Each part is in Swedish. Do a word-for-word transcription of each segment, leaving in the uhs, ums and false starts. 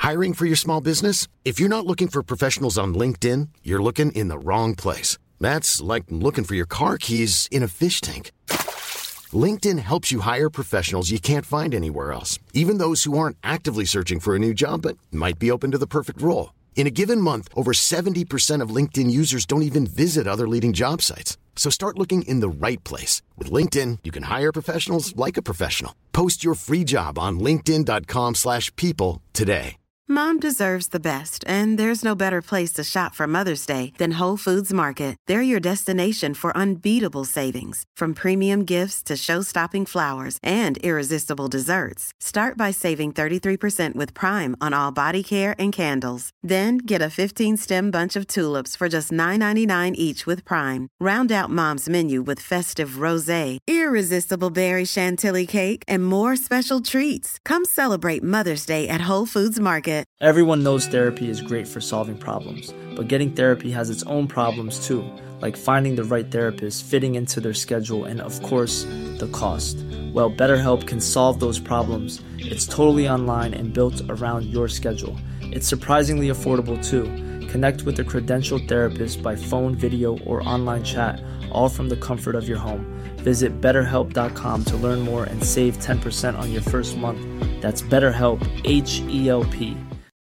Hiring for your small business? If you're not looking for professionals on LinkedIn, you're looking in the wrong place. That's like looking for your car keys in a fish tank. LinkedIn helps you hire professionals you can't find anywhere else, even those who aren't actively searching for a new job but might be open to the perfect role. In a given month, over seventy percent of LinkedIn users don't even visit other leading job sites. So start looking in the right place. With LinkedIn, you can hire professionals like a professional. Post your free job on linkedin dot com slash people today. Mom deserves the best, and there's no better place to shop for Mother's Day than Whole Foods Market. They're your destination for unbeatable savings, from premium gifts to show-stopping flowers and irresistible desserts. Start by saving thirty-three percent with Prime on all body care and candles. Then get a fifteen-stem bunch of tulips for just nine ninety-nine each with Prime. Round out Mom's menu with festive rosé, irresistible berry chantilly cake, and more special treats. Come celebrate Mother's Day at Whole Foods Market. Everyone knows therapy is great for solving problems, but getting therapy has its own problems too, like finding the right therapist, fitting into their schedule, and of course, the cost. Well, BetterHelp can solve those problems. It's totally online and built around your schedule. It's surprisingly affordable too. Connect with a credentialed therapist by phone, video, or online chat, all from the comfort of your home. Visit better help dot com to learn more and save ten percent on your first month. That's BetterHelp, H E L P.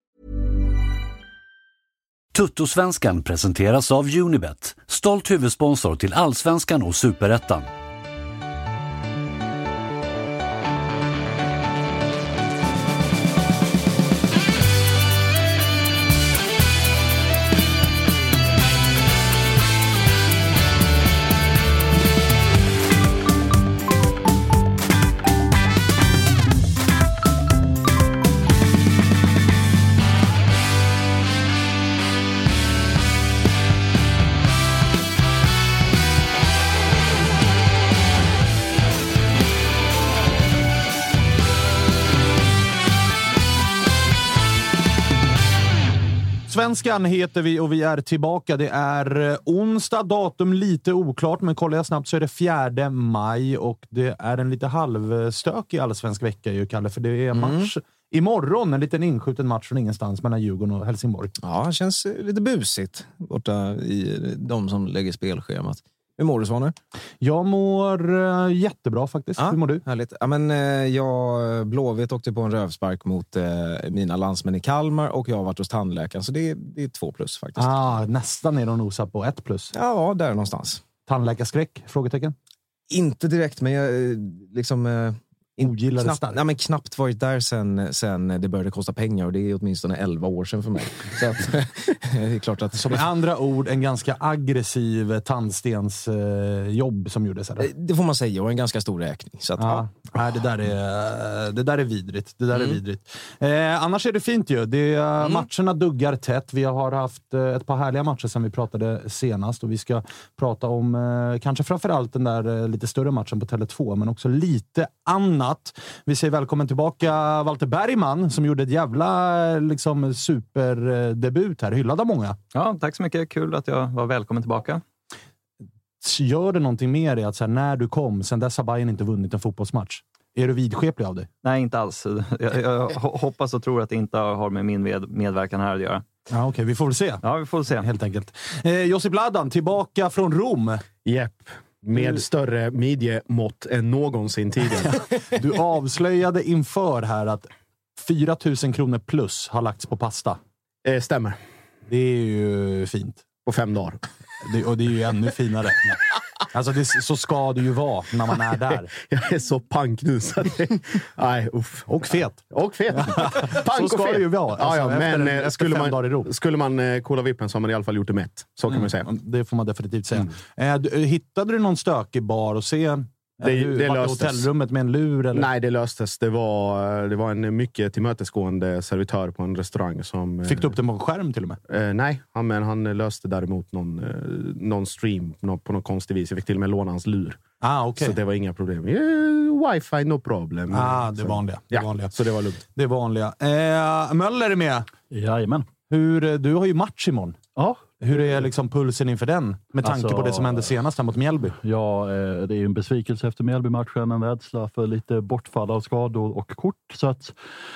Tuttosvenskan presenteras av Unibet, stolt huvudsponsor till Allsvenskan och Superettan. Svenskan heter vi och vi är tillbaka. Det är onsdag, datum lite oklart, men kollar jag snabbt så är det fjärde maj och det är en lite halvstökig allsvensk vecka ju, Kalle, för det är match mm. imorgon, en liten inskjuten match från ingenstans mellan Djurgården och Helsingborg. Ja, det känns lite busigt borta i de som lägger spelschemat. Hur mår du, Svaner? Jag mår uh, jättebra faktiskt. Ja, hur mår du? Härligt. Ja, men, uh, jag Blåvitt åkte på en rövspark mot uh, mina landsmän i Kalmar och jag har varit hos tandläkaren, så det är, det är två plus faktiskt. Ah, nästan är de nosa på ett plus. Ja, där någonstans. Tandläkarskräck? Frågetecken? Inte direkt, men jag liksom... Uh, Ogillade knappt, starkt. nej, men knappt varit där sen, sen det började kosta pengar, och det är åtminstone elva år sedan för mig. Så att, det är klart att... Som med andra ord, en ganska aggressiv tandstens eh, jobb som gjordes. Eller? Det får man säga, och en ganska stor räkning. Så att, ja. Ja. Nej, det, där är, det där är vidrigt. Det där mm. är vidrigt. Eh, annars är det fint ju. Det, mm. Matcherna duggar tätt. Vi har haft eh, ett par härliga matcher som vi pratade senast, och vi ska prata om eh, kanske framförallt den där eh, lite större matchen på Tele två, men också lite annat. Vi säger välkommen tillbaka Walter Bergman som gjorde ett jävla liksom, superdebut här. Hyllad av många. Ja, tack så mycket. Kul att jag var välkommen tillbaka. Gör det någonting med dig att så här, när du kom, sen dess har Bayern inte vunnit en fotbollsmatch? Är du vidskeplig av dig? Nej, inte alls. Jag, jag hoppas och tror att det inte har med min med, medverkan här att göra. Ja, okej. Okay. Vi får väl se. Ja, vi får väl se. Helt enkelt. Eh, Josip Ladan, tillbaka från Rom. Jepp. Med du... större midjemått än någonsin tidigare. Du avslöjade inför här att fyra tusen kronor plus har lagts på pasta. Eh, stämmer. Det är ju fint. På fem dagar. Det, och det är ju ännu finare. Alltså det, så ska det ju vara när man är där. Jag är så pank nu så att det, nej, uff. Och fet. Och fet. Pank så ska och fet. det ju vara. Alltså, ja, ja, efter, men efter skulle, man, skulle man eh, kolla vippen så har man i alla fall gjort det mätt. Så kan mm, man säga. Det får man definitivt säga. Mm. Eh, du, hittade du någon stökig bar och se... Det, du, det var löstes. Hotellrummet med en lur? Eller? Nej, det löstes. Det var, det var en mycket tillmötesgående servitör på en restaurang som... Fick du upp den på skärm till och med? Eh, nej, han, men han löste däremot någon, eh, någon stream någon, på någon konstig vis. Jag fick till och med låna hans lur. Ah, okay. Så det var inga problem. Eh, wifi, no problem. Ah, det så, vanliga. Det ja, vanliga. så det var lugnt. Det vanliga. Eh, Möller är med. Jajamän. Hur, du har ju match imorgon. Ja. Hur är liksom pulsen inför den? Med tanke alltså, på det som hände senast här mot Mjällby. Ja, det är ju en besvikelse efter Mjällby-matchen. En rädsla för lite bortfall av skador och kort. Så att,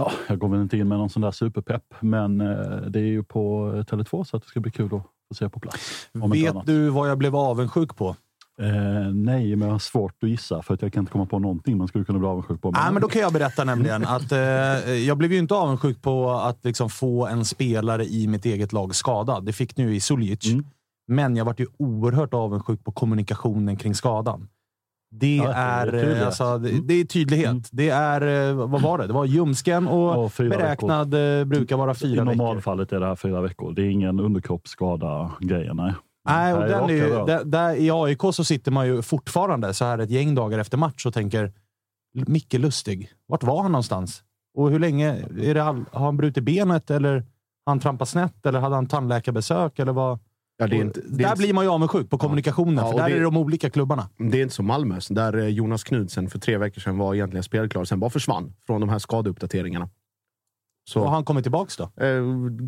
Ja, jag går väl inte in med någon sån där superpepp, men eh, det är ju på Tele två så att det ska bli kul att få se på plats. Vet du vad jag blev avundsjuk på? Eh, nej, men jag har svårt att gissa för att jag kan inte komma på någonting man skulle kunna bli avundsjuk på. Men... Nej, men då kan jag berätta nämligen att eh, jag blev ju inte avundsjuk på att liksom få en spelare i mitt eget lag skadad. Det fick nu i Suljic. Mm. Men jag var ju oerhört avundsjuk på kommunikationen kring skadan. Det, ja, är, det, är, alltså, det, det är tydlighet. Mm. Det är, vad var det? Det var ljumsken och, och beräknad veckor. Brukar vara fyra veckor. I normalfallet är det här fyra veckor. Det är ingen underkroppsskada grejer, nej. Nej, och den är ju, där, där i A I K så sitter man ju fortfarande så här ett gäng dagar efter match och tänker Micke Lustig, vart var han någonstans? Och hur länge, är det all, har han brutit benet eller har han trampat snett eller hade han tandläkarbesök eller vad? Ja, det är inte, det är där inte... blir man ju avundsjuk på kommunikationen, ja, för där det, är de olika klubbarna. Det är inte som Malmö, där Jonas Knudsen för tre veckor sedan var egentligen spelklar, sen bara försvann från de här skadeuppdateringarna. Så har han kommit tillbaks då? Eh,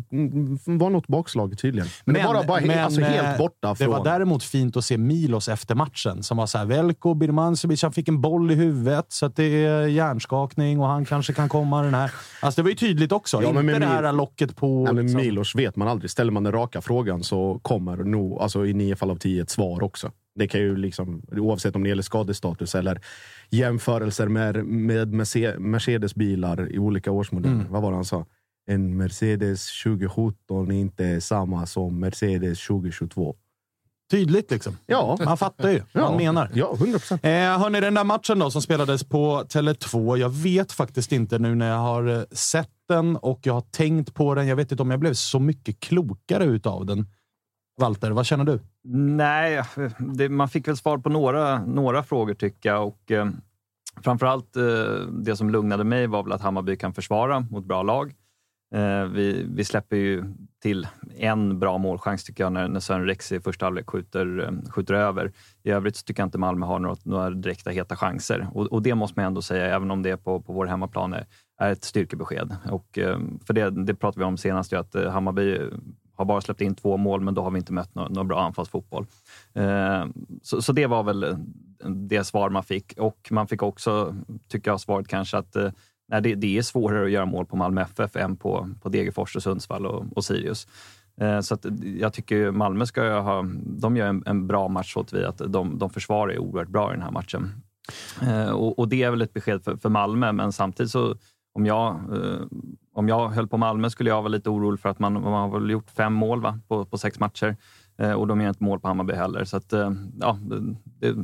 var något bakslag tydligen. Men, men det var bara men, alltså helt borta. Det från... var däremot fint att se Milos efter matchen. Som var så här, Velko Birmancevic, han fick en boll i huvudet. Så att det är hjärnskakning och han kanske kan komma den här. Alltså det var ju tydligt också. Ja, inte men det här locket på... Nej, men liksom. Milos vet man aldrig. Ställer man den raka frågan så kommer nog, alltså i nio fall av tio, ett svar också. Det kan ju liksom, oavsett om det gäller skadestatus eller jämförelser med, med Mercedes-bilar i olika årsmodeller. Mm. Vad var det han sa? En Mercedes tjugo sjutton är inte samma som Mercedes tjugo tjugotvå. Tydligt liksom. Ja. Man fattar ju vad ja. han menar. Ja, hundra procent. Eh, hörni, den där matchen då som spelades på Tele två. Jag vet faktiskt inte nu när jag har sett den och jag har tänkt på den. Jag vet inte om jag blev så mycket klokare utav den. Walter, vad känner du? Nej, det, man fick väl svar på några, några frågor tycker jag. Och eh, framförallt eh, det som lugnade mig var väl att Hammarby kan försvara mot bra lag. Eh, vi, vi släpper ju till en bra målchans tycker jag när, när Sören Rex i första halvlek skjuter, skjuter över. I övrigt så tycker jag inte Malmö har några, några direkta heta chanser. Och, och det måste man ändå säga, även om det är på, på vår hemmaplan, är, är ett styrkebesked. Och, eh, för det, det pratade vi om senast, ju, att eh, Hammarby har bara släppt in två mål, men då har vi inte mött någon, någon bra anfallsfotboll. Eh, så, så det var väl det svar man fick. Och man fick också, tycker jag, svaret kanske att eh, nej, det, det är svårare att göra mål på Malmö F F än på, på Degerfors och Sundsvall och, och Sirius. Eh, så att jag tycker Malmö ska ha, de gör en, en bra match åt vi att de, de försvarar är oerhört bra i den här matchen. Eh, och, och det är väl ett besked för, för Malmö, men samtidigt så om jag, eh, om jag höll på Malmö skulle jag vara lite orolig för att man, man har väl gjort fem mål va, på, på sex matcher. Eh, och de gör inte mål på Hammarby heller. Så att, eh, ja, det,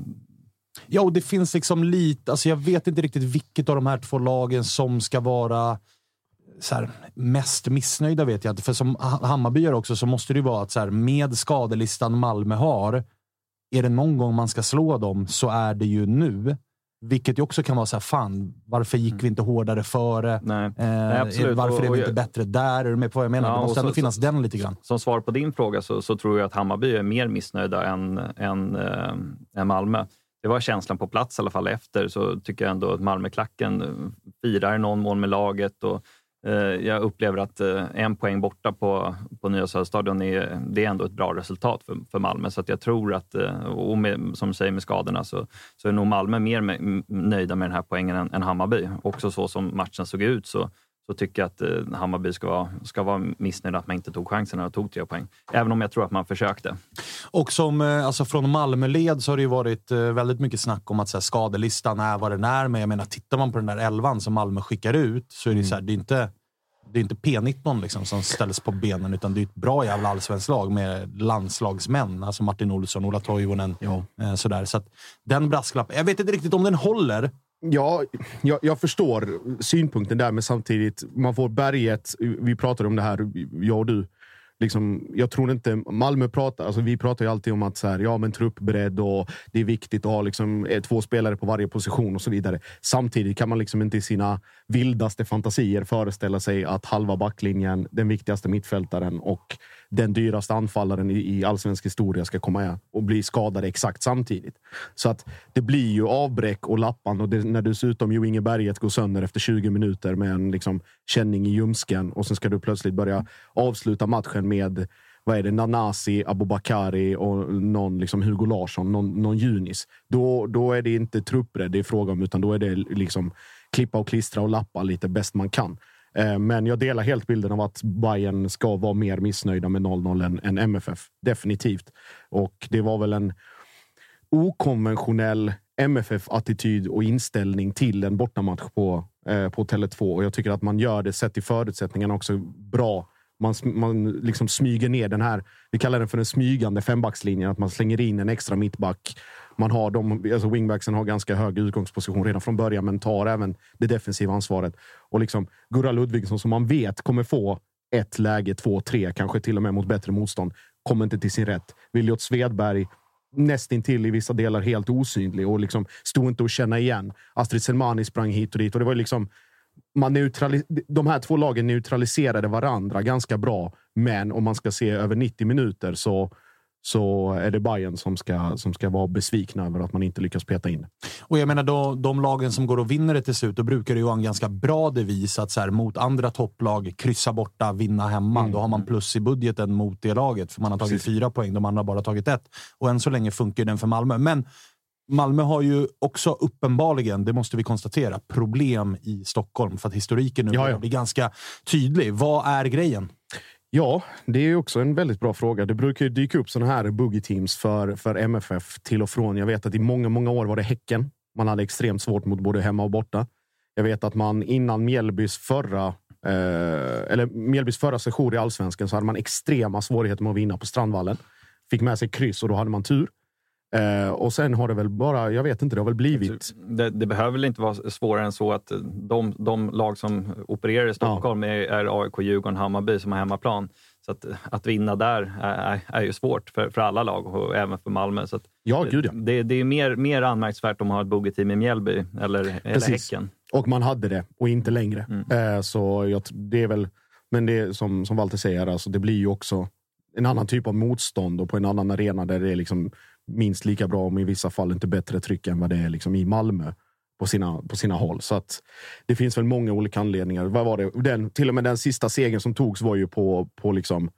ja, och det finns liksom lite, alltså jag vet inte riktigt vilket av de här två lagen som ska vara så här, mest missnöjda vet jag inte. För som Hammarby gör också så måste det ju vara att så här, med skadelistan Malmö har, är det någon gång man ska slå dem så är det ju nu. Vilket ju också kan vara så här, fan, varför gick vi inte hårdare före? Nej. Eh, Nej, absolut. Varför är vi och, inte bättre där? Är du med på vad jag menar? Ja, det måste ändå så, finnas så, den lite grann. Som svar på din fråga så, så tror jag att Hammarby är mer missnöjda än, än, äh, än Malmö. Det var känslan på plats i alla fall efter, så tycker jag ändå att Malmöklacken firar någon mål med laget och eh, jag upplever att eh, en poäng borta på, på Nya Söderstadion är, det är ändå ett bra resultat för, för Malmö. Så att jag tror att, eh, och med, som du säger med skadorna, så, så är nog Malmö mer med, nöjda med den här poängen än, än Hammarby. Också så som matchen såg ut så så tycker jag att eh, Hammarby ska vara, ska vara missnöjd att man inte tog chansen och tog tre poäng. Även om jag tror att man försökte. Och som, eh, alltså från Malmöled så har det ju varit eh, väldigt mycket snack om att så här, skadelistan är vad den är. Men jag menar, tittar man på den där elvan som Malmö skickar ut så är det mm. så här, det är inte, det är inte P nitton liksom som ställs på benen, utan det är ett bra jävla allsvensk lag med landslagsmän. Alltså Martin Olsson, Ola Toivonen, eh, sådär. Så att den brasklappen, jag vet inte riktigt om den håller. Ja, jag, jag förstår synpunkten där, men samtidigt, man får berget, vi pratar om det här, jag och du, liksom, jag tror inte, Malmö pratar, alltså vi pratar ju alltid om att så här, ja men truppbredd och det är viktigt att ha liksom två spelare på varje position och så vidare. Samtidigt kan man liksom inte i sina vildaste fantasier föreställa sig att halva backlinjen, den viktigaste mittfältaren och den dyraste anfallaren i, i allsvensk historia ska komma och bli skadade exakt samtidigt. Så att det blir ju avbräck och lappan, och det, när dessutom ju Inge Berget går sönder efter tjugo minuter med en liksom känning i ljumsken, och sen ska du plötsligt börja avsluta matchen med, vad är det, Nanasi, Abubakari och någon liksom Hugo Larsson, någon, någon Junis. Då, då är det inte truppbredd det är fråga om, utan då är det liksom klippa och klistra och lappa lite bäst man kan. Eh, men jag delar helt bilden av att Bayern ska vara mer missnöjda med noll noll än, än M F F. Definitivt. Och det var väl en okonventionell M F F-attityd och inställning till en bortamatch på, eh, på Tele två. Och jag tycker att man gör det sett i förutsättningarna också bra. Man, man liksom smyger ner den här, vi kallar den för den smygande fembackslinjen, att man slänger in en extra mittback. Man har de, alltså wingbacksen har ganska hög utgångsposition redan från början, men tar även det defensiva ansvaret. Och liksom Gurra Ludvigsson, som man vet kommer få ett läge, två, tre, kanske till och med mot bättre motstånd, kommer inte till sin rätt. Viljot Svedberg nästintill i vissa delar helt osynlig och liksom stod inte att känna igen. Astrid Selmani sprang hit och dit och det var liksom man neutralis- de här två lagen neutraliserade varandra ganska bra, men om man ska se över nittio minuter så så är det Bayern som ska, som ska vara besvikna över att man inte lyckas peta in. Och jag menar, då, de lagen som går och vinner det till slut, då brukar det ju vara en ganska bra devis att så här, mot andra topplag kryssa borta, vinna hemma. Mm. Då har man plus i budgeten mot det laget, för man har tagit Precis. fyra poäng, de andra har bara tagit ett. Och än så länge funkar den för Malmö. Men Malmö har ju också uppenbarligen, det måste vi konstatera, problem i Stockholm, för att historiken nu ja, ja. blir ganska tydlig. Vad är grejen? Ja, det är ju också en väldigt bra fråga. Det brukar ju dyka upp såna här boogie teams för, för M F F till och från. Jag vet att i många, många år var det Häcken. Man hade extremt svårt mot både hemma och borta. Jag vet att man innan Mjällbys förra eh, eller Mjällbys förra session i Allsvenskan så hade man extrema svårigheter med att vinna på Strandvallen. Fick med sig kryss och då hade man tur. Uh, och sen har det väl bara, jag vet inte, det har väl blivit... Det, det behöver väl inte vara svårare än så att de, de lag som opererar i Stockholm ja. är, är A I K, Djurgården, Hammarby som har hemmaplan. Så att, att vinna där är, är ju svårt för, för alla lag och även för Malmö. Så att ja, gud ja. Det, det är mer, mer anmärkningsvärt om man har ett bogeyteam i Mjällby eller, eller Häcken. Och man hade det och inte längre. Mm. Uh, så jag, det är väl, men det är som, som Walter säger, alltså, det blir ju också en annan typ av motstånd och på en annan arena där det är liksom minst lika bra, om i vissa fall inte bättre tryck än vad det är liksom i Malmö på sina, på sina håll. Så att det finns väl många olika anledningar. Vad var det? Den, till och med den sista segern som togs var ju på, på liksom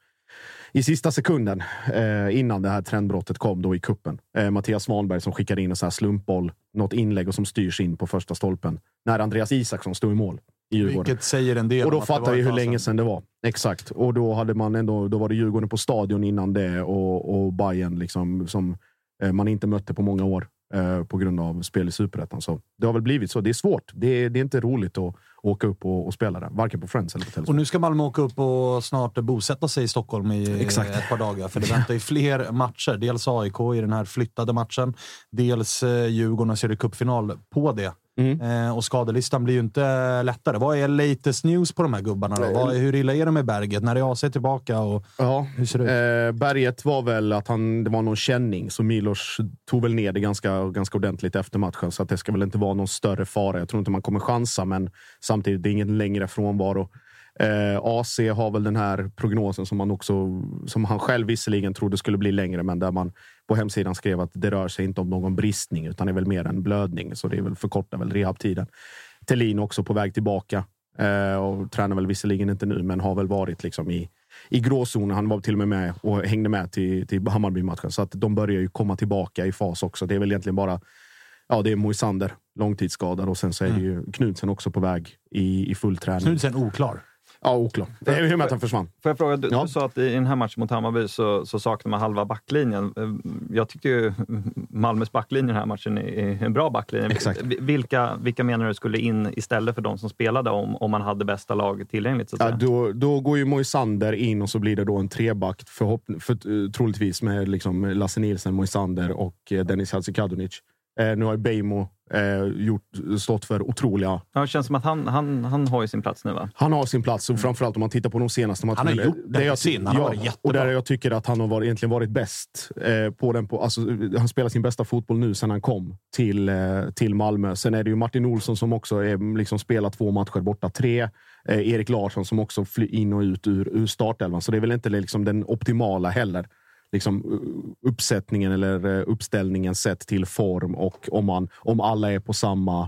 i sista sekunden eh, innan det här trendbrottet kom då i kuppen. Eh, Mattias Svanberg som skickade in en så här slumpboll, något inlägg och som styrs in på första stolpen när Andreas Isaksson stod i mål i Djurgården. Vilket säger en del. Och då fattar vi hur länge sedan det var. Exakt. Och då hade man ändå, då var det Djurgården på stadion innan det och, och Bayern liksom som man inte mötte på många år eh, på grund av spel i Superettan. Så det har väl blivit så. Det är svårt. Det är, det är inte roligt att åka upp och, och spela där. Varken på Friends eller på Tele två. Och nu ska Malmö åka upp och snart bosätta sig i Stockholm i Exakt. ett par dagar. För det väntar ju fler matcher. Dels A I K i den här flyttade matchen. Dels eh, Djurgården och Serie Cup-final på det. Mm. Eh, och skadelistan blir ju inte lättare. Vad är latest news på de här gubbarna då? Vad, hur illa är det med Berget? När är A C tillbaka? Och ja, hur ser det ut? Eh, Berget var väl att han, det var någon känning, så Milos tog väl ner det ganska, ganska ordentligt efter matchen, så att det ska väl inte vara någon större fara. Jag tror inte man kommer chansa, men samtidigt det är ingen längre frånvaro. Eh, A C har väl den här prognosen som man också, som han själv visserligen trodde skulle bli längre, men där man på hemsidan skrev att det rör sig inte om någon bristning utan det är väl mer en blödning, så det är väl förkortar väl rehabtiden. Thelin också på väg tillbaka eh, och tränar väl visserligen inte nu, men har väl varit liksom i, i gråzonen. Han var till och med med och hängde med till, till Hammarby-matchen, så att de börjar ju komma tillbaka i fas också. Det är väl egentligen bara ja, det är Moisander långtidsskadad och sen så är det ju Knudsen också på väg i, i full träning. Knudsen oklar. Ja, oklart. Det är hur med att han försvann. Får jag fråga, du, ja. du sa att i den här matchen mot Hammarby så, så saknar man halva backlinjen. Jag tycker ju Malmös backlinje i den här matchen är en bra backlinje. Exakt. Vilka, vilka menar du skulle in istället för de som spelade om, om man hade bästa lag tillgängligt? Så att ja, säga? då, då går ju Moisander in och så blir det då en treback förhopp- för, troligtvis med liksom Lasse Nilsson, Moisander och Dennis Hadzikadunic. Eh, nu har Beijmo eh, gjort, stått för otroliga... Ja, det känns som att han, han, han har ju sin plats nu, va? Han har sin plats, och framförallt om man tittar på de senaste matcherna. Han har gjort det jag, sin, han har varit jättebra. Och där jag tycker att han har varit, egentligen varit bäst eh, på den. På, alltså, han spelar sin bästa fotboll nu sedan han kom till, eh, till Malmö. Sen är det ju Martin Olsson som också är, liksom, spelat två matcher borta, tre. Eh, Erik Larsson som också flyr in och ut ur, ur startelvan. Så det är väl inte liksom, den optimala heller. Liksom uppsättningen eller uppställningen sett till form, och om man om alla är på samma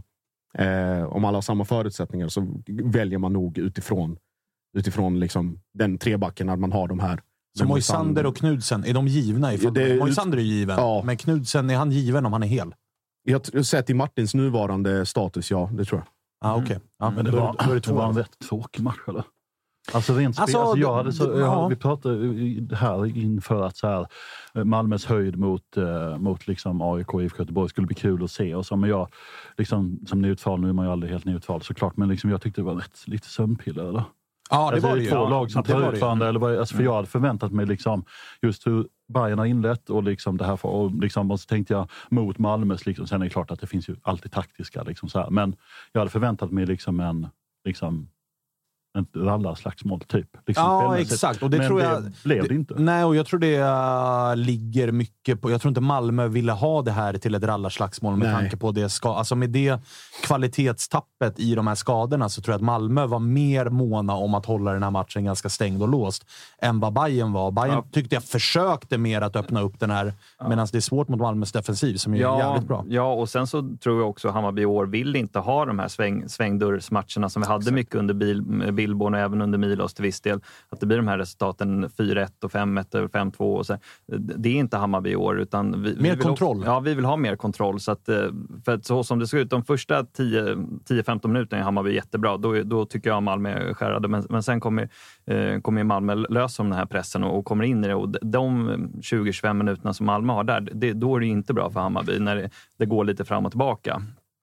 eh, om alla har samma förutsättningar så väljer man nog utifrån utifrån liksom den trebacken när man har de här. Så Moisander och Knudsen, är de givna i ja, Moisander är given, ja. Men Knudsen, är han given om han är hel? Jag har sett i Martins nuvarande status, ja, det tror jag. Ah, okej. Okay. Ja, men det då, var, då är det, det var en rätt tråkig match, eller? Alltså rent spel, alltså, alltså jag hade så, det, jag, ja. vi pratade här inför att så här, Malmös höjd mot, uh, mot liksom A I K och I F K Göteborg skulle bli kul att se. Och så, men jag, liksom, som neutral, nu är man ju aldrig helt neutral såklart, men liksom, jag tyckte det var rätt, lite sömnpiller, eller? Ja, det alltså, var det det två ju. lag som ja, tar ut varandra. Eller vad, alltså, för jag hade förväntat mig liksom, just hur Bayern har inlett och, liksom det här för, och, liksom, och så tänkte jag mot Malmös. Liksom, sen är det klart att det finns ju alltid taktiska. Liksom, så här. Men jag hade förväntat mig liksom en... Liksom, en rallarslagsmål typ. Liksom ja, exakt. Och det men tror jag, det blev det, det inte. Nej, och jag tror det uh, ligger mycket på... Jag tror inte Malmö ville ha det här till ett rallarslagsmål med nej. tanke på det ska, alltså med det kvalitetstappet i de här skadorna så tror jag att Malmö var mer måna om att hålla den här matchen ganska stängd och låst än vad Bayern var. Bayern ja. tyckte jag försökte mer att öppna upp den här ja. medan det är svårt mot Malmös defensiv som är ja, jävligt bra. Ja, och sen så tror jag också Hammarby i år vill inte ha de här sväng, svängdörrsmatcherna som vi hade exakt. mycket under bil, Billborn och även under Milos till viss del. Att det blir de här resultaten fyra ett och fem ett och fem två. Och så. Det är inte Hammarby i år. Utan vi, mer vi kontroll. Också, ja, vi vill ha mer kontroll. Så att, för att så som det ser ut, de första tio femton minuterna är Hammarby jättebra. Då, då tycker jag Malmö är skärrade. Men, men sen kommer, eh, kommer Malmö lösa om den här pressen och, och kommer in i det. Och de tjugo till tjugofem minuterna som Malmö har där, det, då är det inte bra för Hammarby när det, det går lite fram och tillbaka.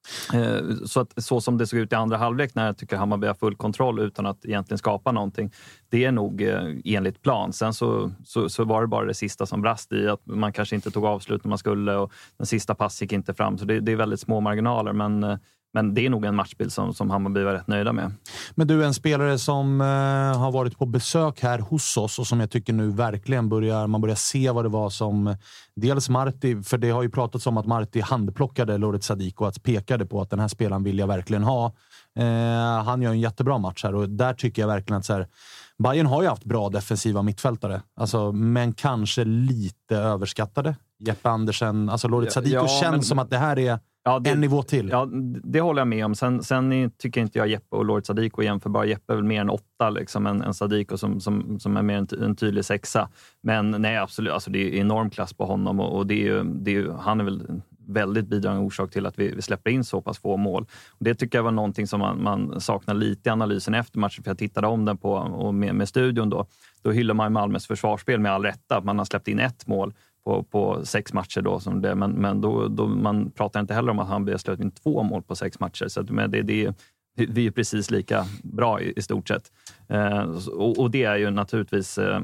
Så, att, så som det såg ut i andra halvlek när jag tycker Hammarby har full kontroll utan att egentligen skapa någonting, det är nog eh, enligt plan. Sen så, så, så var det bara det sista som brast i att man kanske inte tog avslut när man skulle och den sista pass gick inte fram. Så det, det är väldigt små marginaler, men eh, Men det är nog en matchbild som, som Hammarby var rätt nöjda med. Men du är en spelare som eh, har varit på besök här hos oss och som jag tycker nu verkligen börjar, man börjar se vad det var som dels Marti, för det har ju pratats om att Marti handplockade Loret Sadiko, att pekade på att den här spelaren vill jag verkligen ha. Eh, han gör en jättebra match här och där tycker jag verkligen att så här, Bayern har ju haft bra defensiva mittfältare, alltså, men kanske lite överskattade. Jeppe Andersen, alltså Loret Sadiko ja, känns men... som att det här är Ja, det, en nivå till. Ja, det håller jag med om. Sen, sen tycker inte jag Jeppe och Loret Sadiko jämförbar. Jeppe är väl mer en åtta liksom, än, än Sadiko som, som, som är mer en, en tydlig sexa. Men nej, absolut. Alltså, det är enorm klass på honom och, och det är ju, det är ju, han är väl väldigt bidragande orsak till att vi, vi släpper in så pass få mål. Och det tycker jag var någonting som man, man saknar lite i analysen efter matchen, för jag tittade om den på, och med, med studion då. Då hyllar man Malmös försvarsspel med all rätta. Man har släppt in ett mål På, på sex matcher då, som det, men, men då, då man pratar inte heller om att han blir släppt in två mål på sex matcher, så att, men det, det, vi är precis lika bra i, i stort sett. Eh, och, och det är ju naturligtvis eh,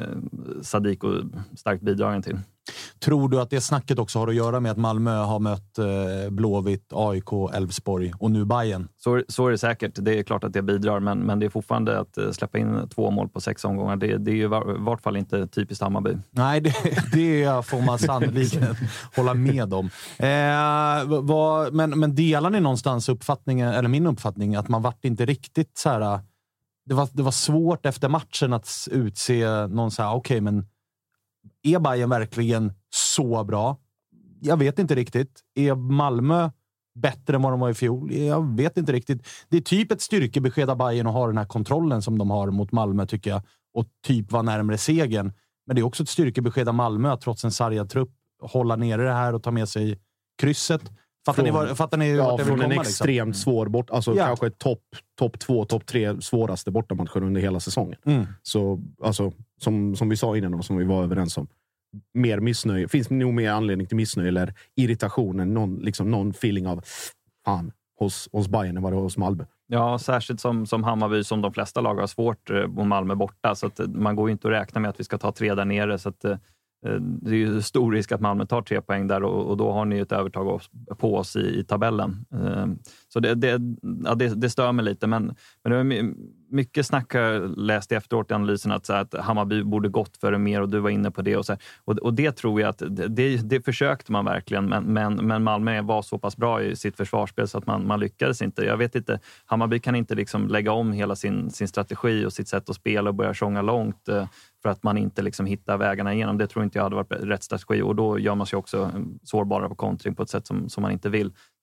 Sadiko starkt bidragande till. Tror du att det snacket också har att göra med att Malmö har mött eh, Blåvitt, A I K, Elfsborg och nu Bayern? Så, så är det säkert. Det är klart att det bidrar, men, men det är fortfarande att eh, släppa in två mål på sex omgångar. Det, det är ju var, i vart fall inte typiskt Hammarby. Nej, det, det får man sannolikt hålla med om. Eh, vad, men, men delar ni någonstans uppfattningen, eller min uppfattning, att man vart inte riktigt så här... Det var, det var svårt efter matchen att utse någon så här, okej, okay, men är Bayern verkligen så bra? Jag vet inte riktigt. Är Malmö bättre än vad de var i fjol? Jag vet inte riktigt. Det är typ ett styrkebesked av Bayern att ha den här kontrollen som de har mot Malmö, tycker jag. Och typ vara närmare segern. Men det är också ett styrkebesked av Malmö att trots en sargad trupp hålla nere det här och ta med sig krysset. Fattar från, ni, var, fattar ni ja, vart jag vill från komma, en extremt liksom? svår bort, alltså ja. kanske topp top två, topp tre svåraste bortamatcher under hela säsongen. Mm. Så alltså, som, som vi sa innan och som vi var överens om, mer missnöje. Finns nog mer anledning till missnöje eller irritationen, någon, liksom, någon feeling av fan hos, hos Bayern än vad det var hos Malmö. Ja, särskilt som, som Hammarby, som de flesta lag har svårt och Malmö borta, så att man går ju inte att räkna med att vi ska ta tre där nere, så att det är ju stor risk att Malmö tar tre poäng där och, och då har ni ju ett övertag på oss i, i tabellen. Så det, det, ja, det, det stör mig lite, men, men det var mycket snack jag läste efteråt i analysen att, så att Hammarby borde gått för det mer och du var inne på det. Och, så, och, och det tror jag att det, det försökte man verkligen, men, men, men Malmö var så pass bra i sitt försvarsspel så att man, man lyckades inte. Jag vet inte, Hammarby kan inte liksom lägga om hela sin, sin strategi och sitt sätt att spela och börja sjunga långt för att man inte liksom hittar vägarna igenom. Det tror inte jag hade varit rätt strategi och då gör man sig också sårbara på kontring på ett sätt som, som man inte vill.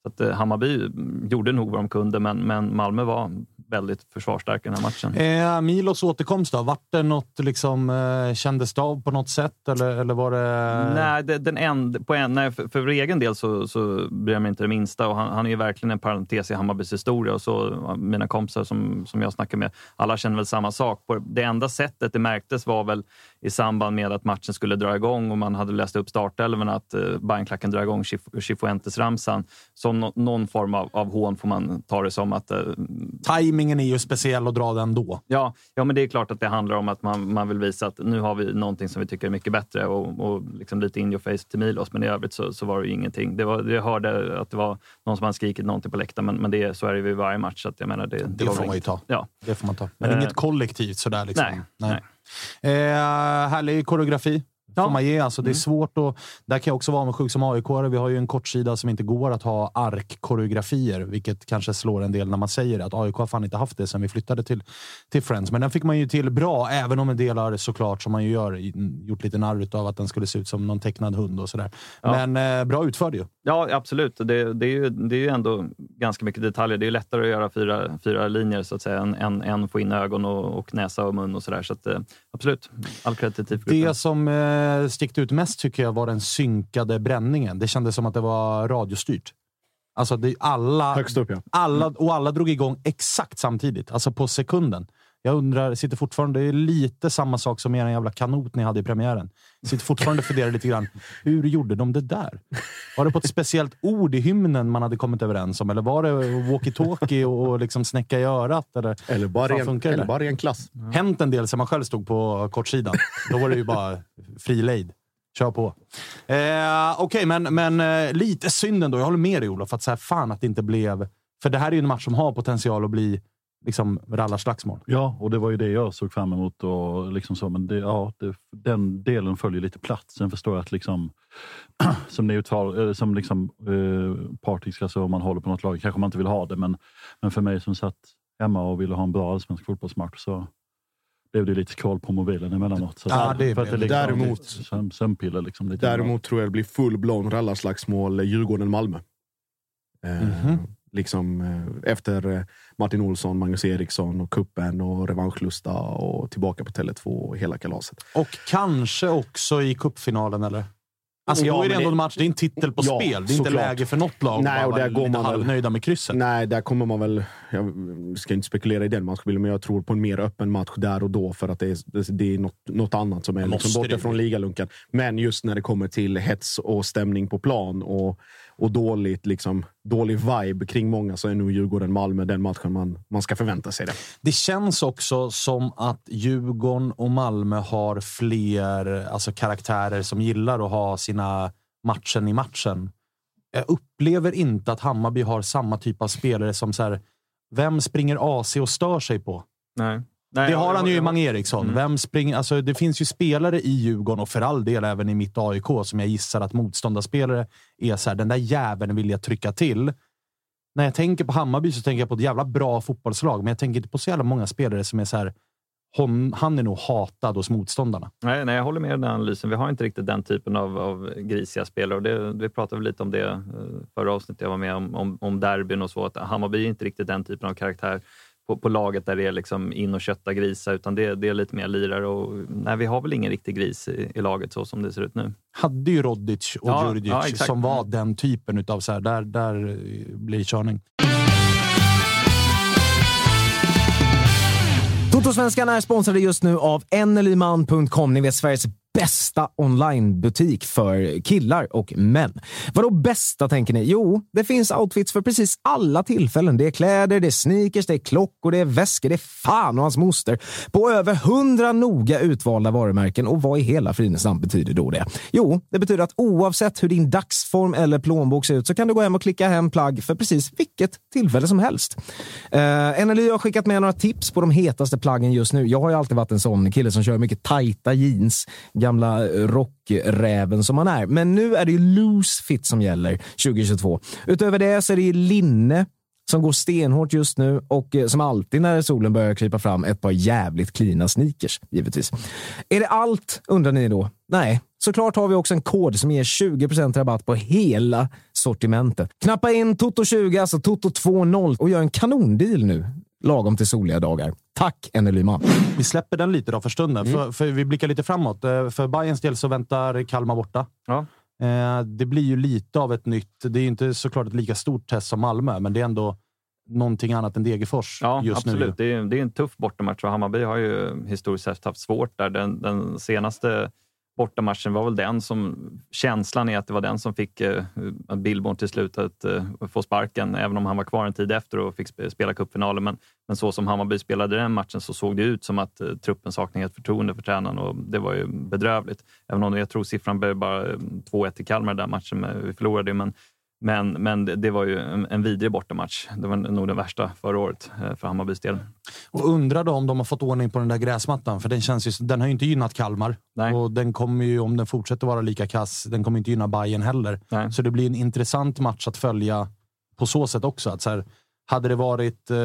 Så att eh, Hammarby gjorde nog vad de kunde, men, men Malmö var väldigt försvarsstark i den här matchen. Eh, Milos återkomst då? Vart det något liksom, eh, kändes det av på något sätt? Eller, eller var det... Nej, det, den en, på en, nej för, för egen del så, så bryr jag mig inte det minsta. Och han, han är ju verkligen en parentes i Hammarbys historia. Och så mina kompisar som, som jag snackar med, alla känner väl samma sak. På det enda sättet det märktes var väl i samband med att matchen skulle dra igång och man hade läst upp startelven att eh, Bajenklacken drar igång Cifuentes-ramsan. Som no, någon form av, av hån får man ta det som att... Eh, Timingen är ju speciell att dra den då. Ja, ja, men det är klart att det handlar om att man, man vill visa att nu har vi någonting som vi tycker är mycket bättre och, och liksom lite in your face till Milos, men i övrigt så, så var det ju ingenting. Det var, jag hörde att det var någon som hade skrikit någonting på läktaren, men, men det, så är det ju varje match. Så att jag menar, det, det, det får man ju inget. ta. Ja. Det får man ta. Men uh, inget kollektivt sådär liksom. Nej, nej. nej. Eh, härlig koreografi. Ja. Får man ge. Alltså, det är Mm. svårt och där kan jag också vara med sjuk som A I K. Vi har ju en kortsida som inte går att ha ark-koreografier, vilket kanske slår en del när man säger att A I K har fan inte haft det sen vi flyttade till, till Friends. Men den fick man ju till bra, även om en del har såklart som man ju gör, gjort lite narr av att den skulle se ut som någon tecknad hund och sådär. Ja. Men eh, bra utförd ju. Ja, absolut. Det, det, är ju, det är ju ändå ganska mycket detaljer. Det är ju lättare att göra fyra, fyra linjer så att säga, än, än, än få in ögon och, och näsa och mun och sådär. Så att, eh, absolut, all kreativ gruppen. Det som eh, stickte ut mest tycker jag var den synkade bränningen. Det kändes som att det var radiostyrt. Alltså det, alla, Högst upp, ja. alla, och alla drog igång exakt samtidigt. Alltså på sekunden. Jag undrar, sitter fortfarande, det är lite samma sak som er jävla kanot ni hade i premiären. Sitter fortfarande och funderar lite grann. Hur gjorde de det där? Var det på ett speciellt ord i hymnen man hade kommit överens om? Eller var det walkie-talkie och liksom snäcka i örat? Eller, eller bara en, eller bara en klass. Mm. Hänt en del som man själv stod på kortsidan. Då var det ju bara fri lejd. Kör på. Eh, Okej, okay, men, men eh, lite synd ändå. Jag håller med dig, Olof. Att så här, fan att det inte blev... För det här är ju en match som har potential att bli liksom rallarslagsmål. Ja, och det var ju det jag såg fram emot. Och liksom så, men det, ja, det, den delen följer lite plats. Sen förstår jag att liksom, som neutral, som liksom, eh, partiska, så om man håller på något lag kanske man inte vill ha det. Men, men för mig som satt hemma och ville ha en bra allsvensk fotbollsmatch så blev det lite koll på mobilen emellanåt. Så ja, det, för att det liksom, däremot, söm, sömpiller liksom. Lite däremot tror jag det blir full-blown rallarslagsmål Djurgården-Malmö. Eh, mm-hmm. Liksom eh, efter eh, Martin Olsson, Magnus Eriksson och kuppen och revanschlusta och tillbaka på Tele två och hela kalaset. Och kanske också i cupfinalen, eller? Alltså ja, då är det ändå det, en match, det är en titel på ja, spel. Det är inte såklart. läge för något lag. Nej, och där går man halvnöjda med krysset. Nej, där kommer man väl, jag ska inte spekulera i den matchbilden, men jag tror på en mer öppen match där och då för att det är, det är något, något annat som är liksom borta från ligalunkan. Men just när det kommer till hets och stämning på plan och, och dåligt, liksom, dålig vibe kring många, så är nog Djurgården Malmö den matchen man, man ska förvänta sig det. Det känns också som att Djurgården och Malmö har fler alltså, karaktärer som gillar att ha sina matchen i matchen. Jag upplever inte att Hammarby har samma typ av spelare som så här, vem springer A C och stör sig på? Nej. Nej, det har jag, han ju i jag, Mange Eriksson. Mm. Vem springer, alltså, det finns ju spelare i Djurgården och för all del även i mitt A I K som jag gissar att motståndarspelare är så här, den där jäveln vill jag trycka till. När jag tänker på Hammarby så tänker jag på ett jävla bra fotbollslag, men jag tänker inte på så jävla många spelare som är så här, hon, han är nog hatad hos motståndarna. Nej, nej, jag håller med i den analysen. Vi har inte riktigt den typen av, av grisiga spelare. Och det, vi pratade lite om det förra avsnittet jag var med om, om, om derbyn och så. Att Hammarby är inte riktigt den typen av karaktär på, på laget där det är liksom in och kötta grisa, utan det, det är lite mer lirare. Och nej, vi har väl ingen riktig gris i, i laget så som det ser ut nu. Hade ju Rodic och ja, Djurdjic ja, som var den typen utav så här, där, där blir körning. Totosvenskan är sponsrade just nu av Enelyman punkt com. Ni vet, Sveriges bästa onlinebutik för killar och män. Vadå bästa, tänker ni? Jo, det finns outfits för precis alla tillfällen. Det är kläder, det är sneakers, det är klockor, det är väskor, det är fan och hans moster. På över hundra noga utvalda varumärken. Och vad i hela fridens namn betyder då det? Jo, det betyder att oavsett hur din dagsform eller plånbok ser ut så kan du gå hem och klicka hem plagg för precis vilket tillfälle som helst. Uh, N L Y har skickat med några tips på de hetaste plaggen just nu. Jag har ju alltid varit en sån kille som kör mycket tajta jeans, gamla rockräven som man är. Men nu är det ju loose fit som gäller tjugohundratjugotvå. Utöver det så är det ju linne som går stenhårt just nu och som alltid när solen börjar krypa fram ett par jävligt cleana sneakers, givetvis. Är det allt, undrar ni då? Nej, såklart har vi också en kod som ger tjugo procent rabatt på hela sortimentet. Knappa in Toto tjugo, alltså Toto två noll och gör en kanondeal nu. Lagom till soliga dagar. Tack, N L Y-man. Vi släpper den lite då för stunden. Mm. För, för vi blickar lite framåt. För Bayerns del så väntar Kalmar borta. Ja. Eh, det blir ju lite av ett nytt... Det är ju inte såklart ett lika stort test som Malmö, men det är ändå någonting annat än Degerfors ja, just absolut. nu. Det är, det är en tuff bortamatch och Hammarby har ju historiskt sett haft svårt där. Den, den senaste bortamatchen var väl den som... Känslan är att det var den som fick eh, Billborn till slut att eh, få sparken, även om han var kvar en tid efter och fick spela cupfinalen. Men, men så som Hammarby spelade den matchen så såg det ut som att eh, truppen saknade ett förtroende för tränaren och det var ju bedrövligt. Även om jag tror siffran blev bara eh, två ett i Kalmar den matchen, men vi förlorade men Men, men det, det var ju en, en vidrig bortamatch. Det var nog den värsta förra året eh, för Hammarbys del. Och undrar då om de har fått ordning på den där gräsmattan. För den känns ju, den har ju inte gynnat Kalmar. Nej. Och den kommer ju, om den fortsätter vara lika kass, den kommer inte gynna Bayern heller. Nej. Så det blir en intressant match att följa på så sätt också. Att så här, hade det varit, eh,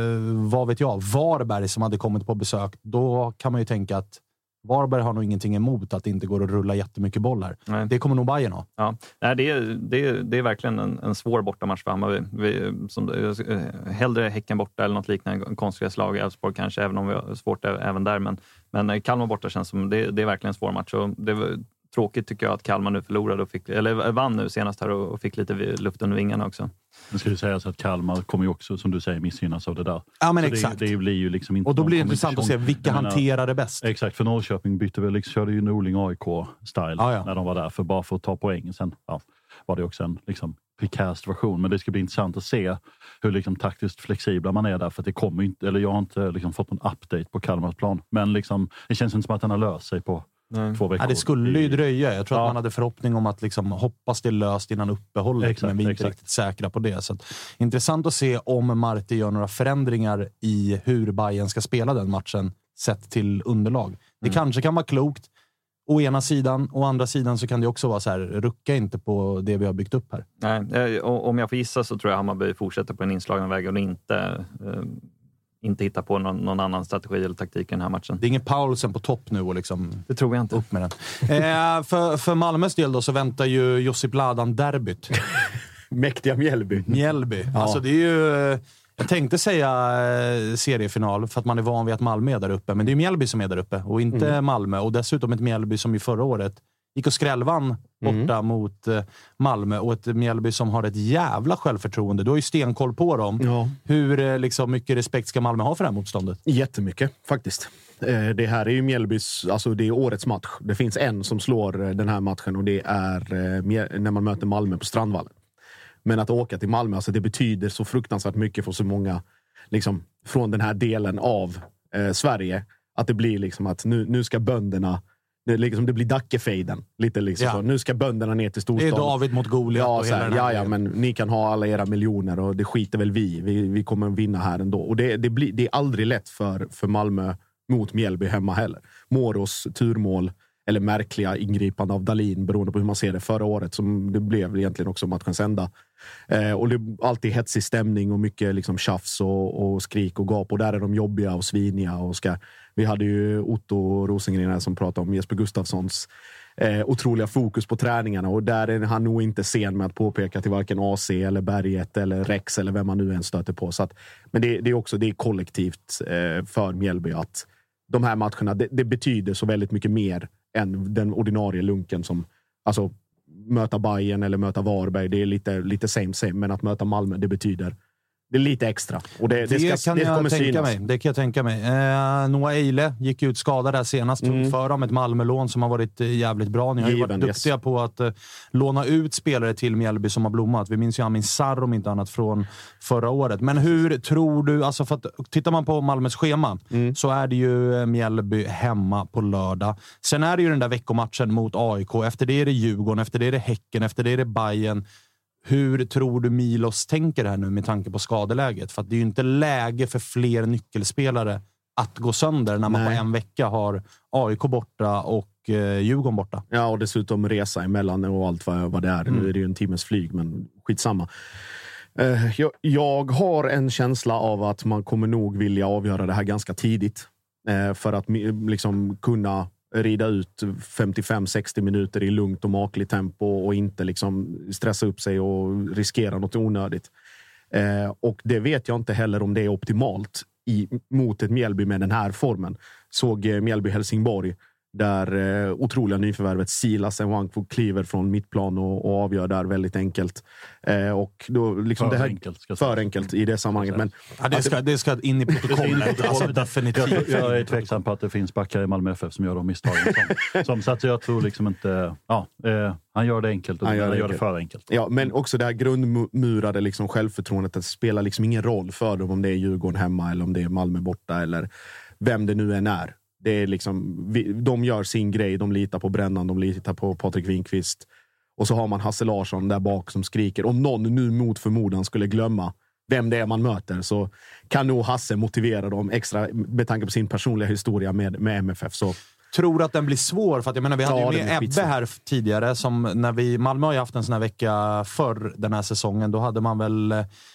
vad vet jag, Varberg som hade kommit på besök, då kan man ju tänka att Varberg har nog ingenting emot att det inte går att rulla jättemycket bollar. Nej. Det kommer nog Bayern ha. Ja. Nej, det, är, det, är, det är verkligen en, en svår bortamatch för Hammarby. Vi, som, hellre Häcken borta eller något liknande, en konstgräslag i Elfsborg kanske, även om vi har svårt även där. Men, men Kalmar borta känns som det, det är verkligen en svår match. Och det var tråkigt tycker jag att Kalmar nu förlorade och fick, eller vann nu senast här och fick lite luft under vingarna också. Nu ska det sägas att Kalmar kommer ju också, som du säger, missgynnas av det där. Ja, men så exakt. Det, det blir ju liksom inte och då blir det intressant att se vilka hanterar det bäst. Exakt, för Norrköping bytte väl, liksom, körde ju Norling A I K-style ah, ja. när de var där, för bara för att ta poäng. Sen ja, var det också en liksom, precast version, men det ska bli intressant att se hur liksom, taktiskt flexibla man är där, för att det kommer inte, eller jag har inte liksom, fått någon update på Kalmars plan, men liksom, det känns inte som att den har löst sig på Nej. två veckor. Ja, det skulle ju dröja. Jag tror ja. att man hade förhoppning om att liksom hoppas det löst innan uppehållet, exakt, men vi är inte exakt. riktigt säkra på det. Så att, intressant att se om Marti gör några förändringar i hur Bayern ska spela den matchen sett till underlag. Det mm. kanske kan vara klokt å ena sidan, å andra sidan så kan det också vara så här, rucka inte på det vi har byggt upp här. Nej, om jag får gissa så tror jag Hammarby fortsätter på en inslagen väg och inte eh, inte hitta på någon, någon annan strategi eller taktik i den här matchen. Det är ingen Paulsen på topp nu och liksom... Det tror jag inte. Upp med den. eh, för, för Malmös del då så väntar ju Josip Ladan derbyt. Mäktiga Mjällby. Mjällby. Ja. Alltså det är ju... Jag tänkte säga eh, seriefinal för att man är van vid att Malmö är där uppe. Men det är Mjällby som är där uppe och inte mm. Malmö. Och dessutom ett Mjällby som i förra året gick och skrällvann borta mm. mot eh, Malmö. Och ett Mjällby som har ett jävla självförtroende. Du har ju stenkoll på dem. Ja. Hur eh, liksom, mycket respekt ska Malmö ha för det här motståndet? Jättemycket, faktiskt. Eh, det här är ju Mjällbys, alltså det är årets match. Det finns en som slår eh, den här matchen och det är eh, Mjäl- när man möter Malmö på Strandvallen. Men att åka till Malmö, alltså det betyder så fruktansvärt mycket för så många liksom, från den här delen av eh, Sverige. Att det blir liksom att nu, nu ska bönderna, det, liksom, det blir Dackefejden. Lite liksom ja. så. Nu ska bönderna ner till storstaden. Det är David mot Goliat. Ja, och så här, hela ja, ja, men ni kan ha alla era miljoner och det skiter väl vi. Vi, vi kommer att vinna här ändå. Och det, det, blir, det är aldrig lätt för, för Malmö mot Mjällby hemma heller. Moros turmål eller märkliga ingripande av Dalin beroende på hur man ser det förra året som det blev egentligen också matchens ända. Eh, och det är alltid hetsig stämning och mycket liksom tjafs och, och skrik och gap och där är de jobbiga och sviniga och ska... Vi hade ju Otto Rosengren här som pratade om Jesper Gustafssons eh, otroliga fokus på träningarna och där är han nog inte sen med att påpeka till varken A C eller Berget eller Rex eller vem man nu än stöter på. Så att, men det, det är också det är kollektivt eh, för Mjällby att de här matcherna, det, det betyder så väldigt mycket mer än den ordinarie lunken som, alltså möta Bayern eller möta Varberg, det är lite, lite same same, men att möta Malmö, det betyder det är lite extra. Och det, det, det ska, kan det jag kommer tänka synas. mig. Det kan jag tänka mig. Eh, Noah Eile gick ut skadad där senast. Tog mm. för om ett Malmö-lån som har varit eh, jävligt bra. Ni har ju Given, varit duktiga yes. på att eh, låna ut spelare till Mjällby som har blommat. Vi minns ju Amin Sarr om inte annat från förra året. Men hur tror du, alltså för att tittar man på Malmös schema mm. så är det ju Mjällby hemma på lördag. Sen är det ju den där veckomatchen mot A I K. Efter det är det Djurgården, efter det är det Häcken, efter det är det Bayern. Hur tror du Milos tänker här nu med tanke på skadeläget? För att det är ju inte läge för fler nyckelspelare att gå sönder när man Nej. på en vecka har A I K borta och eh, Djurgården borta. Ja, och dessutom resa emellan och allt vad, vad det är. Mm. Nu är det ju en timmes flyg, men skitsamma. Eh, jag, jag har en känsla av att man kommer nog vilja avgöra det här ganska tidigt. Eh, för att liksom kunna rida ut femtiofem sextio minuter i lugnt och makligt tempo och inte liksom stressa upp sig och riskera något onödigt. Eh, och det vet jag inte heller om det är optimalt i, mot ett Mjällby med den här formen. Såg eh, Mjällby-Helsingborg där eh, otroliga nyförvärvet Silas Nwankwo kliver från mittplan och, och avgör där väldigt enkelt. Eh, och då, liksom för det här, enkelt. Ska för enkelt i det sammanhanget. Men, ja, det, ska, det ska in i protokollet. Alltså, definitivt. Jag, jag är tveksam på att det finns backar i Malmö F F som gör de misstagen. Som, som, så att jag tror liksom inte... Ja, eh, han gör det enkelt och han gör, det, gör det för enkelt. Ja, men också det här grundmurade liksom självförtroendet. Det spelar liksom ingen roll för dem om det är Djurgården hemma eller om det är Malmö borta eller vem det nu än är. Det är liksom, de gör sin grej, de litar på Brännan, de litar på Patrik Winqvist. Och så har man Hasse Larsson där bak som skriker. Om någon nu mot förmodan skulle glömma vem det är man möter så kan nog Hasse motivera dem extra med tanke på sin personliga historia med, med M F F. Så tror att den blir svår för att jag menar vi hade ja, ju med Ebbe här tidigare som när vi Malmö har ju haft en sån här vecka för den här säsongen, då hade man väl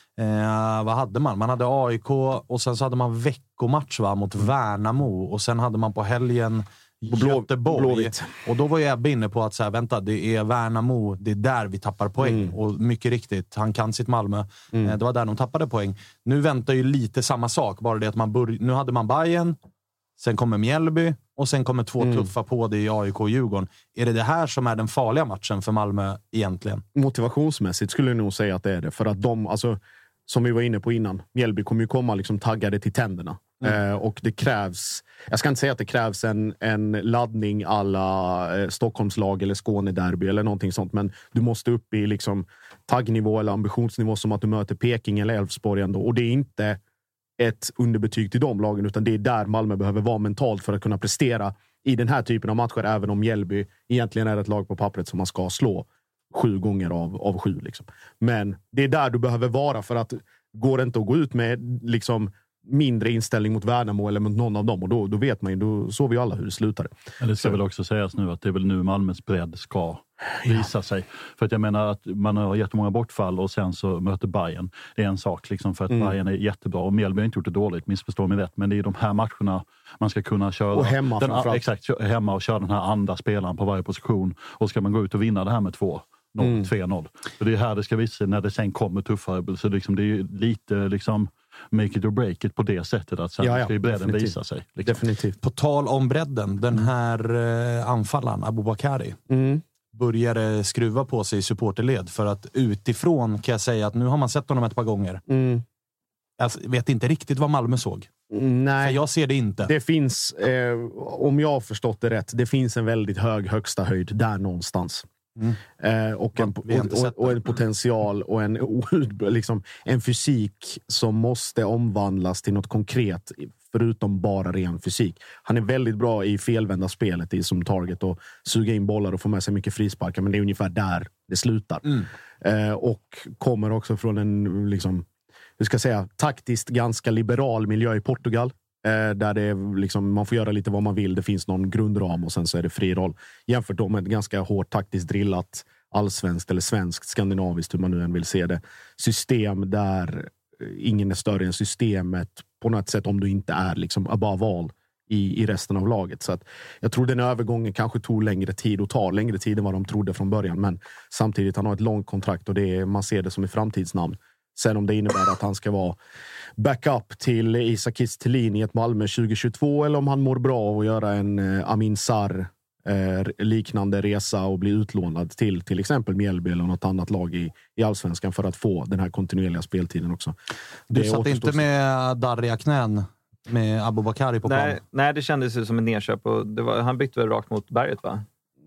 eh, vad hade man? Man hade A I K och sen så hade man veckomatch va, mot Värnamo och sen hade man på helgen Göteborg. Blåvitt. Och då var ju Ebbe inne på att så här, vänta, det är Värnamo, det är där vi tappar poäng. Mm. Och mycket riktigt, han kan sitt Malmö. Mm. Eh, det var där de tappade poäng. Nu väntar ju lite samma sak, bara det att man bör- nu hade man Bayern, sen kommer Mjällby och sen kommer två mm. tuffa på det i A I K och Djurgården. Är det det här som är den farliga matchen för Malmö egentligen? Motivationsmässigt skulle jag nog säga att det är det. För att de, alltså, som vi var inne på innan, Mjällby kommer ju komma liksom taggade till tänderna. Mm. Eh, och det krävs, jag ska inte säga att det krävs en, en laddning alla eh, Stockholmslag eller Skånederby eller någonting sånt, men du måste upp i liksom taggnivå eller ambitionsnivå som att du möter Peking eller Elfsborg ändå. Och det är inte ett underbetyg till de lagen, utan det är där Malmö behöver vara mentalt för att kunna prestera i den här typen av matcher, även om Mjällby egentligen är ett lag på pappret som man ska slå sju gånger av, av sju. Liksom. Men det är där du behöver vara, för att går det inte att gå ut med liksom mindre inställning mot Värnamo eller mot någon av dem, och då, då vet man ju, då såg vi alla hur det slutade. Men det ska så. Väl också sägas nu att det är väl nu Malmös bredd ska visa ja. sig. För att jag menar att man har jättemånga bortfall och sen så möter Bayern. Det är en sak liksom, för att mm. Bayern är jättebra och Mjällby har inte gjort det dåligt, missförstår mig rätt, men det är de här matcherna man ska kunna köra. Och hemma den, exakt, hemma och köra den här andra spelaren på varje position, och ska man gå ut och vinna det här med två noll, mm. tre noll. Och det är här det ska visa sig när det sen kommer tuffare. Så liksom, det är ju lite liksom make it or break it på det sättet att sen ja, ja, ska ju bredden definitivt. visa sig. Liksom. Definitivt. På tal om bredden, den här eh, anfallaren, Aboubakari, mm. började skruva på sig i supporterled, för att utifrån kan jag säga att nu har man sett honom ett par gånger. Mm. Jag vet inte riktigt vad Malmö såg. Nej, för jag ser det inte. Det finns, eh, om jag har förstått det rätt, det finns en väldigt hög högsta höjd där någonstans. Mm. Eh, och, en, och, och, och en potential och en, liksom, en fysik som måste omvandlas till något konkret förutom bara ren fysik. Han är väldigt bra i felvända spelet i, som target, och suga in bollar och få med sig mycket frisparkar, men det är ungefär där det slutar. Mm. Eh, och kommer också från en liksom, hur ska jag säga, taktiskt ganska liberal miljö i Portugal. Eh, där det är liksom, man får göra lite vad man vill. Det finns någon grundram och sen så är det fri roll. Jämfört då med ett ganska hårt taktiskt drillat allsvenskt eller svenskt, skandinaviskt, hur man nu än vill se det, system där ingen är större än systemet på något sätt, om du inte är liksom above all i, i resten av laget. Så att jag tror den övergången kanske tog längre tid och tar längre tid än vad de trodde från början, men samtidigt han har ett långt kontrakt och det är, man ser det som ett framtidsnamn. Sen om det innebär att han ska vara backup till Isak Kiese Thelin i ett Malmö tjugo tjugotvå, eller om han mår bra av att göra en eh, Amin Sarr eh, liknande resa och bli utlånad till till exempel Mjällby eller något annat lag i, i Allsvenskan för att få den här kontinuerliga speltiden också. Du satt inte med darriga knän med Aboubakari på plan? Nej, nej, det kändes ju som en nedköp, och det var, han bytte väl rakt mot berget, va?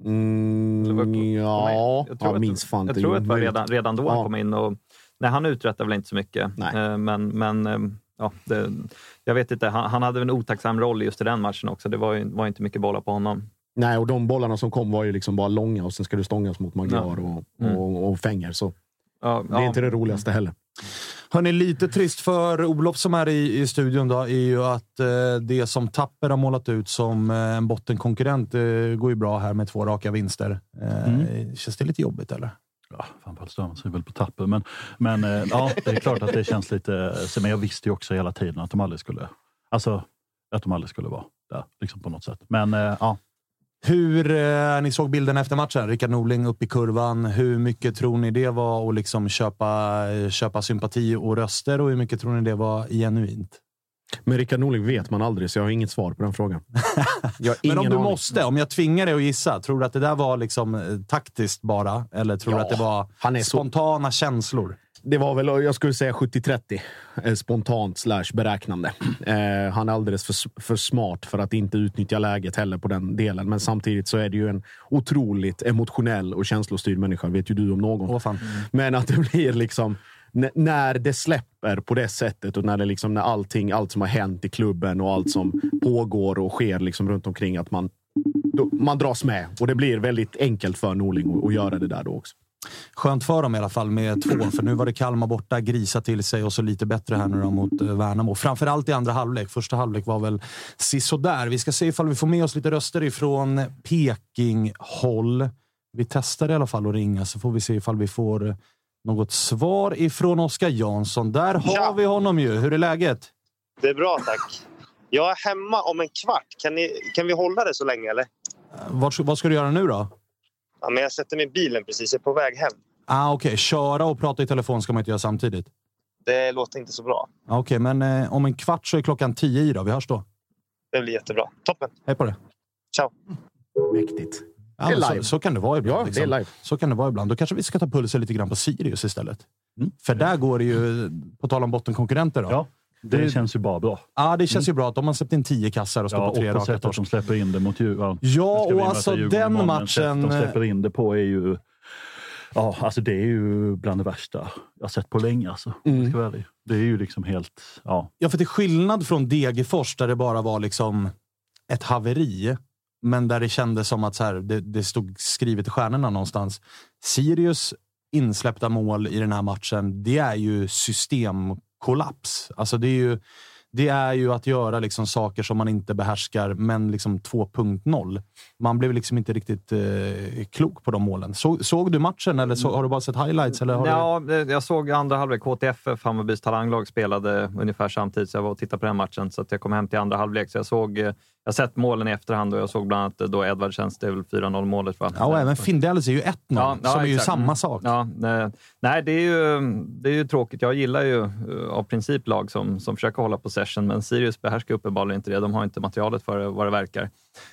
Mm, var, ja, jag tror jag minns att, fan jag tror att det var redan, redan då ja. han kom in, och nej, han uträttade väl inte så mycket. Nej. Men, men ja, det, jag vet inte, han, han hade en otacksam roll just i den matchen också. Det var ju var inte mycket bollar på honom. Nej, och de bollarna som kom var ju liksom bara långa, och sen ska du stångas mot Magyar ja. och, mm. och, och Fänger. Så ja, det är ja. inte det roligaste heller. Hörrni, lite trist för Olof som är i, i studion då, är ju att eh, det som Tapper har målat ut som eh, en bottenkonkurrent eh, går ju bra här med två raka vinster. Eh, mm. Känns det lite jobbigt, eller? Ja, framförallt stör man sig väl på Tapper. Men, men eh, ja, det är klart att det känns lite... Men jag visste ju också hela tiden att de aldrig skulle... Alltså, att de aldrig skulle vara där, liksom på något sätt. Men eh, ja... Hur, eh, ni såg bilden efter matchen, Rickard Norling upp i kurvan. Hur mycket tror ni det var att liksom köpa, köpa sympati och röster, och hur mycket tror ni det var genuint? Men Rickard Norling vet man aldrig, så jag har inget svar på den frågan. Men om du aning. måste, om jag tvingar dig att gissa, tror du att det där var liksom taktiskt bara? Eller tror ja, du att det var han är spontana så... känslor? Det var väl, jag skulle säga sjuttio trettio. Spontant slash beräknande. Eh, han är alldeles för, för smart för att inte utnyttja läget heller på den delen. Men samtidigt så är det ju en otroligt emotionell och känslostyrd människa. Vet ju du om någon. Åh, fan. Mm. Men att det blir liksom... N- när det släpper på det sättet, och när det liksom, när allting, allt som har hänt i klubben och allt som pågår och sker liksom runt omkring, att man, då, man dras med. Och det blir väldigt enkelt för Norling att, att göra det där då också. Skönt för dem i alla fall med två, för nu var det Kalmar borta, grisa till sig, och så lite bättre här nu då mot Värnamo. Framförallt i andra halvlek. Första halvlek var väl sisådär. Vi ska se ifall vi får med oss lite röster ifrån Peking-håll. Vi testar i alla fall att ringa, så får vi se ifall vi får något svar ifrån Oskar Jansson. Där har ja. vi honom ju. Hur är läget? Det är bra, tack. Jag är hemma om en kvart. Kan, ni, kan vi hålla det så länge, eller? Vad, vad ska du göra nu då? Ja, men jag sätter mig i bilen precis. Jag är på väg hem. Ah, okej. Okay. Köra och prata i telefon ska man inte göra samtidigt. Det låter inte så bra. Okej, okay, men eh, om en kvart så är klockan tio i då. Vi hörs då. Det blir jättebra. Toppen. Hej på det. Ciao. Mäktigt. Ja, det är live. Så, så kan det vara ibland. Ja, liksom. det är live. Så kan det vara ibland. Då kanske vi ska ta pulsen lite grann på Sirius istället. Mm. För där går det ju, på tal om bottenkonkurrenter då. Ja, det, det känns ju bara bra. Ja, det känns mm. ju bra att de har släppt in tio kassar och står ja, på tre raka. Ja, och på sättet de släpper in det mot Djurgården. Ja, och alltså den matchen... De släpper in det på är ju... Ja, alltså det är ju bland det värsta jag har sett på länge. Alltså. Mm. Ska väl. Det är ju liksom helt... Ja. ja, för till skillnad från Degerfors där det bara var liksom ett haveri, men där det kändes som att så här, det, det stod skrivet i stjärnorna någonstans. Sirius insläppta mål i den här matchen, det är ju systemkollaps. Alltså det är ju, det är ju att göra liksom saker som man inte behärskar, men liksom två punkt noll. Man blev liksom inte riktigt eh, klok på de målen. Så, såg du matchen eller så, har du bara sett highlights? Eller har ja, du... jag såg andra halvlek. K T F F, Hammarbys talanglag, spelade ungefär samtidigt, så jag var och tittade på den matchen, så att jag kom hem till andra halvlek. Så jag såg, jag har sett målen i efterhand, och jag såg bland annat då Edvard Känns, det är väl fyra noll målet, va? Ja, och även Findells är ju ett noll, ja, ja, som är ju samma sak. Ja, nej, det är ju, det är ju tråkigt. Jag gillar ju av princip lag som, som försöker hålla possession, men Sirius behärskar uppenbarligen inte det. De har inte materialet för vad det verkar.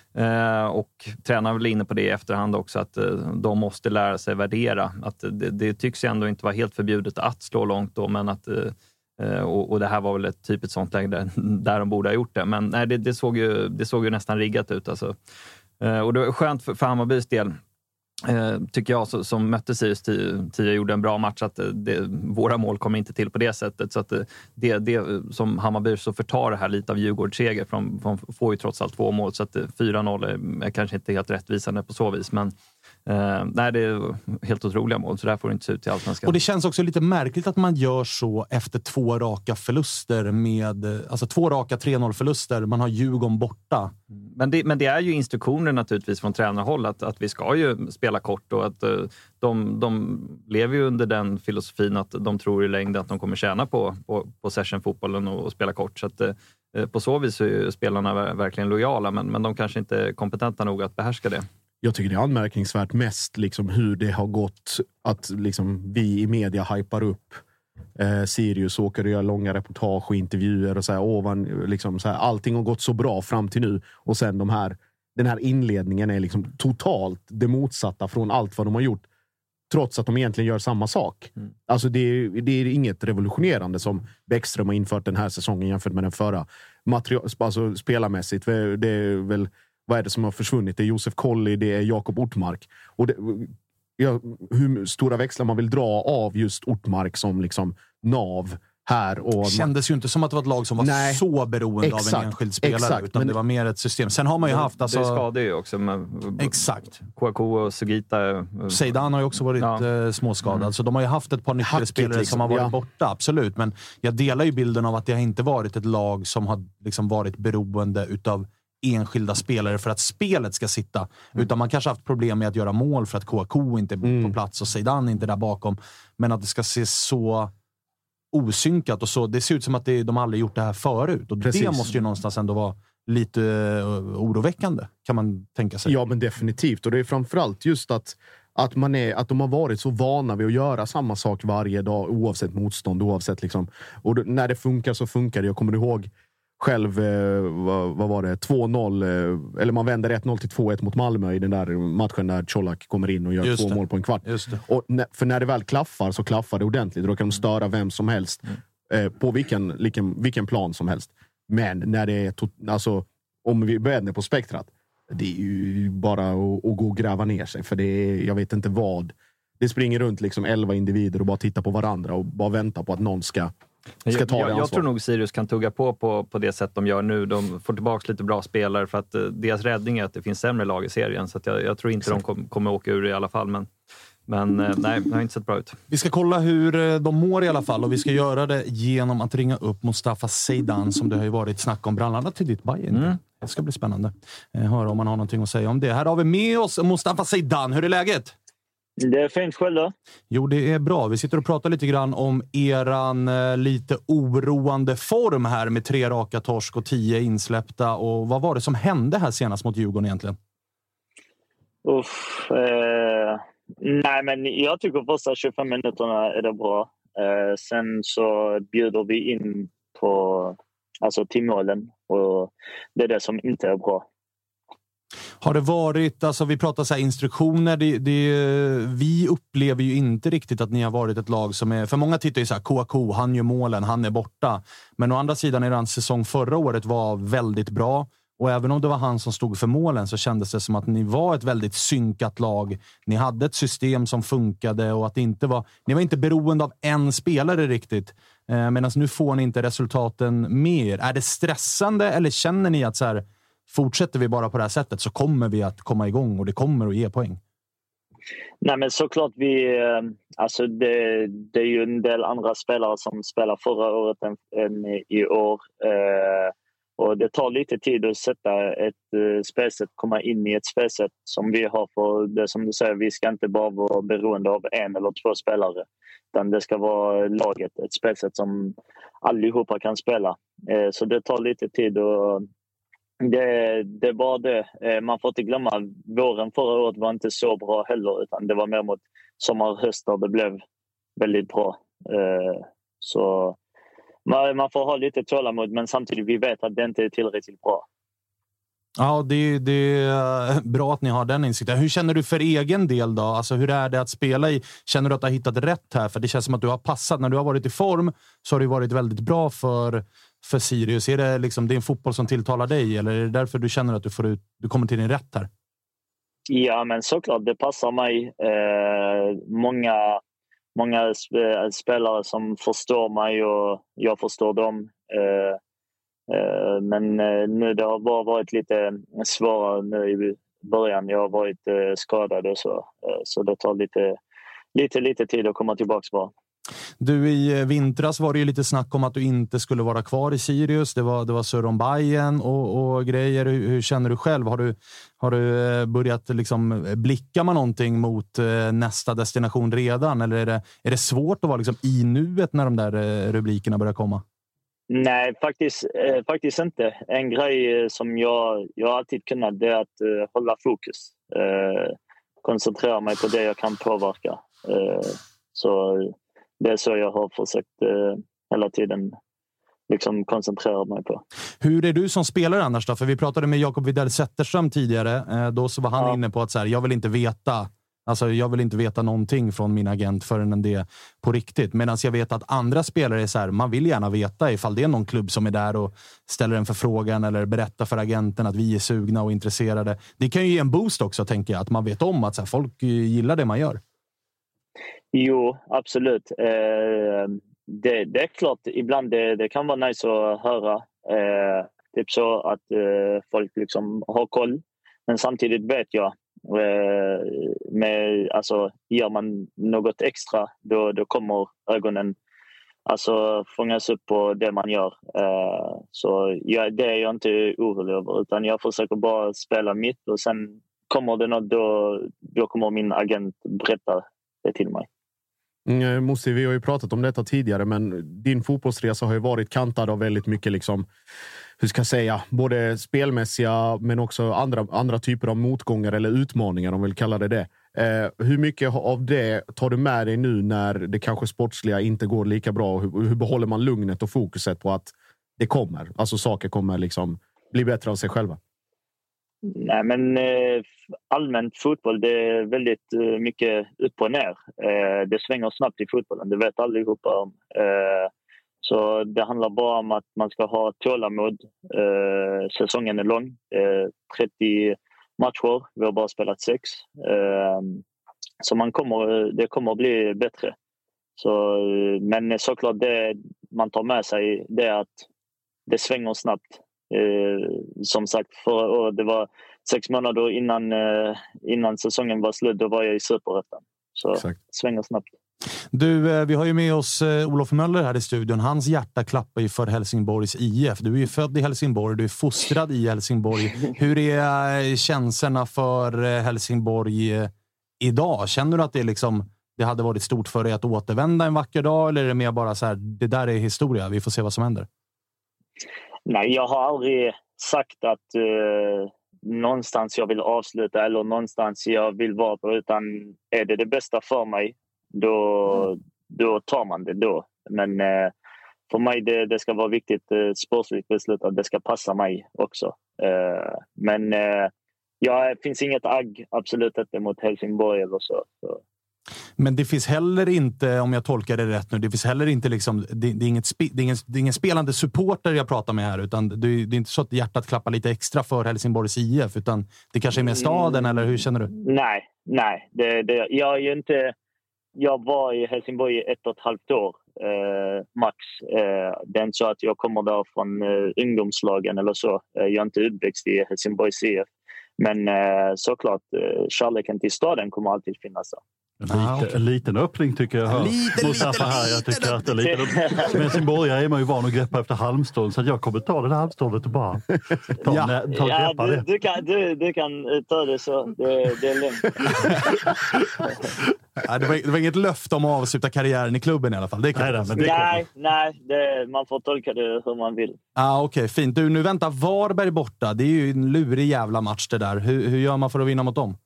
Eh, och tränaren väl inne på det i efterhand också, att eh, de måste lära sig värdera. Att det, det tycks ju ändå inte vara helt förbjudet att slå långt då, men att eh, och, och det här var väl ett typiskt sånt läge där, där de borde ha gjort det. Men nej, det, det, såg ju, det såg ju nästan riggat ut alltså. Eh, och det var skönt för, för Hammarbys del. Eh, tycker jag, så, som mötte Sirius tidigare, gjorde en bra match, att det, våra mål kommer inte till på det sättet, så att det, det som Hammarby så förtar det här lite av Djurgårdsseger, för de, de får ju trots allt två mål, så att fyra noll är, är kanske inte helt rättvisande på så vis, men eh, nej, det är helt otroliga mål, så där får det inte se ut i Allsvenskan. Och det känns också lite märkligt att man gör så efter två raka förluster med, alltså två raka tre noll förluster, man har Djurgården borta. Men det, men det är ju instruktioner naturligtvis från tränarhåll att, att vi ska ju spela kort, och att uh, de, de lever ju under den filosofin att de tror i längden att de kommer tjäna på, på, på sessionfotbollen och, och spela kort. Så att, uh, på så vis är ju spelarna verkligen lojala, men, men de kanske inte är kompetenta nog att behärska det. Jag tycker det är anmärkningsvärt mest liksom hur det har gått, att liksom vi i media hypar upp Eh, Sirius, åker och gör långa reportage och intervjuer och så här, ovan, liksom så här, allting har gått så bra fram till nu, och sen de här, den här inledningen är liksom totalt det motsatta från allt vad de har gjort, trots att de egentligen gör samma sak. Mm. Alltså det är, det är inget revolutionerande som Bäckström har infört den här säsongen jämfört med den förra. Material, alltså spelarmässigt, det är väl, vad är det som har försvunnit? Det är Josef Colley, det är Jakob Ortmark, och det, ja, hur stora växlar man vill dra av just Ortmark som liksom nav här. Och det kändes ju inte som att det var ett lag som var nej, så beroende exakt, av en enskild spelare, exakt, utan det var mer ett system. Sen har man ju haft... Alltså, det skadade ju också. Med, exakt. K A K och Sugita. Seidan har ju också varit ja. småskadad. Mm. Så de har ju haft ett par nyckelspelare liksom, som har varit ja. borta, absolut. Men jag delar ju bilden av att det har inte varit ett lag som har liksom varit beroende utav enskilda spelare för att spelet ska sitta. Mm. Utan man kanske haft problem med att göra mål för att K A K inte är mm. på plats och Seidan inte där bakom. Men att det ska se så osynkat och så. Det ser ut som att det, de aldrig gjort det här förut. Och precis. Det måste ju någonstans ändå vara lite oroväckande, kan man tänka sig. Ja, men definitivt. Och det är framförallt just att, att, man är, att de har varit så vana vid att göra samma sak varje dag, oavsett motstånd, oavsett liksom. Och då, när det funkar så funkar det. Jag kommer ihåg själv, eh, vad, vad var det, två noll, eh, eller man vänder ett noll till två ett mot Malmö i den där matchen där Colak kommer in och gör Just två det. mål på en kvart. Och när, för när det väl klaffar så klaffar det ordentligt. Då kan de störa vem som helst mm. eh, på vilken, vilken, vilken plan som helst. Men när det är, to- alltså, om vi vänder på spektrat, det är ju bara att, att gå och gräva ner sig. För det är, jag vet inte vad. Det springer runt liksom elva individer och bara tittar på varandra och bara väntar på att någon ska Ska ta jag, det jag tror nog Sirius kan tugga på, på på det sätt de gör nu. De får tillbaka lite bra spelare för att uh, deras räddning är att det finns sämre lag i serien. Så att jag, jag tror inte Exakt. de kom, kommer åka ur i alla fall. Men, men uh, nej, det har inte sett bra ut. Vi ska kolla hur de mår i alla fall. Och vi ska göra det genom att ringa upp Mustafa Zeidan, som det har ju varit snack om bland annat till ditt Bayern. Mm. Det ska bli spännande. Höra om man har någonting att säga om det. Här har vi med oss Mustafa Zeidan. Hur är läget? Det är fint själv då. Jo, det är bra. Vi sitter och pratar lite grann om eran eh, lite oroande form här med tre raka torsk och tio insläppta. Och vad var det som hände här senast mot Djurgården egentligen? Uff, eh, nej, men jag tycker första tjugofem minuterna är det bra. Eh, sen så bjuder vi in på alltså till målen, och det är det som inte är bra. Har det varit, alltså vi pratar så här instruktioner, det, det, vi upplever ju inte riktigt att ni har varit ett lag som är, för många tittar ju så här, K A K, han gör målen, han är borta. Men å andra sidan, er säsong förra året var väldigt bra, och även om det var han som stod för målen så kändes det som att ni var ett väldigt synkat lag. Ni hade ett system som funkade, och att det inte var, ni var inte beroende av en spelare riktigt. Eh, medan nu får ni inte resultaten mer. Är det stressande, eller känner ni att så här, fortsätter vi bara på det här sättet så kommer vi att komma igång och det kommer att ge poäng? Nej, men såklart vi, alltså det, det är ju en del andra spelare som spelar förra året än, än i år. Eh, och det tar lite tid att sätta ett uh, spelsätt, komma in i ett spelsätt som vi har. För det som du säger, vi ska inte bara vara beroende av en eller två spelare. Utan det ska vara laget, ett spelsätt som allihopa kan spela. Eh, så det tar lite tid och Det, det var det. Man får inte glömma, våren förra året var inte så bra heller, utan det var mer mot sommar och höst där det blev väldigt bra. Så man får ha lite tålamod, men samtidigt vi vet att det inte är tillräckligt bra. Ja, det, det är bra att ni har den insikten. Hur känner du för egen del då? Alltså, hur är det att spela i? Känner du att du har hittat rätt här? För det känns som att du har passat. När du har varit i form så har det varit väldigt bra för, för Sirius. Är det, liksom, det är en fotboll som tilltalar dig? Eller är det därför du känner att du, får ut, du kommer till din rätt här? Ja, men såklart. Det passar mig. Eh, många, många spelare som förstår mig och jag förstår dem. Eh, Men nu det har bara varit lite svårare nu i början. Jag har varit skadad och så. Så det tar lite, lite, lite tid att komma tillbaka bara. Du, i vintras var det ju lite snack om att du inte skulle vara kvar i Sirius. Det var, det var Sören Bayern och, och grejer. Hur, hur känner du själv? Har du, har du börjat liksom blicka med någonting mot nästa destination redan? Eller är det, är det svårt att vara liksom i nuet när de där rubrikerna börjar komma? Nej, faktiskt, eh, faktiskt inte. En grej som jag, jag alltid kunnat, det är att eh, hålla fokus. Eh, koncentrera mig på det jag kan påverka. Eh, så det är så jag har försökt eh, hela tiden liksom koncentrera mig på. Hur är du som spelare annars då? För vi pratade med Jakob Widell Zetterström tidigare. Eh, då så var han ja. inne på att så här, jag vill inte veta... Alltså jag vill inte veta någonting från min agent förrän det på riktigt. Medan jag vet att andra spelare är så här, man vill gärna veta ifall det är någon klubb som är där och ställer en förfrågan eller berättar för agenten att vi är sugna och intresserade. Det kan ju ge en boost också, tänker jag. Att man vet om att så här, folk gillar det man gör. Jo, absolut. Eh, det, det är klart, ibland det, det kan vara nice att höra. Eh, typ så att eh, folk liksom har koll. Men samtidigt vet jag med, alltså, gör man något extra då, då kommer ögonen alltså fångas upp på det man gör. Så jag, det är jag inte orolig över, utan jag försöker bara spela mitt, och sen kommer det något, då, då kommer min agent berätta det till mig. Mm, Musti, vi har ju pratat om detta tidigare, men din fotbollsresa har ju varit kantad av väldigt mycket liksom hur ska jag säga, både spelmässiga men också andra, andra typer av motgångar eller utmaningar, om vi vill kalla det det. Eh, hur mycket av det tar du med dig nu när det kanske sportsliga inte går lika bra? Hur, hur behåller man lugnet och fokuset på att det kommer? Alltså saker kommer liksom bli bättre av sig själva. Nej, men eh, allmänt fotboll, det är väldigt eh, mycket upp och ner. Eh, det svänger snabbt i fotbollen, det vet allihopa om. Eh, så det handlar bara om att man ska ha tålamod. Eh, säsongen är lång, eh, trettio matcher, vi har bara spelat sex. Eh, så man kommer, det kommer att bli bättre. Så, men såklart det man tar med sig, det är att det svänger snabbt. Eh, som sagt, förra året, det var sex månader innan, eh, innan säsongen var slut, då var jag i Superettan. Så Exakt. Svänger snabbt. Du, vi har ju med oss Olof Möller här i studion. Hans hjärta klappar ju för Helsingborgs I F. Du är ju född i Helsingborg, du är fostrad i Helsingborg. Hur är känslorna för Helsingborg idag? Känner du att det, liksom, det hade varit stort för dig att återvända en vacker dag? Eller är det mer bara så här, det där är historia, vi får se vad som händer? Nej, jag har aldrig sagt att uh, någonstans jag vill avsluta eller någonstans jag vill vara på, utan är det det bästa för mig, då, mm. då tar man det då. Men uh, för mig det, det ska vara viktigt, uh, sportsligt beslut, att det ska passa mig också. Uh, men uh, ja, det finns inget agg, absolut inte mot Helsingborg eller så. så. Men det finns heller inte, om jag tolkar det rätt nu, det finns heller inte liksom, det, det, är, inget spe, det, är, ingen, det är ingen spelande supporter jag pratar med här, utan det, det är inte så att hjärtat klappar lite extra för Helsingborgs I F, utan det kanske är med staden, eller hur känner du? Nej, nej. Det, det, jag är ju inte, jag var i Helsingborg i ett och ett halvt år, eh, max. Eh, det är inte så att jag kommer där från eh, ungdomslagen eller så. Eh, jag är inte uppväxt i Helsingborgs I F. Men eh, såklart, eh, kärleken till staden kommer alltid finnas där. En, ah, lite, okay. en liten öppning tycker jag. Hör. Lite, lite, lite, här. Jag tycker att det är lite som Helsingborgare är man ju van att greppa efter halmstrån, så att jag kommer ta det där halmstrånet och bara ta, ja. nä, ta ja, greppa du, det. Du kan, du, du kan ta det så. Det, det är lugnt. Ja, det, var, det var inget löfte om att avsluta karriären i klubben i alla fall. Det kan nej, det, det nej, nej det, man får tolka det hur man vill. Ah, Okej, okay, fint. Du, nu väntar Varberg borta. Det är ju en lurig jävla match det där. Hur, hur gör man för att vinna mot dem?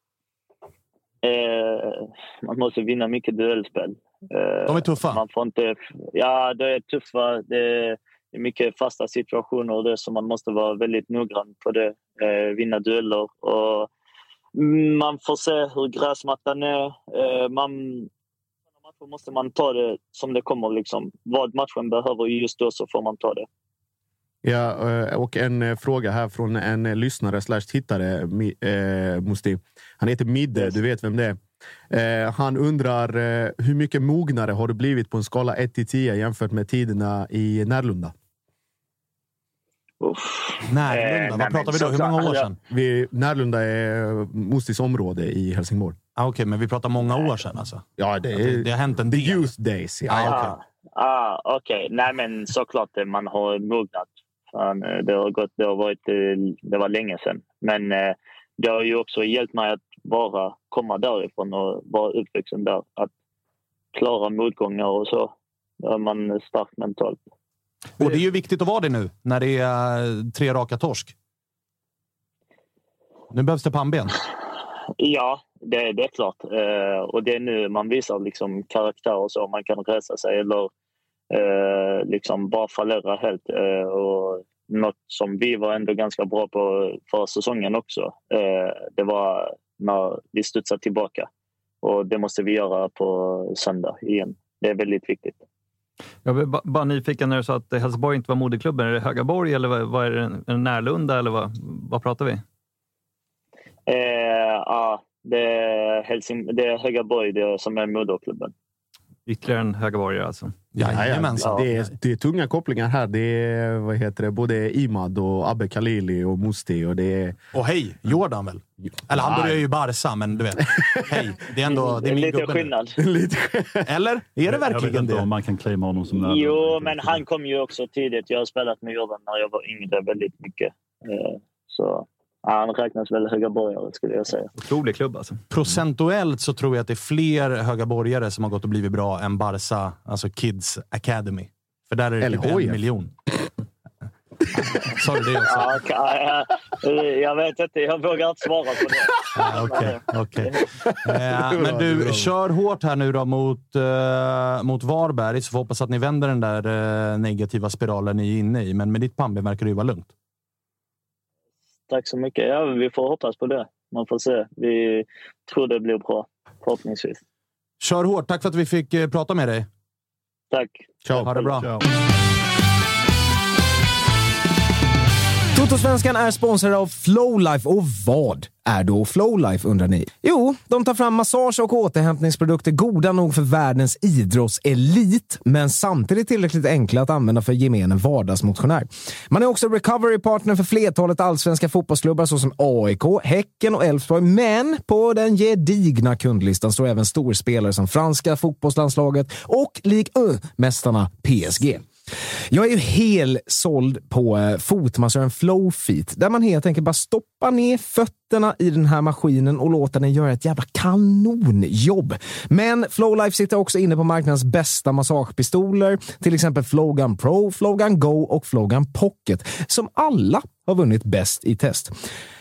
Eh, man måste vinna mycket duellspel. Eh, De är tuffa. Man får inte, ja, det är tuffa. Det är mycket fasta situationer och det, så man måste vara väldigt noggrann på det. Eh, vinna dueller. Och man får se hur gräsmattan är. Eh, man, måste man ta det som det kommer. Liksom. Vad matchen behöver just då, så får man ta det. Ja, och en fråga här från en lyssnare slash tittare, eh, Musti. Han heter Midde, yes. Du vet vem det är. Eh, han undrar, eh, hur mycket mognare har du blivit på en skala ett till tio jämfört med tiderna i Närlunda? Närlunda, vad pratar vi då? Hur många år sedan? Vi, Närlunda är Mustis område i Helsingborg. Ah, Okej, okay, men vi pratar många år sedan alltså? Ja, det, är, det, det har hänt en del. The youth days, ja. Ah, okej. Okay. Ah, okay. Nej, men såklart man har mognat. Det har, gått, det har varit, det var länge sedan. Men det har ju också hjälpt mig att bara komma därifrån och vara uppvuxen där. Att klara motgångar och så. Då är man stark mentalt. Och det är ju viktigt att vara det nu, när det är tre raka torsk. Nu behövs det pannben. Ja, det, det är klart. Och det är nu man visar liksom karaktär och så. Man kan resa sig eller Eh, liksom bara fallera helt, eh, och något som vi var ändå ganska bra på för säsongen också, eh, det var när vi studsade tillbaka, och det måste vi göra på söndag igen. Det är väldigt viktigt. Jag är bara, bara nyfiken när du sa att Helsingborg inte var moderklubben. Är det Högaborg eller vad, vad är det, är det Närlunda eller vad, vad pratar vi? Eh, ja, det är, Helsing, det är Högaborg det som är moderklubben. Ytterligare en högaborgare alltså. Jajamensan. Ja. Det, är, det är tunga kopplingar här. Det är, vad heter det, både Imad och Abbe Khalili och Musti. Och, det är... och hej, Jordan väl? Eller han börjar ju Barca, men du vet. Hej, det är ändå det är min lite skillnad. Eller? Är det verkligen det? Om man kan claima honom som närmare. Jo, men han kom ju också tidigt. Jag har spelat med Jordan när jag var yngre väldigt mycket. Så... han räknas väl högaborgare, skulle jag säga. Otrolig klubb alltså. Procentuellt så tror jag att det är fler högaborgare som har gått och blivit bra än Barca, alltså Kids Academy. För där är det typ en miljon. Sa du det också? Ja, ja, jag vet inte, jag vågar inte svara på det. Ja, okej, okej. Eh, men du, kör hårt här nu då mot, eh, mot Varberg, så får hoppas att ni vänder den där eh, negativa spiralen ni är inne i. Men med ditt pannben verkar det ju vara lugnt. Tack så mycket. Ja, vi får hoppas på det. Man får se. Vi tror det blir bra, förhoppningsvis. Kör hårt. Tack för att vi fick eh, prata med dig. Tack. Ciao. Ha det bra. Ciao. Totosvenskan är sponsrad av Flowlife. Och vad är då Flowlife, undrar ni? Jo, de tar fram massage- och återhämtningsprodukter goda nog för världens idrottselit, men samtidigt tillräckligt enkla att använda för gemene vardagsmotionär. Man är också recovery-partner för flertalet allsvenska fotbollsklubbar såsom A I K, Häcken och Elfsborg, men på den gedigna kundlistan står även storspelare som franska fotbollslandslaget och Ligue ett-mästarna P S G. Jag är ju helt såld på eh, fotmassören Flowfeet, där man helt enkelt bara stoppar ner fötterna i den här maskinen och låter den göra ett jävla kanonjobb. Men Flowlife sitter också inne på marknadens bästa massagepistoler, till exempel Flowgun Pro, Flowgun Go och Flowgun Pocket, som alla har vunnit bäst i test.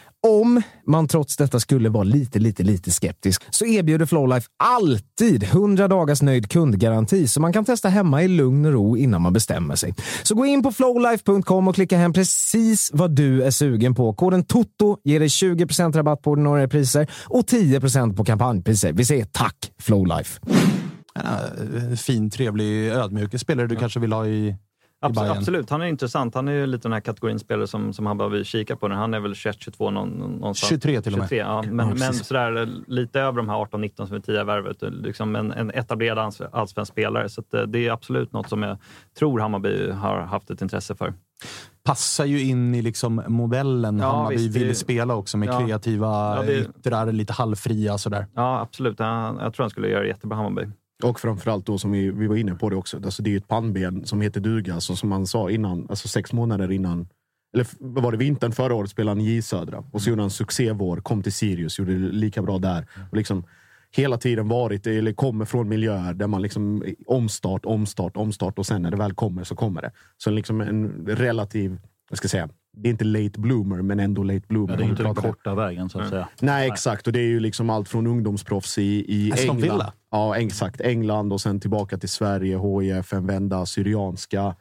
Om man trots detta skulle vara lite, lite, lite skeptisk, så erbjuder Flowlife alltid hundra dagars nöjd kundgaranti, så man kan testa hemma i lugn och ro innan man bestämmer sig. Så gå in på flowlife punkt com och klicka hem precis vad du är sugen på. Koden TOTO ger dig tjugo procent rabatt på ordinarie priser och tio procent på kampanjpriser. Vi säger tack, Flowlife. Ja, fin, trevlig, ödmjuk spelare du ja. kanske vill ha i... Absolut, absolut, han är intressant. Han är ju lite den här kategorin spelare som, som han behöver kika på. Han är väl tjugoett tjugotvå någonstans. tjugotre till och med. tjugotre, ja. Men, ja, men sådär, lite över de här arton nitton som är tio värvet. Liksom en, en etablerad allsvensk spelare. Så att det är absolut något som jag tror Hammarby har haft ett intresse för. Passar ju in i liksom modellen ja, Hammarby visst, vill det... spela också med ja. kreativa ja, det... yttrar, lite halvfria sådär. Ja, absolut. Jag, jag tror han skulle göra jättebra Hammarby. Och framförallt då som vi, vi var inne på det också. Alltså det är ju ett pannben som heter duga. Alltså som man sa innan, alltså sex månader innan. Eller var det vintern förra året spelade han i J Södra. Och så gjorde han succévår, kom till Sirius, gjorde det lika bra där. Och liksom hela tiden varit, eller kommer från miljöer där man liksom omstart, omstart, omstart. Och sen när det väl kommer så kommer det. Så liksom en relativ, jag ska säga, det är inte late bloomer, men ändå late bloomer. Ja, det är inte den korta vägen så att mm. säga. Nej, exakt. Och det är ju liksom allt från ungdomsproffs i, i England. Villa. Ja, exakt. England och sen tillbaka till Sverige, H I F, en vända, Syrianska,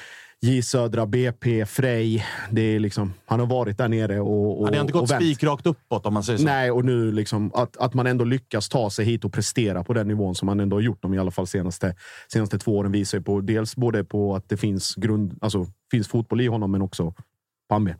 J Södra, B P, Frej. Det är liksom, han har varit där nere och, och han har inte gått spikrakt uppåt om man säger så. Nej, och nu liksom att, att man ändå lyckas ta sig hit och prestera på den nivån som man ändå har gjort dem i alla fall senaste, senaste två åren visar ju på dels både på att det finns grund, alltså finns fotboll i honom, men också Pambe.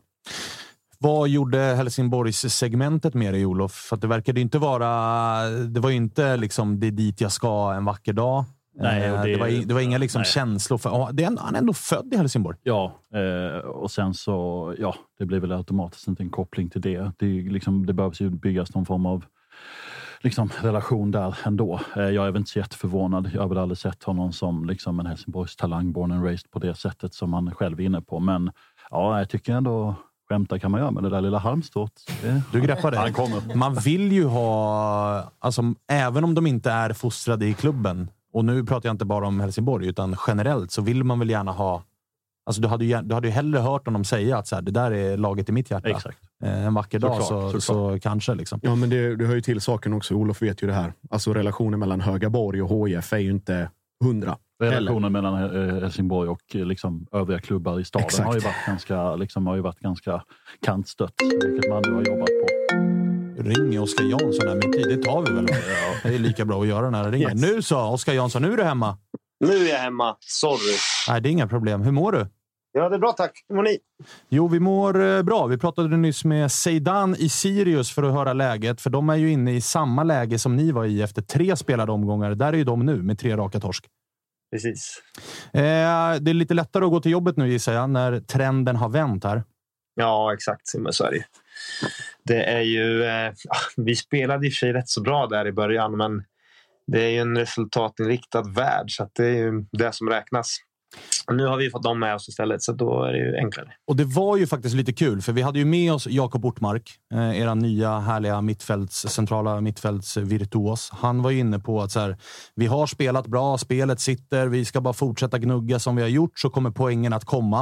Vad gjorde Helsingborgs segmentet med dig, Olof? För att det verkade inte vara... Det var ju inte liksom det är dit jag ska en vacker dag. Nej, och det, det, var, det var inga liksom känslor. För, det är, han är ändå född i Helsingborg. Ja, eh, och sen så... Ja, det blir väl automatiskt inte en koppling till det. Det, liksom, det behövs ju byggas någon form av liksom, relation där ändå. Eh, jag är väl inte så jätteförvånad. Jag har väl aldrig sett honom som liksom, en Helsingborgs talang, born and raised på det sättet som han själv är inne på. Men ja, jag tycker ändå... Skämta kan man göra med det där lilla halmstrået. Du greppar det. Man vill ju ha... Alltså, även om de inte är fostrade i klubben, och nu pratar jag inte bara om Helsingborg, utan generellt så vill man väl gärna ha... Alltså, du hade ju, du hade ju hellre hört honom säga att så här, det där är laget i mitt hjärta. Exakt. En vacker dag så, så, så, så kanske. Liksom. Ja, men det, det hör ju till saken också. Olof vet ju det här. Alltså relationen mellan Högaborg och H I F är ju inte hundra. Relationen mellan Helsingborg och liksom övriga klubbar i staden Exakt. har ju varit ganska, liksom, har ju varit ganska kantstött, vilket man nu har jobbat på. Ring Oskar Jansson här mitt i, det tar vi väl. Ja, det är lika bra att göra den här ringen. Yes. Nu så, Oskar Jansson, nu är du hemma. Nu är jag hemma, sorry. Nej, det är inga problem. Hur mår du? Ja, det är bra, tack. Hur mår ni? Jo, vi mår bra. Vi pratade nyss med Seidan i Sirius för att höra läget. För de är ju inne i samma läge som ni var i efter tre spelade omgångar. Där är ju de nu med tre raka torsk. Precis. Eh, det är lite lättare att gå till jobbet nu, gissar jag, när trenden har vänt här. Ja, exakt. Men så är det. Det är ju... Eh, vi spelade i och för sig rätt så bra där i början, men det är ju en resultatinriktad värld, så att det är ju det som räknas. Och nu har vi fått dem med oss istället, så då är det ju enklare. Och det var ju faktiskt lite kul, för vi hade ju med oss Jakob Ortmark, eh, era nya härliga mittfälts, centrala mittfältsvirtuos. Han var ju inne på att så här, vi har spelat bra, spelet sitter, vi ska bara fortsätta gnugga som vi har gjort, så kommer poängen att komma.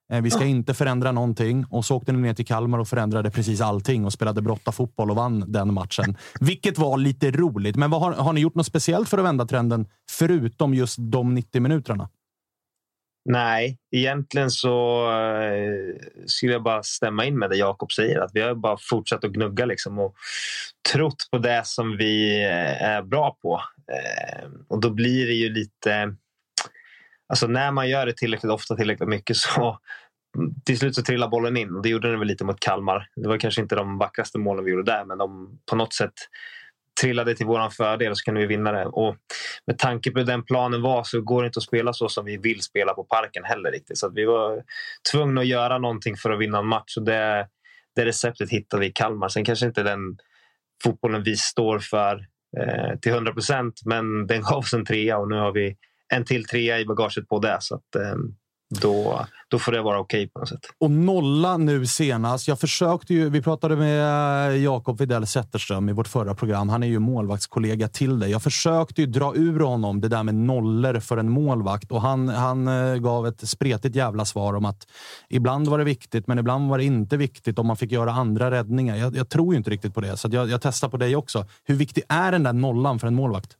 Vi ska inte förändra någonting. Och så åkte ni ner till Kalmar och förändrade precis allting och spelade brotta fotboll och vann den matchen. Vilket var lite roligt. Men vad har, har ni gjort något speciellt för att vända trenden förutom just de nittio minuterna? Nej, egentligen så eh, skulle jag bara stämma in med det Jakob säger. Att vi har bara fortsatt att gnugga liksom, och trott på det som vi är bra på. Eh, och då blir det ju lite... Alltså när man gör det tillräckligt ofta, tillräckligt mycket, så till slut så trillar bollen in. Och det gjorde den väl lite mot Kalmar. Det var kanske inte de vackraste målen vi gjorde där, men de på något sätt trillade till våran fördel och så kunde vi vinna det. Och med tanke på hur den planen var så går det inte att spela så som vi vill spela på Parken heller riktigt. Så att vi var tvungna att göra någonting för att vinna en match, och det, det receptet hittade vi i Kalmar. Sen kanske inte den fotbollen vi står för eh, till hundra procent, men den gav oss en trea och nu har vi en till trea i bagaget på det, så att eh, då, då får det vara okej på något sätt. Och nolla nu senast. Jag försökte ju, vi pratade med Jakob Widell Zetterström i vårt förra program. Han är ju målvaktskollega till dig. Jag försökte ju dra ur honom det där med nollor för en målvakt, och han, han gav ett spretigt jävla svar om att ibland var det viktigt, men ibland var det inte viktigt om man fick göra andra räddningar. Jag, jag tror ju inte riktigt på det, så att jag, jag testar på dig också. Hur viktig är den där nollan för en målvakt?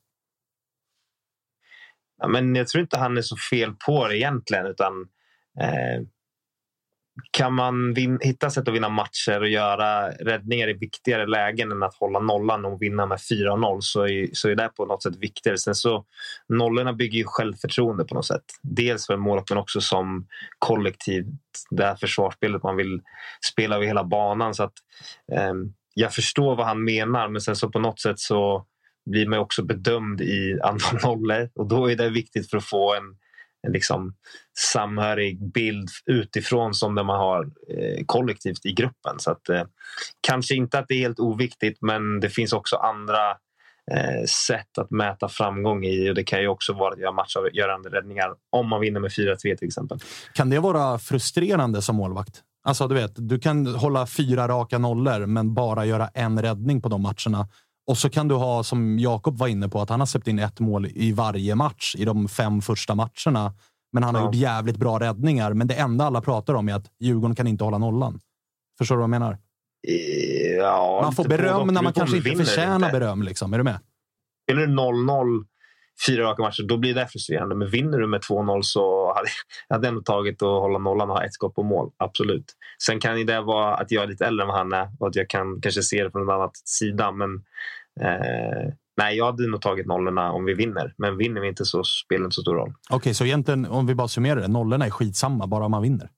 Ja, men jag tror inte han är så fel på det egentligen, utan eh, kan man vin- hitta sätt att vinna matcher och göra räddningar i viktigare lägen än att hålla nollan och vinna med fyra noll, så är, så är det på något sätt viktigare. Sen så nollorna bygger ju självförtroende på något sätt. Dels för målet, men också som kollektiv. Det här försvarsspelet man vill spela över hela banan. Så att eh, jag förstår vad han menar, men sen så på något sätt så blir man också bedömd i antal nollor, och då är det viktigt för att få en, en liksom samhörig bild utifrån som det man har eh, kollektivt i gruppen. Så att eh, kanske inte att det är helt oviktigt, men det finns också andra eh, sätt att mäta framgång i, och det kan ju också vara att göra matchavgörande räddningar om man vinner med fyra tre till exempel. Kan det vara frustrerande som målvakt? Alltså du vet, du kan hålla fyra raka nollor men bara göra en räddning på de matcherna. Och så kan du ha, som Jakob var inne på, att han har släppt in ett mål i varje match i de fem första matcherna. Men han har ja. gjort jävligt bra räddningar. Men det enda alla pratar om är att Djurgården kan inte hålla nollan. Förstår du vad jag menar? Ja, man får beröm när man kanske inte förtjänar inte. beröm. Liksom. Är du med? Eller noll noll fyra raka matcher, då blir det frustrerande. Men vinner du med två noll så hade jag hade ändå tagit att hålla nollan och ha ett skott på mål. Absolut. Sen kan det vara att jag är lite äldre än vad han är och att jag kan kanske se det från en annan sida. Men eh, nej, jag hade nog tagit nollorna om vi vinner. Men vinner vi inte så spelar det inte så stor roll. Okej, okay, så egentligen om vi bara summerar det, nollorna är skitsamma bara om man vinner.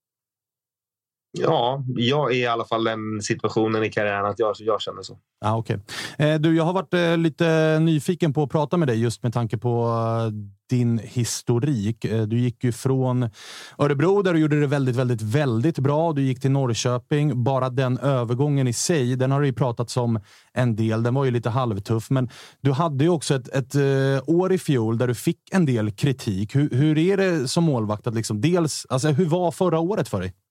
Ja, jag är i alla fall den situationen i karriären att jag, jag känner så. Ah, okay. eh, du, jag har varit eh, lite nyfiken på att prata med dig just med tanke på eh, din historik. Eh, du gick ju från Örebro där du gjorde det väldigt, väldigt, väldigt bra. Du gick till Norrköping. Bara den övergången i sig, den har du ju pratat om en del. Den var ju lite halvtuff, men du hade ju också ett, ett eh, år i fjol där du fick en del kritik. Hur, hur är det som målvakt att liksom dels, alltså hur var förra året för dig?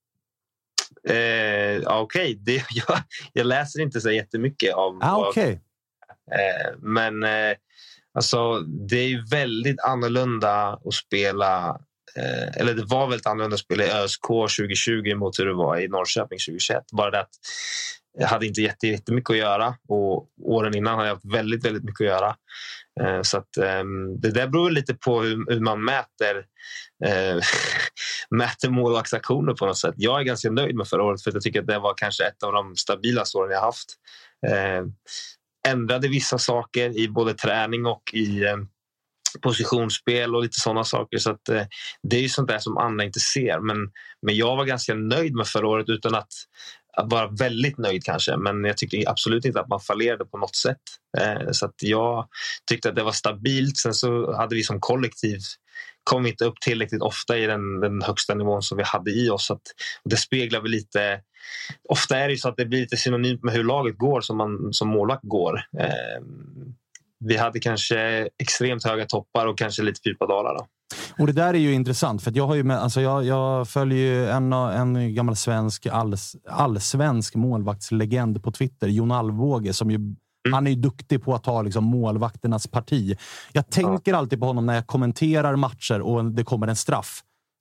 Eh, Okej, okay. jag, jag läser inte så jättemycket av... Ah, okay. eh, men eh, alltså, det är ju väldigt annorlunda att spela... Eh, eller det var väldigt annorlunda att spela i ÖSK tjugo tjugo mot hur det var i Norrköping tjugo tjugoett. Bara det att jag hade inte jätte, jättemycket att göra. Och åren innan hade jag haft väldigt, väldigt mycket att göra. Eh, så att, eh, det där beror lite på hur, hur man mäter... Eh, mäter målvaktsaktioner på något sätt. Jag är ganska nöjd med förra året för att jag tycker att det var kanske ett av de stabilaste åren jag haft. Eh, ändrade vissa saker i både träning och i eh, positionsspel och lite sådana saker, så att eh, det är ju sånt där som andra inte ser, men, men jag var ganska nöjd med förra året utan att, att vara väldigt nöjd kanske, men jag tyckte absolut inte att man fallerade på något sätt. Eh, så att jag tyckte att det var stabilt. Sen så hade vi som kollektiv kom inte upp tillräckligt ofta i den, den högsta nivån som vi hade i oss. Så att det speglar väl lite... Ofta är det ju så att det blir lite synonymt med hur laget går som, man, som målvakt går. Eh, vi hade kanske extremt höga toppar och kanske lite djupa dalar då. Och det där är ju intressant, för att jag har ju med, alltså jag, jag följer ju en, en gammal svensk alls, allsvensk målvaktslegend på Twitter, Jon Alvbåge, som ju Mm. han är ju duktig på att ta liksom målvakternas parti. Jag tänker ja. alltid på honom när jag kommenterar matcher och det kommer en straff.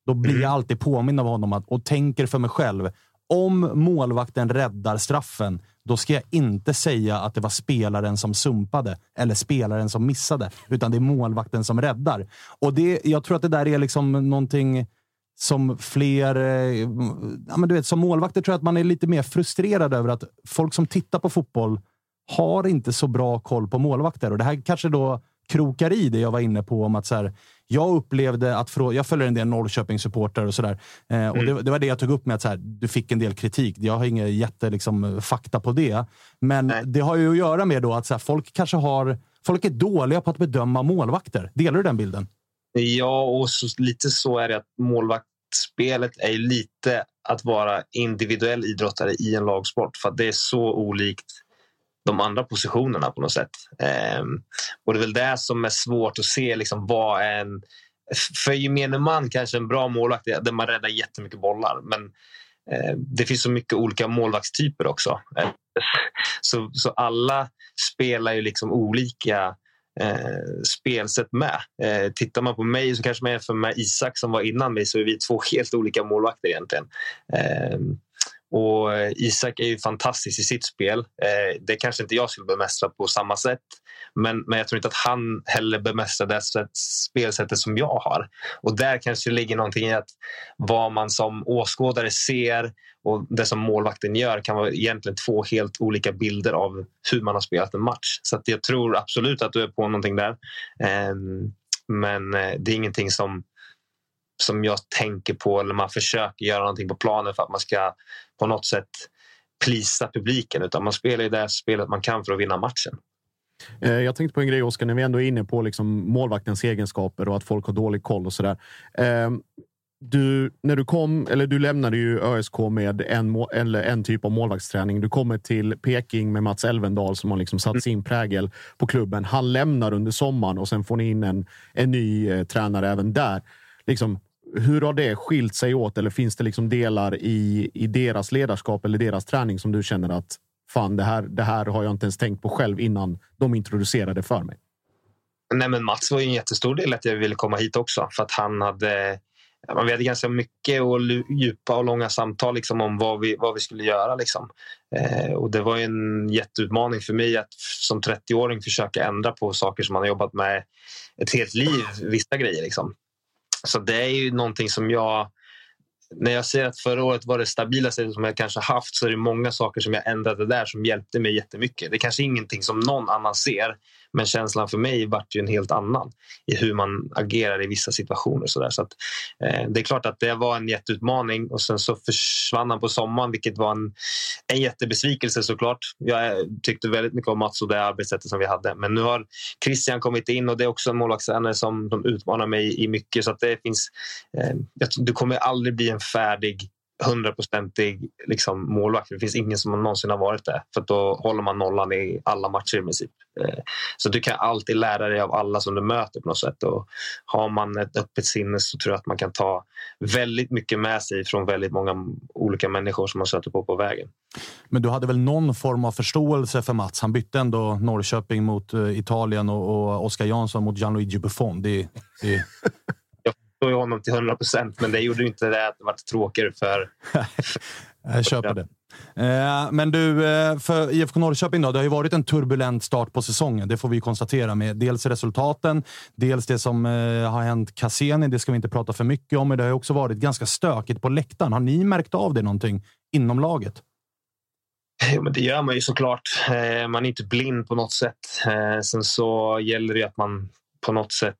då blir jag alltid påmind av honom att, och tänker för mig själv, om målvakten räddar straffen, då ska jag inte säga att det var spelaren som sumpade eller spelaren som missade, utan det är målvakten som räddar. Och det, jag tror att det där är liksom någonting som fler, ja men du vet, som målvakter tror jag att man är lite mer frustrerad över att folk som tittar på fotboll har inte så bra koll på målvakter. Och det här kanske då krokar i det jag var inne på om att så här, jag upplevde att, frå- jag följer en del Norrköping-supporter och sådär. Eh, och mm. det, det var det jag tog upp med att så här, du fick en del kritik. Jag har ingen jätte liksom, fakta på det. Men Nej. det har ju att göra med då att så här, folk kanske har, folk är dåliga på att bedöma målvakter. Delar du den bilden? Ja, och så, lite så är det att målvaktsspelet är lite att vara individuell idrottare i en lagsport. För att det är så olikt de andra positionerna på något sätt. Um, och det är väl det som är svårt att se liksom, vad en, för gemene man kanske en bra målvakt där man räddar jättemycket bollar, men uh, det finns så mycket olika målvaktstyper också. Uh, så, så alla spelar ju liksom olika uh, spelsätt med. Uh, tittar man på mig så kanske man jämför med Isak som var innan mig, så är vi två helt olika målvakter egentligen. Uh, Och Isak är ju fantastisk i sitt spel. Eh, det kanske inte jag skulle bemästra på samma sätt. Men, men jag tror inte att han heller bemästrar det spelsättet som jag har. Och där kanske det ligger någonting i att vad man som åskådare ser och det som målvakten gör kan vara egentligen två helt olika bilder av hur man har spelat en match. Så att jag tror absolut att du är på någonting där. Eh, men det är ingenting som som jag tänker på eller man försöker göra någonting på planen för att man ska på något sätt plisa publiken, utan man spelar ju det spelet man kan för att vinna matchen. Jag tänkte på en grej, Oskar, när vi ändå är inne på liksom målvaktens egenskaper och att folk har dålig koll och sådär. Du, när du kom, eller du lämnade ju ÖSK med en, eller en typ av målvaktsträning. Du kommer till Peking med Mats Elvendal som har liksom satt sin prägel på klubben. Han lämnar under sommaren och sen får ni in en, en ny eh, tränare även där. Liksom, hur har det skilt sig åt, eller finns det liksom delar i, i deras ledarskap eller deras träning som du känner att fan, det här, det här har jag inte ens tänkt på själv innan de introducerade för mig? Nej, men Mats var ju en jättestor del att jag ville komma hit också, för att han hade, vi hade ganska mycket och djupa och långa samtal liksom, om vad vi, vad vi skulle göra liksom. Eh, och det var ju en jätteutmaning för mig att som trettioåring försöka ändra på saker som man har jobbat med ett helt liv, vissa grejer liksom. Så det är ju någonting som jag, när jag ser att förra året var det stabilaste som jag kanske haft, så är det många saker som jag ändrade där som hjälpte mig jättemycket. Det är kanske ingenting som någon annan ser, men känslan för mig var ju en helt annan i hur man agerar i vissa situationer. Så, där. Så att, eh, det är klart att det var en jätteutmaning, och sen så försvann han på sommaren, vilket var en, en jättebesvikelse såklart. Jag tyckte väldigt mycket om Mats och det arbetssättet som vi hade. Men nu har Christian kommit in och det är också en målvaktstränare som de utmanar mig i mycket. Så att det finns, eh, du kommer aldrig bli en färdig hundraprocentig liksom, målvakt. Det finns ingen som någonsin har varit det. För då håller man nollan i alla matcher i princip. Så du kan alltid lära dig av alla som du möter på något sätt. Och har man ett öppet sinne så tror jag att man kan ta väldigt mycket med sig från väldigt många olika människor som man stöter på på vägen. Men du hade väl någon form av förståelse för Mats? Han bytte ändå Norrköping mot Italien och, och Oscar Jansson mot Gianluigi Buffon. Det, det... Jag honom till hundra procent, men det gjorde inte det att det var tråkigare för... Jag köper det. Men du, för I F K Norrköping då, det har ju varit en turbulent start på säsongen. Det får vi konstatera med dels resultaten, dels det som har hänt Cassini. Det ska vi inte prata för mycket om, men det har ju också varit ganska stökigt på läktaren. Har ni märkt av det någonting inom laget? Jo, men det gör man ju såklart. Man är inte blind på något sätt. Sen så gäller det att man på något sätt...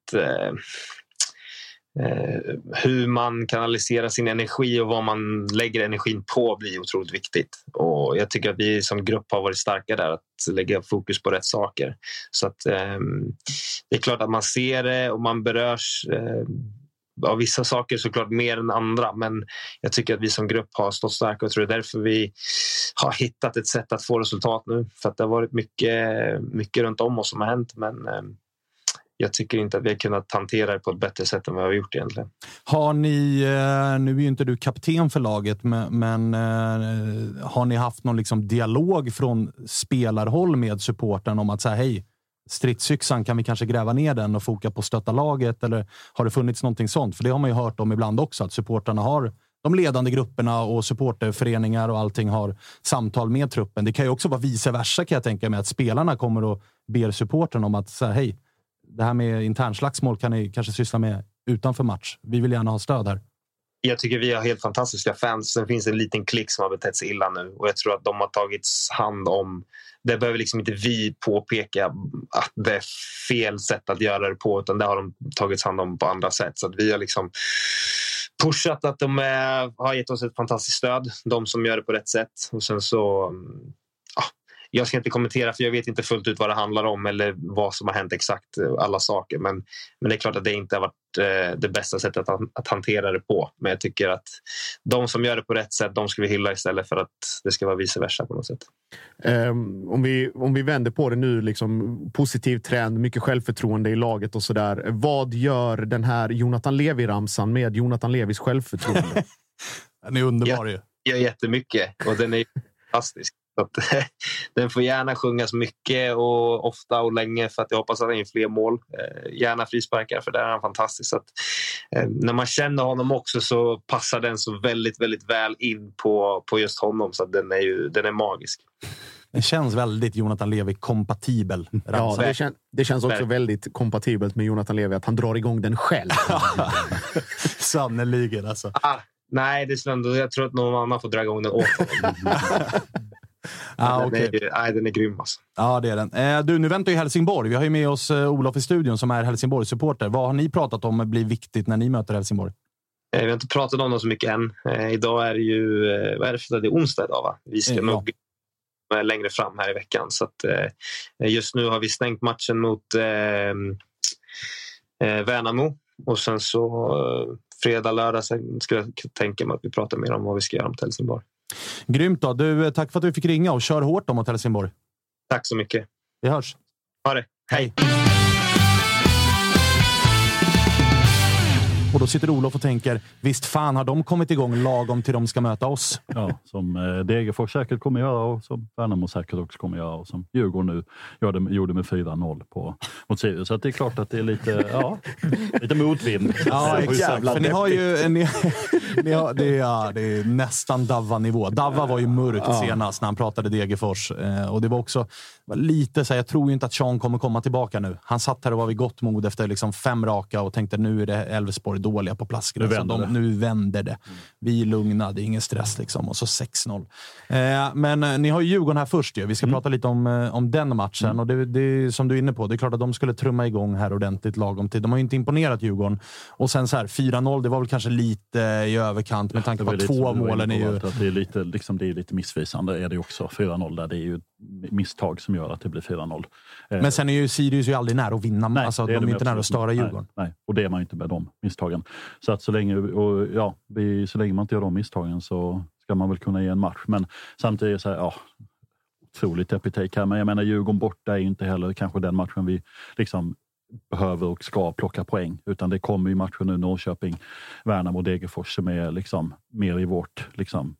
Eh, hur man kanaliserar sin energi och vad man lägger energin på blir otroligt viktigt. Och jag tycker att vi som grupp har varit starka där att lägga fokus på rätt saker. Så att eh, det är klart att man ser det och man berörs eh, av vissa saker såklart mer än andra. Men jag tycker att vi som grupp har stått starka, och jag tror det är därför vi har hittat ett sätt att få resultat nu. För att det har varit mycket, mycket runt om oss som har hänt, men eh, jag tycker inte att vi har kunnat hantera det på ett bättre sätt än vad vi har gjort egentligen. Har ni, nu är ju inte du kapten för laget, men, men har ni haft någon liksom dialog från spelarhåll med supporten om att säga hej, stridsyxan, kan vi kanske gräva ner den och foka på att stötta laget, eller har det funnits någonting sånt? För det har man ju hört om ibland också, att supportarna har, de ledande grupperna och supporterföreningar och allting har samtal med truppen. Det kan ju också vara vice versa, kan jag tänka mig, att spelarna kommer och ber supporten om att säga, hej, det här med internslagsmål kan ni kanske syssla med utanför match. Vi vill gärna ha stöd här. Jag tycker vi har helt fantastiska fans. Sen finns en liten klick som har betett sig illa nu. Och jag tror att de har tagits hand om. Det behöver liksom inte vi påpeka att det är fel sätt att göra det på. Utan det har de tagits hand om på andra sätt. Så att vi har liksom pushat att de är, har gett oss ett fantastiskt stöd. De som gör det på rätt sätt. Och sen så... Ja, jag ska inte kommentera, för jag vet inte fullt ut vad det handlar om eller vad som har hänt exakt, alla saker. Men, men det är klart att det inte har varit eh, det bästa sättet att, att hantera det på. Men jag tycker att de som gör det på rätt sätt, de ska vi hylla istället för att det ska vara vice versa på något sätt. Um, om, vi, om vi vänder på det nu, liksom, positiv trend, mycket självförtroende i laget och sådär. Vad gör den här Jonathan Levi-ramsan med Jonathan Levis självförtroende? Den är underbar ju. Jag gör jättemycket och den är fantastisk. Så att, den får gärna sjungas mycket och ofta och länge, för att jag hoppas att han är fler mål. Eh, gärna frisparkar, för där är han fantastisk. Så att, eh, när man känner honom också så passar den så väldigt, väldigt väl in på, på just honom. Så att den är ju den är magisk. Det känns väldigt Jonathan Levi-kompatibel. Ja, det, kän, det känns också väldigt kompatibelt med Jonathan Levi att han drar igång den själv. Sannoliken alltså. Ah, nej, det är ändå, jag tror att någon annan får dra igång den åt honom. Ah, den, okay. är, nej, den är grym alltså. Ja, det är den. Eh, du, nu väntar ju Helsingborg. Vi har ju med oss eh, Olof i studion som är Helsingborg-supporter. Vad har ni pratat om blir viktigt när ni möter Helsingborg? Eh, vi har inte pratat om det så mycket än. Eh, idag är det ju eh, vad är det för det är onsdag idag, va? Vi ska eh, nog ja. längre fram här i veckan. Så att, eh, just nu har vi stängt matchen mot eh, eh, Värnamo. Och sen så eh, fredag, lördag sen ska jag tänka mig att vi pratar mer om vad vi ska göra mot Helsingborg. Grymt då. Du, tack för att du fick ringa och kör hårt om mot Helsingborg. Tack så mycket. Vi hörs. Ha det. Hej. Och då sitter Olof och tänker, visst fan har de kommit igång lagom till de ska möta oss? Ja, som eh, Degerfors säkert kommer göra och som Värnamo säkert också kommer göra och som Djurgården nu gjorde, gjorde med fyra noll på, mot Sirius. Så att det är klart att det är lite, ja, lite motvind. Ja, exakt. För ni har ju, ni, ni har, det, är, ja, det är nästan Davva-nivå. Davva var ju mörkt ja. senast när han pratade Degerfors. Eh, och det var också var lite så här, jag tror ju inte att Sean kommer komma tillbaka nu. Han satt här och var vid gott mod efter liksom fem raka och tänkte nu är det Elfsborg dåliga på plastgräs. Nu vänder de, nu vänder det. Mm. Vi är lugna, det är ingen stress liksom. Och så sex noll. Eh, men eh, ni har ju Djurgården här först ju. Vi ska mm. prata lite om, eh, om den matchen. Mm. Och det, det som du är inne på, det är klart att de skulle trumma igång här ordentligt lagom tid. De har ju inte imponerat Djurgården. Och sen så här, fyra noll, det var väl kanske lite i överkant med tanke på att två målen är ju... Att det är lite, liksom, det är lite missvisande är det också. fyra noll där, det är ju misstag som gör att det blir fyra noll. Men sen är ju Sirius ju aldrig nära att vinna. Nej, alltså, de är, är inte nära att störa Djurgården. Nej, nej, och det är man ju inte med de misstagen. Så att så länge, och ja, vi, så länge man inte gör de misstagen så ska man väl kunna ge en match. Men samtidigt så här, ja, otroligt epitek här. Men jag menar, Djurgården borta är ju inte heller kanske den matchen vi liksom behöver och ska plocka poäng. Utan det kommer ju matchen nu, Norrköping, Värnamo och Degerfors som är liksom mer i vårt liksom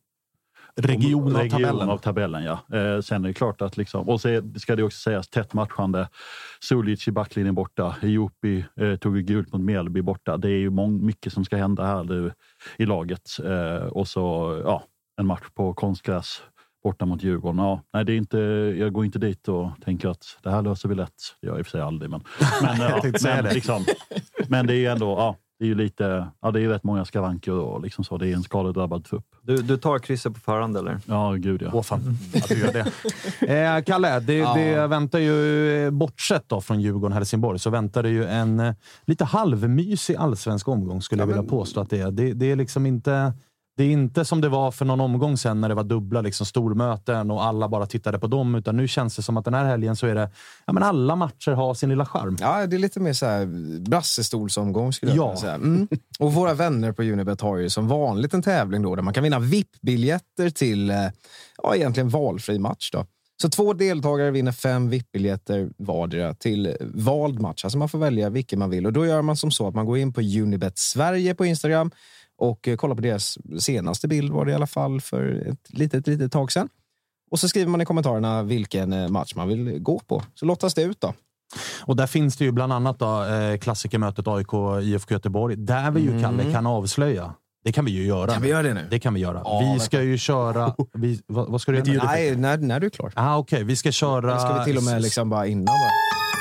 region av region tabellen. Av tabellen ja. Eh, sen är det klart att liksom, och så ska det också sägas tätt matchande. Solic i backlinjen borta. Jopi eh, tog ju gult mot Mjällby borta. Det är ju mång, mycket som ska hända här nu i laget. Eh, och så ja, en match på konstgräs borta mot Djurgården. Ja, nej, det är inte, jag går inte dit och tänker att det här löser vi lätt. Det gör jag i och för sig aldrig. Men, men, ja, men, det. Liksom, men det är ju ändå... Ja, det är ju lite, ja det är ju rätt många skavanker och liksom så, det är en skadedrabbad trupp. Du, du tar krysset på förhand eller? Ja, gud ja. Åh fan, att du gör det. Eh, Kalle, det, ja. det väntar ju, bortsett då från Djurgården Helsingborg, så väntar det ju en eh, lite halvmysig allsvensk omgång skulle ja, jag vilja men... påstå att det är. Det, det är liksom inte... Det är inte som det var för någon omgång sen när det var dubbla liksom, stormöten och alla bara tittade på dem, utan nu känns det som att den här helgen så är det, ja men alla matcher har sin lilla charm. Ja, det är lite mer så här brassestolsomgång skulle jag ja. säga. Mm. Och våra vänner på Unibet har ju som vanligt en tävling då där man kan vinna V I P-biljetter till ja, egentligen valfri match då. Så två deltagare vinner fem V I P-biljetter vardera till vald match. Alltså man får välja vilken man vill. Och då gör man som så att man går in på Unibet Sverige på Instagram och kollar på deras senaste bild var det i alla fall för ett litet, litet tag sedan. Och så skriver man i kommentarerna vilken match man vill gå på. Så lottas det ut då. Och där finns det ju bland annat då, eh, klassikermötet A I K I F K Göteborg. Där vi ju, mm. Kalle, kan avslöja. Det kan vi ju göra. Kan vi göra det nu? Det kan vi göra. Ja, vi vänta. ska ju köra... Vi, vad, vad ska du göra? Nej, när, när du är klar. Ah, okej. Okay. Vi ska köra... Nu ska vi till och med liksom bara innan. Bara.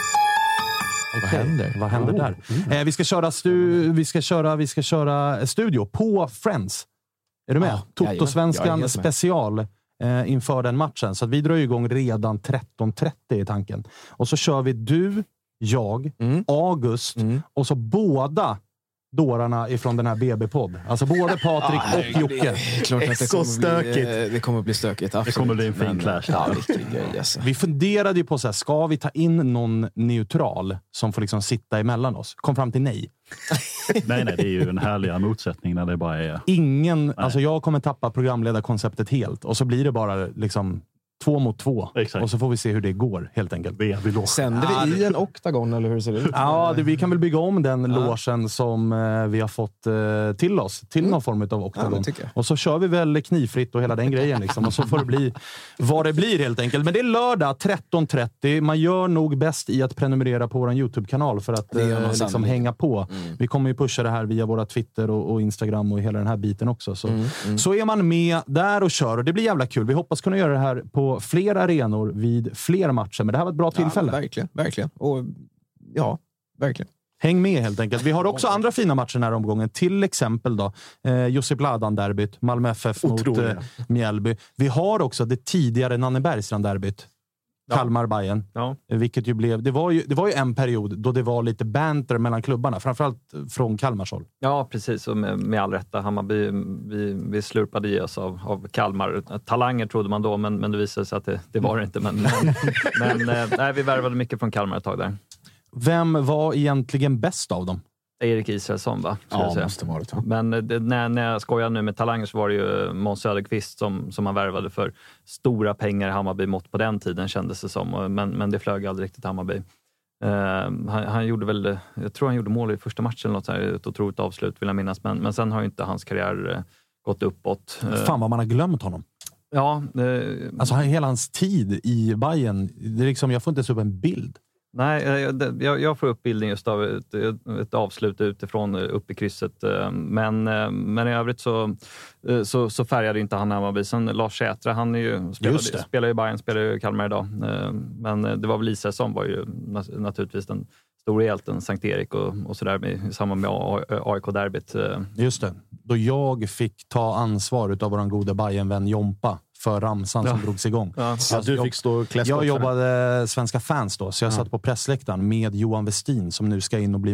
Okay. Vad händer? Vad händer oh. där? Mm. Eh, vi ska köra stu, vi ska köra vi ska köra studio på Friends. Är du med? Ja, Toto-svenskan special eh, inför den matchen. Så att vi drar igång redan tretton trettio i tanken. Och så kör vi du, jag, mm. August mm. och så båda dårarna ifrån den här B B-podd. Alltså både Patrik ah, och Jocke. Det är klart att det så stökigt. Bli, det kommer att bli stökigt. Absolut. Det kommer bli en fin Men, clash. Ja, grej, alltså. Vi funderade ju på så här, ska vi ta in någon neutral som får liksom sitta emellan oss? Kom fram till nej. nej, nej, det är ju en härlig motsättning när det bara är... Ingen, nej. Alltså jag kommer tappa programledarkonceptet helt. Och så blir det bara liksom... Två mot två. Exakt. Och så får vi se hur det går, helt enkelt. Vi, vi Sänder vi i en oktagon, eller hur ser det ut? Ja, det, vi kan väl bygga om den ja. logen som eh, vi har fått eh, till oss. Till mm. någon form av oktagon. Ja, och så kör vi väl knivfritt och hela den grejen. Liksom. Och så får det bli vad det blir, helt enkelt. Men det är lördag tretton trettio. Man gör nog bäst i att prenumerera på vår YouTube-kanal för att eh, liksom hänga på. Mm. Vi kommer ju pusha det här via våra Twitter och, och Instagram och hela den här biten också. Så, mm. Mm. så är man med där och kör. Och det blir jävla kul. Vi hoppas kunna göra det här på fler arenor vid fler matcher. Men det här var ett bra tillfälle. Ja, verkligen, verkligen. Och ja, verkligen. Häng med helt enkelt. Vi har också andra fina matcher den här omgången. Till exempel då eh, Josip Ladan-derbyt. Malmö F F mot eh, Mjällby. Vi har också det tidigare Nanne Bergstrand-derbyt. Ja. Kalmar-Bajen. Ja. Vilket ju blev... Det var ju, det var ju en period då det var lite banter mellan klubbarna. Framförallt från Kalmars håll. Ja, precis. Och med, med all rätta. Hammarby, vi, vi slurpade i oss av, av Kalmar. Talanger trodde man då, men, men det visade sig att det, det var det inte. Men, men, men nej, vi värvade mycket från Kalmar ett tag där. Vem var egentligen bäst av dem? Erik Israelsson, va? Ja, det måste vara det. Men det, när, när jag skojar nu med talanger så var det ju Måns Söderqvist som, som man värvade för stora pengar i Hammarby mått på den tiden, kändes det som. Men, men det flög aldrig riktigt Hammarby. Uh, han, han gjorde väl, jag tror han gjorde mål i första matchen, något så här, ett otroligt avslut vill jag minnas. Men, men sen har ju inte hans karriär uh, gått uppåt. Uh, Fan vad man har glömt honom. Ja. Uh, alltså hela hans tid i Bayern, det är liksom, jag får inte ens upp en bild. Nej, jag, jag får upp bilden just av ett, ett avslut utifrån upp i krysset. Men, men i övrigt så, så, så färgade inte han Hammarby. Sen Lars Sätra, han är ju, spelar, spelar ju Bayern, spelar ju Kalmar idag. Men det var väl Israel som var ju naturligtvis den stora hjälten, Sankt Erik och, och sådär i samband med A I K-derbyt. Just det, då jag fick ta ansvar utav våran gode Bayern-vän Jompa för ramsan som ja. drogs igång. Ja. Så du fick stå och Jag jobbade Svenska Fans då, så jag ja. satt på pressläktaren med Johan Westin som nu ska in och bli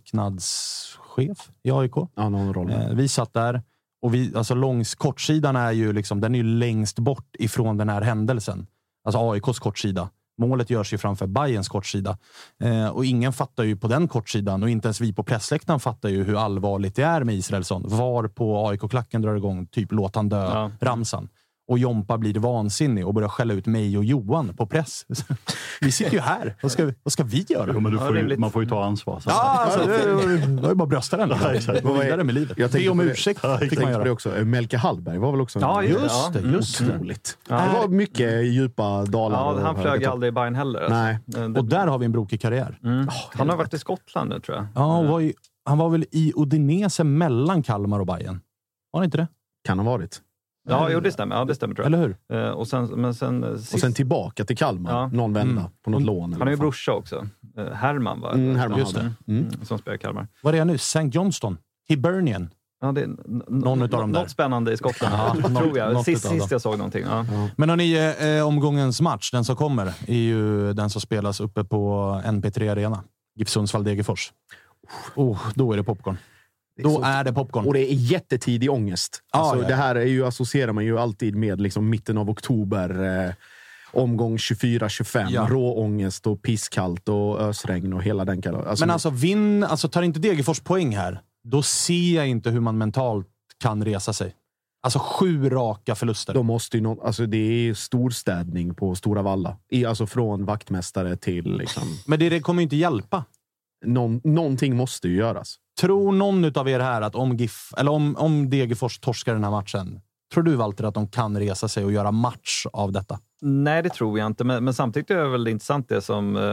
marknadschef i A I K. Ja, någon roll. Eh, vi satt där och vi, alltså långs kortsidan är ju liksom, den är ju längst bort ifrån den här händelsen. Alltså A I K:s kortsida. Målet görs ju framför Bayerns kortsida. Eh, och ingen fattar ju på den kortsidan, och inte ens vi på pressläktaren fattar ju hur allvarligt det är med Israelsson. Var på A I K-klacken drar igång typ låt han dö ja. ramsan. Och Jompa blir vansinnig och börjar skälla ut mig och Johan på press. Vi sitter ju här. Vad ska, vad ska vi göra? Jo, men du får ju, man får ju ta ansvar. Så. Ja, alltså, det var ju bara brösta den. Gå vidare med livet. Jag be om ursäkt ja, fick man göra. Det också. Melke Hallberg var väl också... Ja, just det. Just det. Otroligt. Ja. Det var mycket djupa dalar. Ja, han flög aldrig i Bayern heller. Alltså. Nej. Och där har vi en brokig karriär. Mm. Oh, han har varit i Skottland nu, tror jag. Ja, var ju, han var väl i Udinese mellan Kalmar och Bayern. Var det inte det? Kan ha varit. Ja, jo, det stämmer. Ja, det stämmer, tror jag. Eller hur? Uh, och, sen, men sen, sist... och sen tillbaka till Kalmar. Ja. Någon vända mm. på något lån. Han har ju brorsa också. Uh, Herman, va? Mm, Herman just det. Mm. Som spelar i Kalmar. Vad är det nu? Saint Johnston? Hibernian? Ja, det är n- någon utav dem där. Något spännande i Skottland, ja, tror jag. Sist, sist jag såg någonting. Ja. Ja. Men hörni, eh, omgångens match, den som kommer, är ju den som spelas uppe på N P tre Arena. GIF Sundsvall-Degerfors. Oh, då är det popcorn. Då så, är det popcorn. Och det är jättetidig ångest. Ah, alltså, ja. Det här är ju, associerar man ju alltid med liksom mitten av oktober. Eh, omgång tjugofyra tjugofem. Ja. Råångest och pisskallt och ösregn och hela den kallar. Alltså, men alltså, vinn, alltså tar inte Degerfors poäng här, då ser jag inte hur man mentalt kan resa sig. Alltså sju raka förluster. De måste ju no- alltså det är storstädning på Stora Valla. I, alltså från vaktmästare till liksom... Men det, det kommer ju inte hjälpa. Någon, någonting måste ju göras. Tror någon av er här att om GIF, eller om, om Degerfors torskar den här matchen, tror du, Walter, att de kan resa sig och göra match av detta? Nej, det tror jag inte. Men, men samtidigt är det väl intressant det som,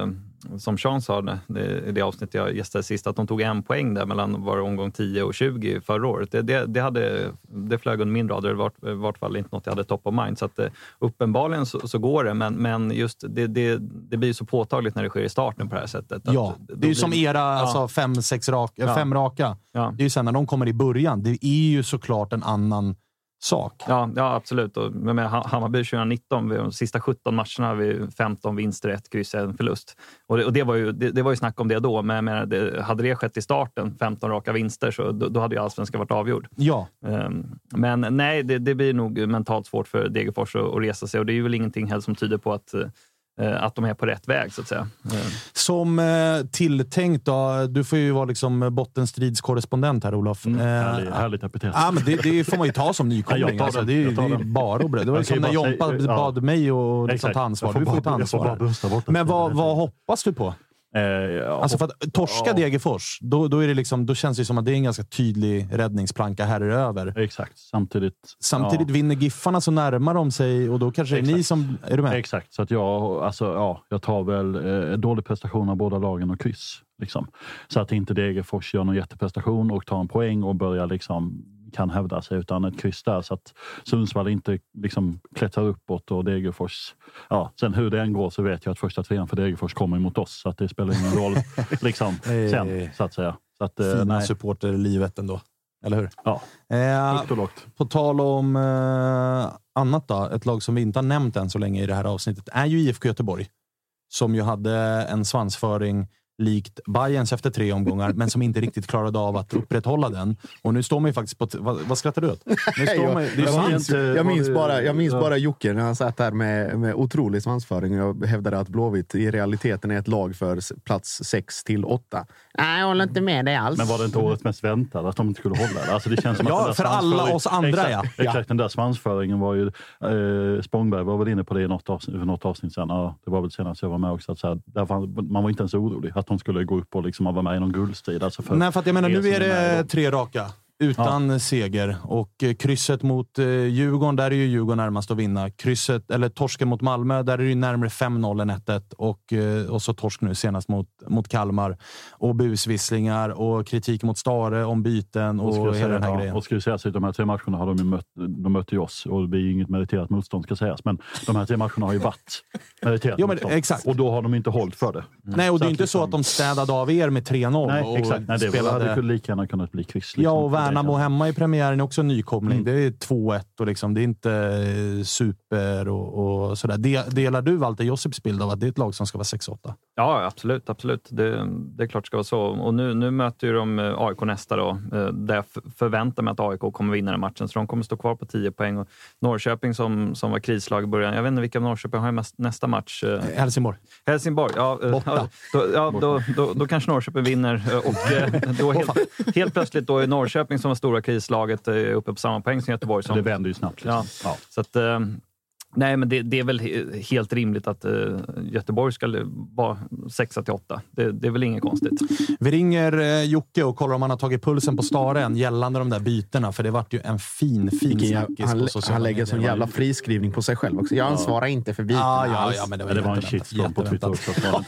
som Sean sa det, i det avsnitt jag gästade sist, att de tog en poäng där mellan var omgång tio och tjugo förra året. Det, det, det, hade, det flög under min radar, det var i vart fall inte något jag hade top of mind. Så att, uppenbarligen så, så går det, men, men just det, det, det blir så påtagligt när det sker i starten på det här sättet. Ja, det är ju blir... som era ja. alltså, fem, sex raka, ja. fem raka. Ja. Det är ju sen när de kommer i början. Det är ju såklart en annan sak. Ja, ja absolut. Och med Hammarby tjugonitton, de sista sjutton matcherna har vi femton vinster, ett kryss, en förlust. Och det, och det, var ju, det, det var ju snack om det då, men, men det, hade det skett i starten, femton raka vinster, så då, då hade ju allsvenskan varit avgjord. Ja. Um, men nej, det, det blir nog mentalt svårt för Degerfors att, att resa sig, och det är ju väl ingenting heller som tyder på att att de är på rätt väg, så att säga. Som eh, tilltänkt då, du får ju vara liksom bottenstridskorrespondent här, Olof. Mm, härligt, eh, härligt epitet. Ja, men det, det får man ju ta som nykomling. Ja, alltså, det är, det är bara bröd. Det var ju som när Jompa säga, bad ja. mig och liksom ta ansvar. Du får ta ansvar. Men vad, vad hoppas du på? Eh, ja, alltså för att torska ja. Degerfors, då, då, är det liksom, då känns det som att det är en ganska tydlig räddningsplanka här över. Exakt, samtidigt. Samtidigt ja. vinner Giffarna, så närmar de sig, och då kanske det är ni som är du med. Exakt, så att jag, alltså, ja, jag tar väl eh, dålig prestation av båda lagen och kryss. Liksom. Så att inte Degerfors gör någon jätteprestation och tar en poäng och börjar liksom kan hävda sig, utan ett kryss där, så att Sundsvall inte liksom klättrar uppåt och Degerfors, ja, sen hur det än går så vet jag att första trean för Degerfors kommer emot oss, så att det spelar ingen roll liksom sen, så att säga. Så att, fina nej. supporterlivet ändå, eller hur? Ja, eh, högt och lågt. På tal om eh, annat då, ett lag som vi inte har nämnt än så länge i det här avsnittet är ju I F K Göteborg, som ju hade en svansföring likt Bayerns efter tre omgångar, men som inte riktigt klarade av att upprätthålla den. Och nu står man ju faktiskt på... T- vad, vad skrattar du åt? Nu står man, det är jag, minns, jag minns bara, jag minns bara Jocke när han satt där med, med otrolig svansföring, och jag hävdade att Blåvitt i realiteten är ett lag för plats sex till åtta. Nej, jag håller inte med dig alls. Men var det inte årets mest väntade att de inte skulle hålla det? Alltså det känns som ja, att för alla oss andra, exakt, ja. Exakt, ja. Den där svansföringen var ju... Eh, Spångberg var väl inne på det i något avsnitt, för något avsnitt sen. Ja, det var väl senast jag var med också. Att så här, där fan, man var inte ens orolig att de skulle gå upp och liksom vara med i någon guldstrid. Alltså för Nej, för att jag menar, nu är det tre raka. Utan ja. seger. Och eh, krysset mot eh, Djurgården, där är ju Djurgården närmast att vinna. Krysset, eller torsken mot Malmö, där är det ju närmare fem noll än ett ett. Och, eh, och så torsk nu senast mot, mot Kalmar. Och busvisslingar och kritik mot Stare om byten och, och hela den här ja, grejen. Och ska vi säga så, de här tre matcherna har de ju mött, de mötte ju oss. Och det är ju inget meriterat motstånd ska sägas. Men de här tre matcherna har ju varit meriterat jo, men, motstånd. Exakt. Och då har de inte hållit för det. Mm. Nej, och det är inte liksom... så att de städade av er med tre noll. Nej, och exakt. Nej, det spelade... hade lika gärna kunnat bli kryss. Liksom, ja, och Värnamo hemma i premiären är också en nykomling. Mm. Det är två ett och liksom, det är inte super och, och sådär. Delar du Walter Josips bild av att det är ett lag som ska vara sex åtta? Ja, absolut. absolut. Det, det är klart ska vara så. Och nu, nu möter ju de A I K nästa då. Där jag förväntar mig att A I K kommer vinna den matchen. Så de kommer stå kvar på tio poäng. Och Norrköping som, som var krislag i början. Jag vet inte vilka Norrköping har mest, nästa match. Helsingborg. Helsingborg, ja. Borta. Då, ja, då, då, då kanske Norrköping vinner. Och då helt, helt plötsligt då är Norrköping som var stora krislaget uppe på samma poäng som Göteborg. Som, det vänder ju snabbt. Liksom. Ja, ja. Så att... Nej, men det, det är väl helt rimligt att uh, Göteborg ska vara sex till åtta. Det, det är väl inget konstigt. Vi ringer uh, Jocke och kollar om han har tagit pulsen på Staren gällande de där bytena, för det vart ju en fin, fin snackis han, på sociala Han lägger medier. Sån jävla friskrivning på sig själv också. Jag ansvarar ja. inte för bytena ah, ja, ja, men det var, det var en shitstorm på Twitter också.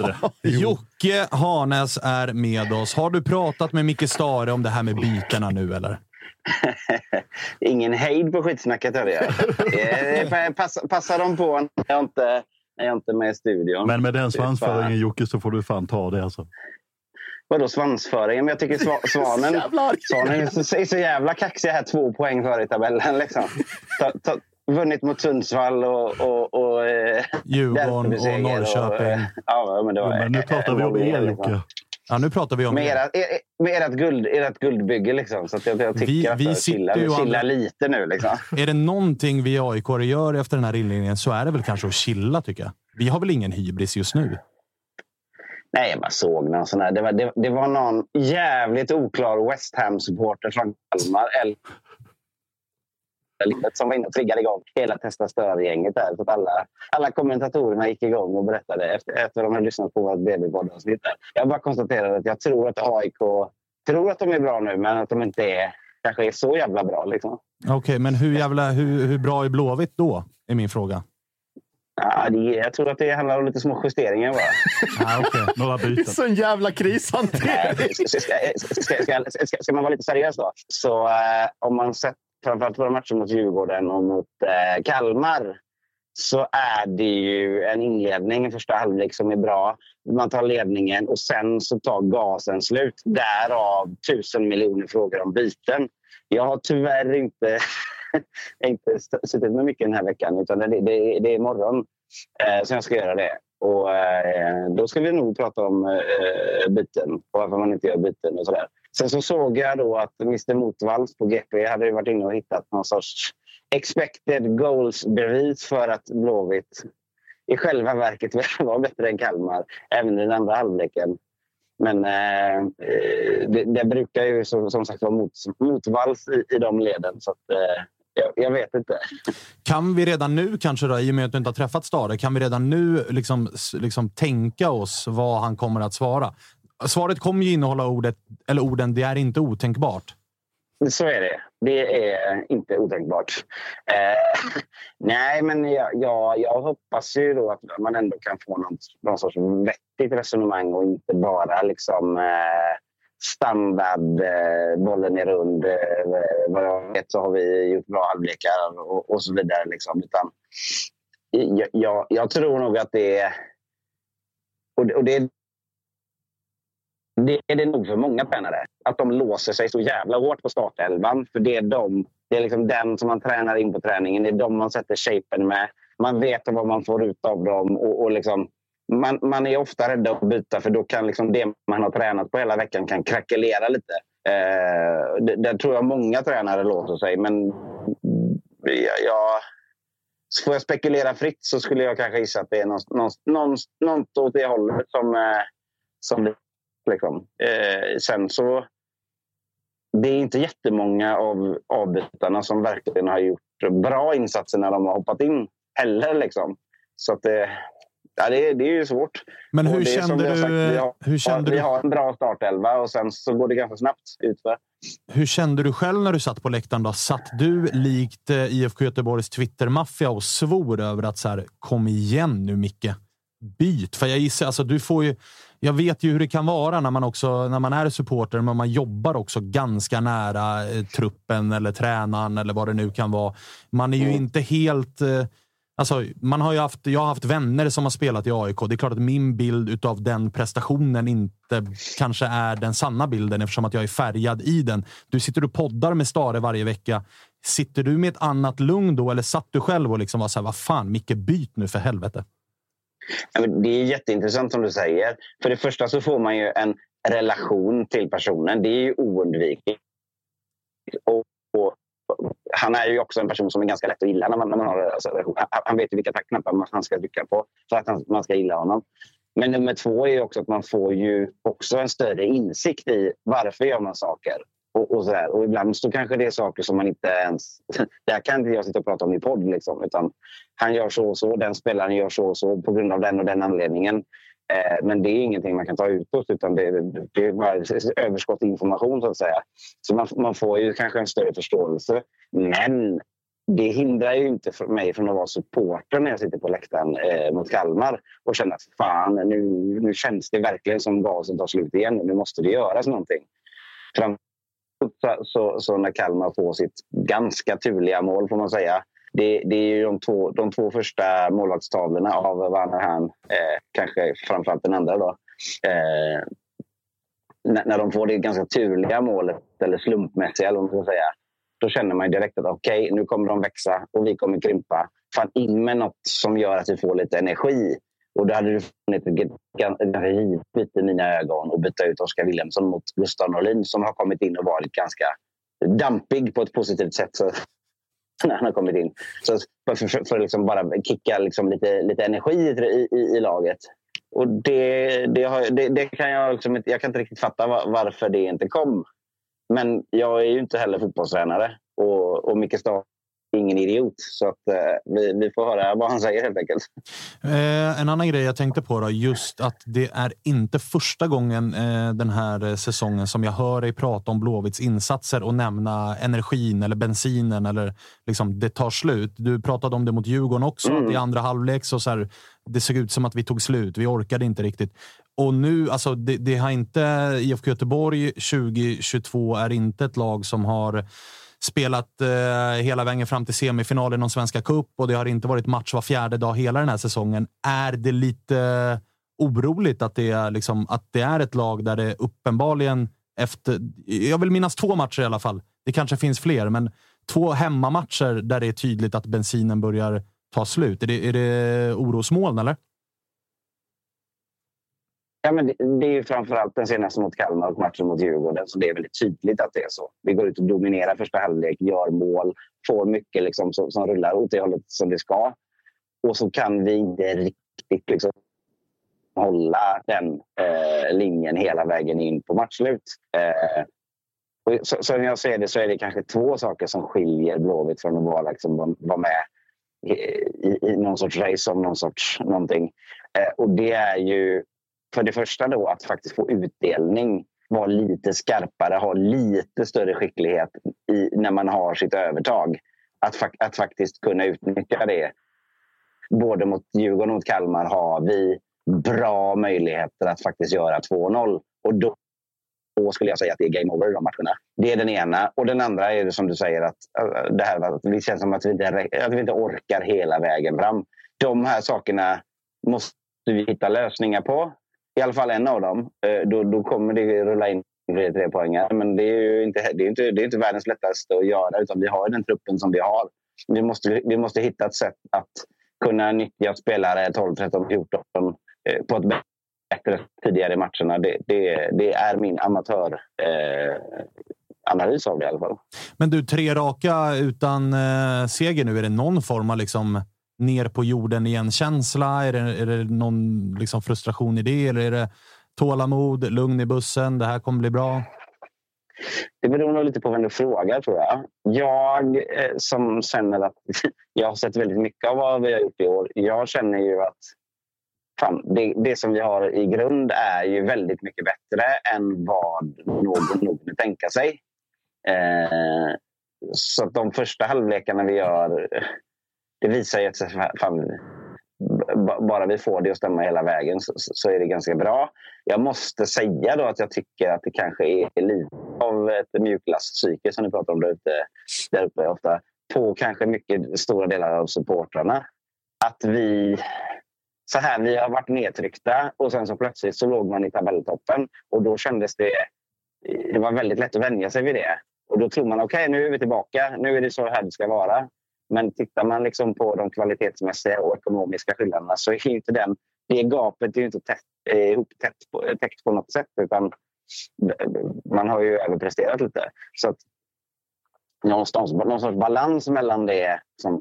Jocke Hanes är med oss. Har du pratat med Micke Stare om det här med bytena nu, eller? Ingen hejd på skitsnacket, hörde jag. Pass, passar de på när jag inte, när jag inte är med i studion. Men med den svansföringen, Jocke, så får du fan ta det alltså. Vadå svansföringen? Men jag tycker sva, Svanen, svanen är, så, är så jävla kaxiga här, två poäng före i tabellen liksom. Ta, ta, vunnit mot Sundsvall och, och, och Djurgården och Norrköping. Och, ja, men, det var, jo, men nu pratar vi om er, Jocke. Ja, nu pratar vi om med ert, med ert, guld, ert guldbygge liksom. Så att jag, jag tycker vi, att vi chilla, chilla lite nu liksom. Är det någonting vi A I K gör efter den här inledningen, så är det väl kanske att chilla, tycker jag. Vi har väl ingen hybris just nu? Nej, jag bara såg någon sån här. Det var, det, det var någon jävligt oklar West Ham-supporter från Kalmar eller som var inne och triggade igång hela Testa Stör-gänget där. Så att alla, alla kommentatorerna gick igång och berättade efter, efter att de hade lyssnat på vårt B B-podd-avsnitt. Jag bara konstaterade att jag tror att A I K tror att de är bra nu, men att de inte är, kanske är så jävla bra. Liksom. Okej, okay, men hur, jävla, hur, hur bra är Blåvitt då? Är min fråga. Ja, det, jag tror att det handlar om lite små justeringar bara. Ja, okej. Okay. Några byten. Det är så en jävla krishantering. Ska, ska, ska, ska, ska, ska man vara lite seriös då? Så eh, om man sett framförallt våra matcher mot Djurgården och mot eh, Kalmar, så är det ju en inledning i första halvlek som är bra. Man tar ledningen och sen så tar gasen slut. Därav tusen miljoner frågor om byten. Jag har tyvärr inte, inte suttit med mycket den här veckan, utan det, det, det är imorgon eh, som jag ska göra det. Och eh, då ska vi nog prata om eh, byten och varför man inte gör byten och sådär. Sen så såg jag då att mister Motvalls på G P hade varit inne och hittat någon sorts expected goals-bevis för att Blåvitt i själva verket var bättre än Kalmar, även i den andra halvleken. Men eh, det, det brukar ju som, som sagt vara mot, Motvalls i, i de leden, så att, eh, jag, jag vet inte. Kan vi redan nu kanske då, i och med att du inte har träffat Stare, kan vi redan nu liksom, liksom tänka oss vad han kommer att svara? Svaret kommer ju innehålla ordet, eller orden, det är inte otänkbart. Så är det. Det är inte otänkbart. Eh, nej, men jag, jag, jag hoppas ju då att man ändå kan få någon, någon sorts vettigt resonemang och inte bara liksom eh, standard, eh, bollen är rund. Eh, vad jag vet så har vi gjort bra halvlekar och, och så vidare. Liksom. Utan, jag, jag, jag tror nog att det är... Och, och det är Det är det nog för många tränare. Att de låser sig så jävla hårt på startelvan. För det är, de, det är liksom den som man tränar in på träningen. Det är de man sätter shapen med. Man vet vad man får ut av dem. Och, och liksom, man, man är ofta rädd att byta. För då kan liksom det man har tränat på hela veckan kan krackelera lite. Eh, det, där tror jag många tränare låser sig. Men ja, ja, får jag spekulera fritt så skulle jag kanske gissa att det är någon, någon, någon, något åt det hållet som, eh, som det liksom. Eh, sen så det är inte jättemånga av avbytarna som verkligen har gjort bra insatser när de har hoppat in heller liksom. Så att det, ja, det, det är ju svårt. Men hur kände du? Sagt, vi har, hur kände vi du? har en bra startelva och sen så går det ganska snabbt utför. Hur kände du själv när du satt på läktaren då? Satt du likt I F K Göteborgs Twitter-maffia och svor över att så här, kom igen nu Micke, byt? För jag gissar, alltså du får ju, jag vet ju hur det kan vara när man också, när man är supporter, men man jobbar också ganska nära eh, truppen eller tränaren eller vad det nu kan vara. Man är ju mm. inte helt... Eh, alltså, man har ju haft, jag har haft vänner som har spelat i A I K. Det är klart att min bild utav den prestationen inte kanske är den sanna bilden eftersom att jag är färgad i den. Du sitter och poddar med Stare varje vecka. Sitter du med ett annat lugn då eller satt du själv och liksom var så här, vad fan, Micke, byt nu för helvete? Det är jätteintressant som du säger. För det första så får man ju en relation till personen. Det är ju oundvikligt. Och, och, han är ju också en person som är ganska lätt att gilla när man, när man har alltså, han vet ju vilka knappar han ska trycka på för att han, man ska gilla honom. Men nummer två är ju också att man får ju också en större insikt i varför gör man saker. Och, och, så där. Och ibland så kanske det är saker som man inte ens... Där kan inte jag sitta och prata om i podd. Liksom, utan han gör så och så, den spelaren gör så och så på grund av den och den anledningen. Eh, men det är ingenting man kan ta ut på, utan det, det är bara överskott information så att säga. Så man, man får ju kanske en större förståelse. Men det hindrar ju inte för mig från att vara supporter när jag sitter på läktaren eh, mot Kalmar och känna att fan, nu, nu känns det verkligen som gasen tar slut igen. Nu måste det göras någonting. Fram Så, så, så när Kalmar får sitt ganska turliga mål får man säga. Det, det är ju de två, de två första målvaktstavlorna av Werner Hahn, eh, kanske framförallt den andra då. Eh, när, när de får det ganska turliga målet, eller slumpmässiga eller vad man ska säga, då känner man direkt att okej, okay, nu kommer de växa och vi kommer krympa. Fan in med något som gör att vi får lite energi. Och då hade du funnit ett ganska givet i mina ögon och byta ut Oskar Wilhelmsson mot Gustav Norlin som har kommit in och varit ganska dampig på ett positivt sätt så, när han har kommit in. Så för, för, för liksom bara kicka liksom lite, lite energi i, i, i laget. Och det, det, har, det, det kan jag liksom, jag kan inte riktigt fatta var, varför det inte kom. Men jag är ju inte heller fotbollstränare och, och Micke Stare ingen idiot. Så att eh, vi, vi får höra vad han säger helt enkelt. Eh, en annan grej jag tänkte på då, just att det är inte första gången eh, den här säsongen som jag hör dig prata om Blåvitts insatser och nämna energin eller bensinen eller liksom det tar slut. Du pratade om det mot Djurgården också, mm. att i andra halvlek så, så här, det såg ut som att vi tog slut. Vi orkade inte riktigt. Och nu, alltså det, det har inte, I F K Göteborg tjugo tjugotvå är inte ett lag som har spelat eh, hela vägen fram till semifinalen om Svenska Cup, och det har inte varit match var fjärde dag hela den här säsongen. Är det lite oroligt att det är, liksom, att det är ett lag där det uppenbarligen efter, jag vill minnas två matcher i alla fall, det kanske finns fler, men två hemmamatcher där det är tydligt att bensinen börjar ta slut. Är det, är det orosmoln eller? Ja, men det, det är ju framförallt den senaste mot Kalmar och matchen mot Djurgården, så det är väldigt tydligt att det är så. Vi går ut och dominerar första halvlek, gör mål, får mycket liksom som, som rullar åt det hållet som det ska. Och så kan vi inte riktigt liksom hålla den eh, linjen hela vägen in på matchslut. Eh, och så, så när jag ser det så är det kanske två saker som skiljer Blåvitt från att vara, liksom, vara med i, i, i någon sorts race om någon sorts någonting. Eh, och det är ju för det första då att faktiskt få utdelning, vara lite skarpare, ha lite större skicklighet i, när man har sitt övertag. Att, att faktiskt kunna utnyttja det. Både mot Djurgården och mot Kalmar har vi bra möjligheter att faktiskt göra två noll. Och då, då skulle jag säga att det är game over i de matcherna. Det är den ena. Och den andra är det som du säger att, det här, att det känns som att vi, inte, att vi inte orkar hela vägen fram. De här sakerna måste vi hitta lösningar på. I alla fall en av dem. Då, då kommer det rulla in tre, tre poängar. Men det är ju inte, det är inte, det är inte världens lättaste att göra. Utan vi har den truppen som vi har. Vi måste, vi måste hitta ett sätt att kunna nyttja spelare tolv, tretton, fjorton på ett bättre tidigare i matcherna. Det, det, det är min amatör eh, analys av det i alla fall. Men du, tre raka utan eh, seger nu. Är det någon form av liksom ner på jorden igen-känsla? Är det, är det någon liksom frustration i det? Eller är det tålamod, lugn i bussen? Det här kommer bli bra? Det beror nog lite på vem du frågar, tror jag. Jag eh, som känner att jag har sett väldigt mycket av vad vi har gjort i år. Jag känner ju att fan, det, det som vi har i grund är ju väldigt mycket bättre än vad någon nog vill tänka sig. Eh, så att de första halvlekarna vi gör, det visar ju att fan, bara vi får det att stämma hela vägen så, så är det ganska bra. Jag måste säga då att jag tycker att det kanske är lite av ett mjukglasspsyke som ni pratar om där uppe, där uppe ofta, på kanske mycket stora delar av supportrarna. Att vi så här, vi har varit nedtryckta och sen så plötsligt så låg man i tabelltoppen och då kändes det, det var väldigt lätt att vänja sig vid det. Och då tror man okej, okay, nu är vi tillbaka, nu är det så här det ska vara. Men tittar man liksom på de kvalitetsmässiga och ekonomiska skillnaderna så är inte den, det gapet är ju inte tätt, ihop tätt på, täckt på något sätt, utan man har ju överpresterat lite. Så att någonstans, någon sorts balans mellan det som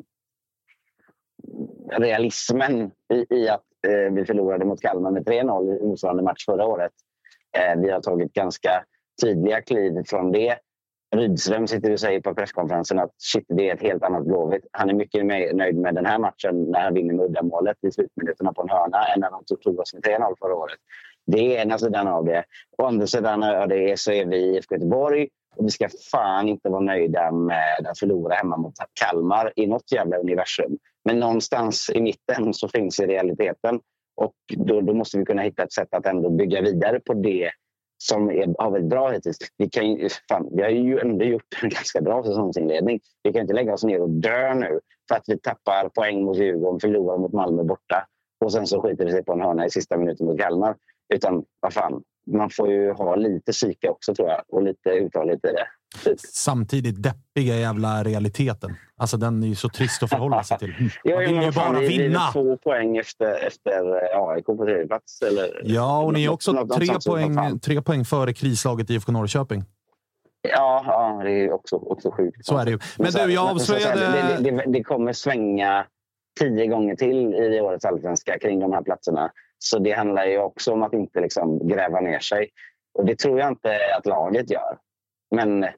realismen i, i att eh, vi förlorade mot Kalmar med tre noll i motsvarande match förra året. Eh, vi har tagit ganska tydliga kliv från det. Rydström sitter och säger på presskonferensen att shit, det är ett helt annat Blåvitt. Han är mycket mer nöjd med den här matchen när han vinner med uddamålet i slutminuterna på en hörna än när de tog oss med tre noll förra året. Det är ena sidan av det. Å andra sidan av det så är vi i F K Göteborg och vi ska fan inte vara nöjda med att förlora hemma mot Kalmar i något jävla universum. Men någonstans i mitten så finns i realiteten och då, då måste vi kunna hitta ett sätt att ändå bygga vidare på det som är, har varit bra hittills. Vi, kan, fan, vi har ju ändå gjort en ganska bra säsongsinledning. Vi kan inte lägga oss ner och dö nu för att vi tappar poäng mot Djurgården, förlorar mot Malmö borta och sen så skiter vi sig på en hörna i sista minuten mot Kalmar. Utan vad fan, man får ju ha lite psyke också tror jag och lite uthållighet i det. Samtidigt deppiga jävla realiteten. Alltså den är ju så trist att förhålla sig till. Man vill ju bara vi, vinna. Vi två poäng efter, efter A I K på tredje plats. Eller, ja, och ni är också något, tre, något poäng, tre poäng före krislaget i I F K Norrköping. Ja, ja, det är också, också sjukt. Så är det ju. Men, Men du, jag avslöjade... Det, det, det kommer svänga tio gånger till i årets allsvenska kring de här platserna. Så det handlar ju också om att inte liksom gräva ner sig. Och det tror jag inte att laget gör. Men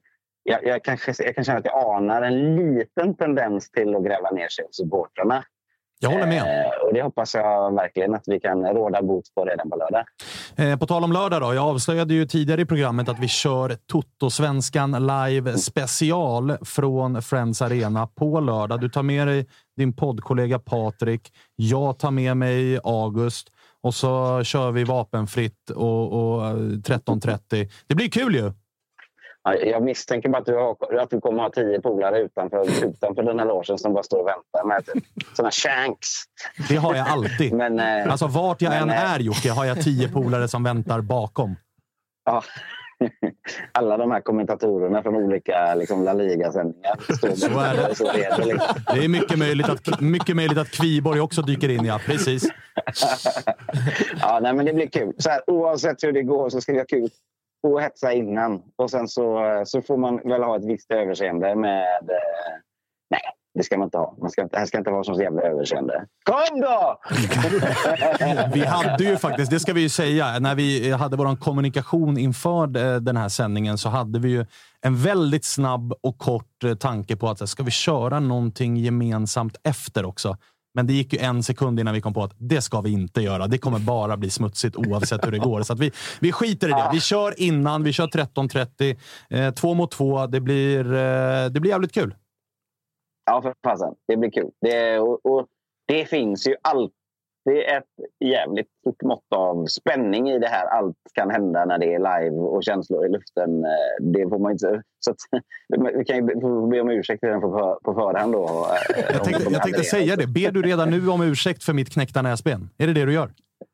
jag, jag, kanske, jag kan känna att jag anar en liten tendens till att gräva ner sig hos supportrarna. Jag håller med. Eh, och det hoppas jag verkligen att vi kan råda bot på redan på lördag. Eh, på tal om lördag då. Jag avslöjade ju tidigare i programmet att vi kör Toto-svenskan live special från Friends Arena på lördag. Du tar med dig din poddkollega Patrik. Jag tar med mig August. Och så kör vi vapenfritt och, och tretton trettio. Det blir kul ju! Jag misstänker bara att du, har, att du kommer ha tio polare utanför, utanför den här logen som bara står och väntar med typ, såna shanks. Det har jag alltid. Men, eh, alltså vart jag men, än är, Jocke, har jag tio polare som väntar bakom. Ja. Alla de här kommentatorerna från olika liksom, La Liga-sändningar. Så är det. Så är det, liksom. Det är mycket möjligt att, mycket möjligt att Kviborg också dyker in, ja. Precis. Ja, nej, men det blir kul. Så här, oavsett hur det går så ska det vara kul och hetsa innan. Och sen så, så får man väl ha ett visst överseende med... Eh, nej, det ska man inte ha. Man ska inte, här ska inte vara så jävla överseende. Kom då! Vi hade ju faktiskt, det ska vi ju säga, när vi hade vår kommunikation inför den här sändningen så hade vi ju en väldigt snabb och kort tanke på att ska vi köra någonting gemensamt efter också. Men det gick ju en sekund innan vi kom på att det ska vi inte göra. Det kommer bara bli smutsigt oavsett hur det går. Så att vi, vi skiter i det. Vi kör innan, vi kör tretton trettio. Eh, två mot två. Det blir, eh, det blir jävligt kul. Ja, för fasen. Det blir kul. Det, och, och det finns ju alltid ett jävligt stort mått av spänning i det här. Allt kan hända när det är live och känslor i luften. Det får man inte... Så att, vi kan ju be om ursäkt till den på, på förhand då. Jag tänkte, jag tänkte säga det. Ber du redan nu om ursäkt för mitt knäckta näsben? Är det det du gör?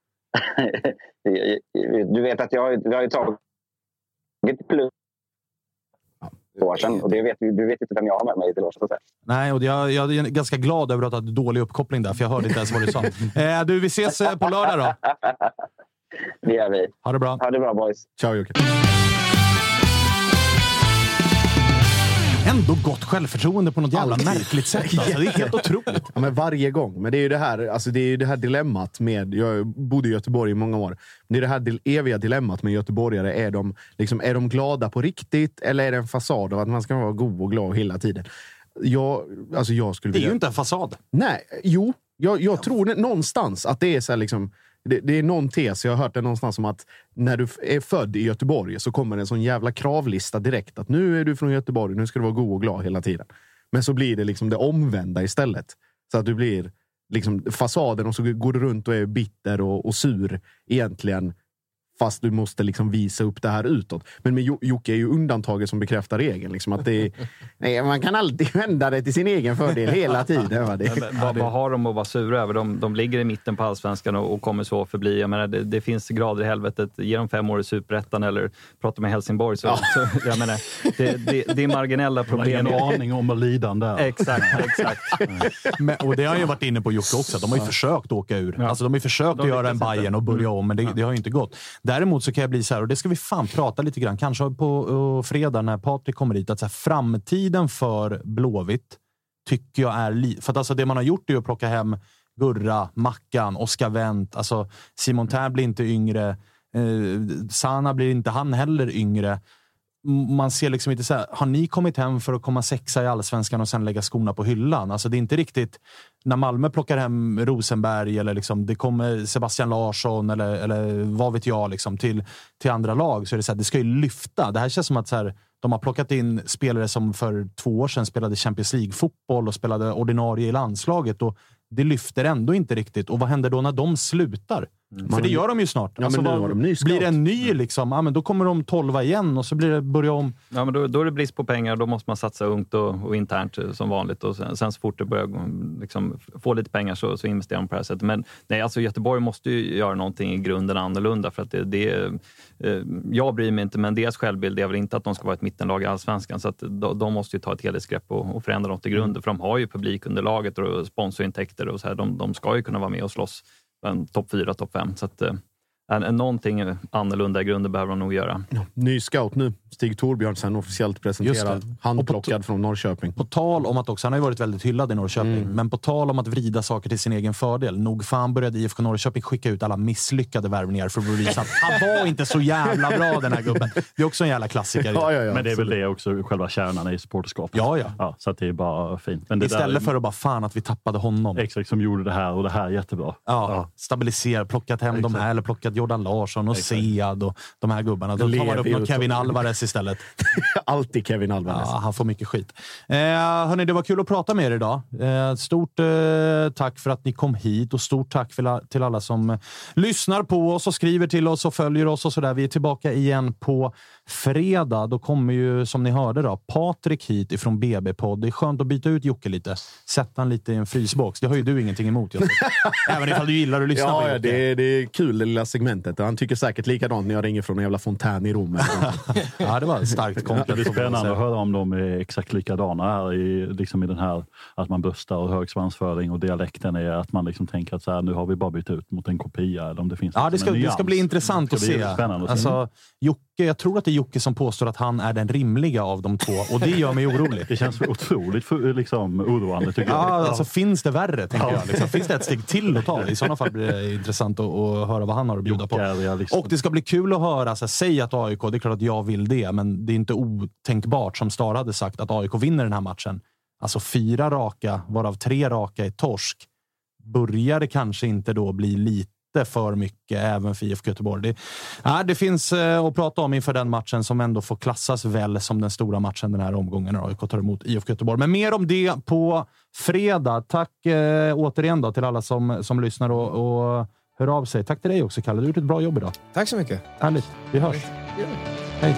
Du vet att jag, jag har ju tagit plus år sedan, och det vet, du vet inte vem jag har med mig till års. Nej, och jag, jag är ganska glad över att du hade dålig uppkoppling där, för jag hörde inte ens vad du sa. Eh, du, vi ses på lördag då. Det gör vi. Ha det bra. Ha det bra, boys. Ciao, Jocke. Ändå gott självförtroende på något jävla märkligt sätt. Alltså. Det är helt otroligt. Ja, men varje gång. Men det är ju det här, alltså det är ju det här dilemmat med... Jag bodde i Göteborg i många år. Det är det här eviga dilemmat med göteborgare. Är de, liksom, är de glada på riktigt? Eller är det en fasad av att man ska vara god och glad hela tiden? Jag, alltså jag skulle det är vilja... ju inte en fasad. Nej, jo. Jag, jag tror det, någonstans att det är så här liksom... Det, det är någon tes, jag har hört det någonstans om att när du är född i Göteborg så kommer en sån jävla kravlista direkt att nu är du från Göteborg, nu ska du vara god och glad hela tiden. Men så blir det liksom det omvända istället. Så att du blir liksom fasaden och så går du runt och är bitter och, och sur egentligen, fast du måste liksom visa upp det här utåt. Men med Jocke är ju undantaget som bekräftar regeln. Liksom att det är, nej, man kan alltid vända det till sin egen fördel hela tiden. Va? Det, men, vad, vad har de att vara sura över? De, de ligger i mitten på allsvenskan och, och kommer så förbi. Jag menar, det, det finns grader i helvetet. Ge dem fem år i Superettan eller prata med Helsingborg. Så, ja. så, jag menar, det, det, det är marginella problem. Det är en aning om att lida där. Exakt, exakt. Mm. Men, och det har ju varit inne på Jocke också. De har ju ja. försökt åka ur. Ja. Alltså, de har ju försökt de att göra en Bayern och börja om, men det, det har ju inte gått. Däremot så kan jag bli så här, och det ska vi fan prata lite grann, kanske på uh, fredag när Patrik kommer hit, att så här, framtiden för Blåvitt tycker jag är li- för att alltså det man har gjort är att plocka hem Gurra, Mackan, Oskar Wendt, alltså Simon Tern blir inte yngre, eh, Sana blir inte han heller yngre. Man ser liksom inte så här, har ni kommit hem för att komma sexa i allsvenskan och sen lägga skorna på hyllan? Alltså det är inte riktigt, när Malmö plockar hem Rosenberg eller liksom det kommer Sebastian Larsson eller, eller vad vet jag liksom till, till andra lag, så är det så här, det ska ju lyfta. Det här känns som att så här, de har plockat in spelare som för två år sedan spelade Champions League-fotboll och spelade ordinarie i landslaget, och det lyfter ändå inte riktigt. Och vad händer då när de slutar? Mm. För det gör de ju snart. Ja, alltså, men nu vad, de blir det en ny liksom, ja, men då kommer de tolva igen och så blir det börja om. Ja, men då, då är det brist på pengar. Då måste man satsa ungt och, och internt som vanligt. Och sen, sen så fort det börjar liksom, få lite pengar så, så investerar de på det här sättet. Men nej, alltså Göteborg måste ju göra någonting i grunden annorlunda. För att det, det eh, jag bryr mig inte, men deras självbild är väl inte att de ska vara ett mittenlag i allsvenskan. Så att de, de måste ju ta ett helhetsgrepp och, och förändra något i grunden. För de har ju publikunderlaget och sponsorintäkter och så här. De, de ska ju kunna vara med och slås en topp fyra, topp fem. Så att, Någonting annorlunda i grunden behöver de nog göra. Ja, ny scout nu. Stig Torbjörnsen officiellt presenterad. Handplockad på, från Norrköping. På tal om att också, han har ju varit väldigt hyllad i Norrköping. Mm. Men på tal om att vrida saker till sin egen fördel. Nog fan började I F K Norrköping skicka ut alla misslyckade värvningar för att visa att han var inte så jävla bra, den här gubben. Det är också en jävla klassiker. Ja, ja, ja, men det är väl det också, själva kärnan i supporterskapet. Ja, ja. ja. Så att det är bara fint. Men det istället där, för att bara fan att vi tappade honom. Exakt, som gjorde det här och det här jättebra. Ja, ja. Stabilisera, plockat hem exakt. De här, eller plockat Jordan Larsson och Sead och de här gubbarna. Då tar man upp någon Kevin Alvarez istället. Alltid Kevin Alvarez. Ja, han får mycket skit. Eh, hörni, det var kul att prata med er idag. Eh, stort eh, tack för att ni kom hit och stort tack för, till alla som eh, lyssnar på oss och skriver till oss och följer oss och sådär. Vi är tillbaka igen på fredag. Då kommer ju, som ni hörde då, Patrik hit ifrån B B-podd. Det är skönt att byta ut Jocke lite. Sätta han lite i en frysbox. Det har ju du ingenting emot. Även ifall du gillar att lyssna ja, på ja, det är, det är kul det lilla segmentet. Han tycker säkert likadant när jag ringer från en jävla fontän i Rom. Ja, det var starkt komplet. Det är spännande att höra om de är exakt likadana här i, liksom i den här att man bröstar och hög svansföring och dialekten är att man liksom tänker att så här, nu har vi bara bytt ut mot en kopia eller om det finns ja, det ska, det ska bli intressant det ska att bli se. Spännande alltså, Jocke, jag tror att det är Jocke som påstår att han är den rimliga av de två och det gör mig orolig. Det känns otroligt för, liksom, oroande tycker ja, jag. Alltså, finns det värre tänker ja. jag. Liksom, finns det ett steg till att ta? I sådana fall blir det intressant att, att höra vad han har att bjuda på. Och det ska bli kul att höra, så här, säg att A I K, det är klart att jag vill det, men det är inte otänkbart som Star hade sagt att A I K vinner den här matchen. Alltså fyra raka, varav tre raka är torsk. Börjar det kanske inte då bli lite för mycket även för I F K Göteborg. Det, ja, det finns eh, att prata om inför den matchen som ändå får klassas väl som den stora matchen den här omgången när A I K tar emot I F K Göteborg. Men mer om det på fredag. Tack eh, återigen då till alla som, som lyssnar och, och hör av sig. Tack till dig också, Kalle. Du har gjort ett bra jobb idag. Tack så mycket. Härligt. Vi hörs. Ja. Hej.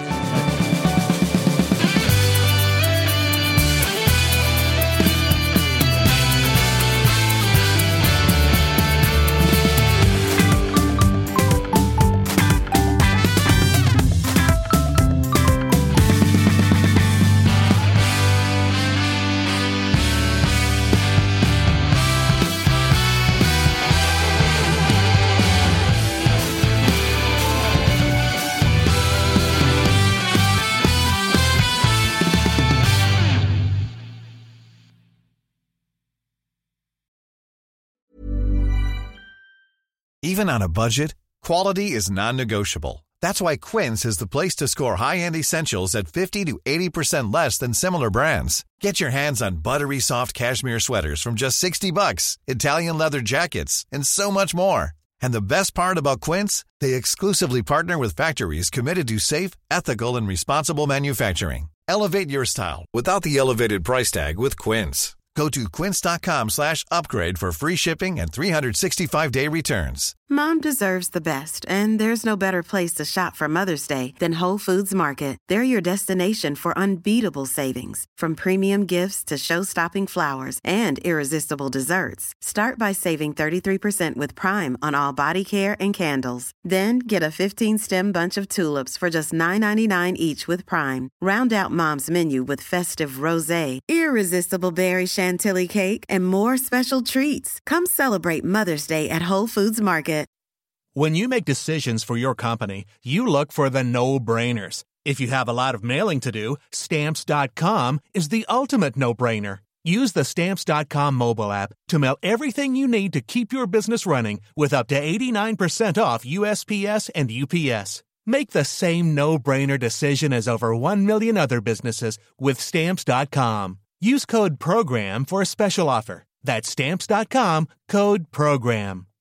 Even on a budget, quality is non-negotiable. That's why Quince is the place to score high-end essentials at fifty to eighty percent less than similar brands. Get your hands on buttery soft cashmere sweaters from just sixty bucks, Italian leather jackets, and so much more. And the best part about Quince, they exclusively partner with factories committed to safe, ethical, and responsible manufacturing. Elevate your style without the elevated price tag with Quince. Go to quince.com slash upgrade for free shipping and three sixty-five day returns. Mom deserves the best, and there's no better place to shop for Mother's Day than Whole Foods Market. They're your destination for unbeatable savings, from premium gifts to show-stopping flowers and irresistible desserts. Start by saving thirty-three percent with Prime on all body care and candles. Then get a fifteen-stem bunch of tulips for just nine ninety-nine each with Prime. Round out Mom's menu with festive rosé, irresistible berry chantilly cake, and more special treats. Come celebrate Mother's Day at Whole Foods Market. When you make decisions for your company, you look for the no-brainers. If you have a lot of mailing to do, Stamps dot com is the ultimate no-brainer. Use the Stamps dot com mobile app to mail everything you need to keep your business running with up to eighty-nine percent off U S P S and U P S. Make the same no-brainer decision as over one million other businesses with Stamps dot com. Use code PROGRAM for a special offer. That's Stamps dot com, code PROGRAM.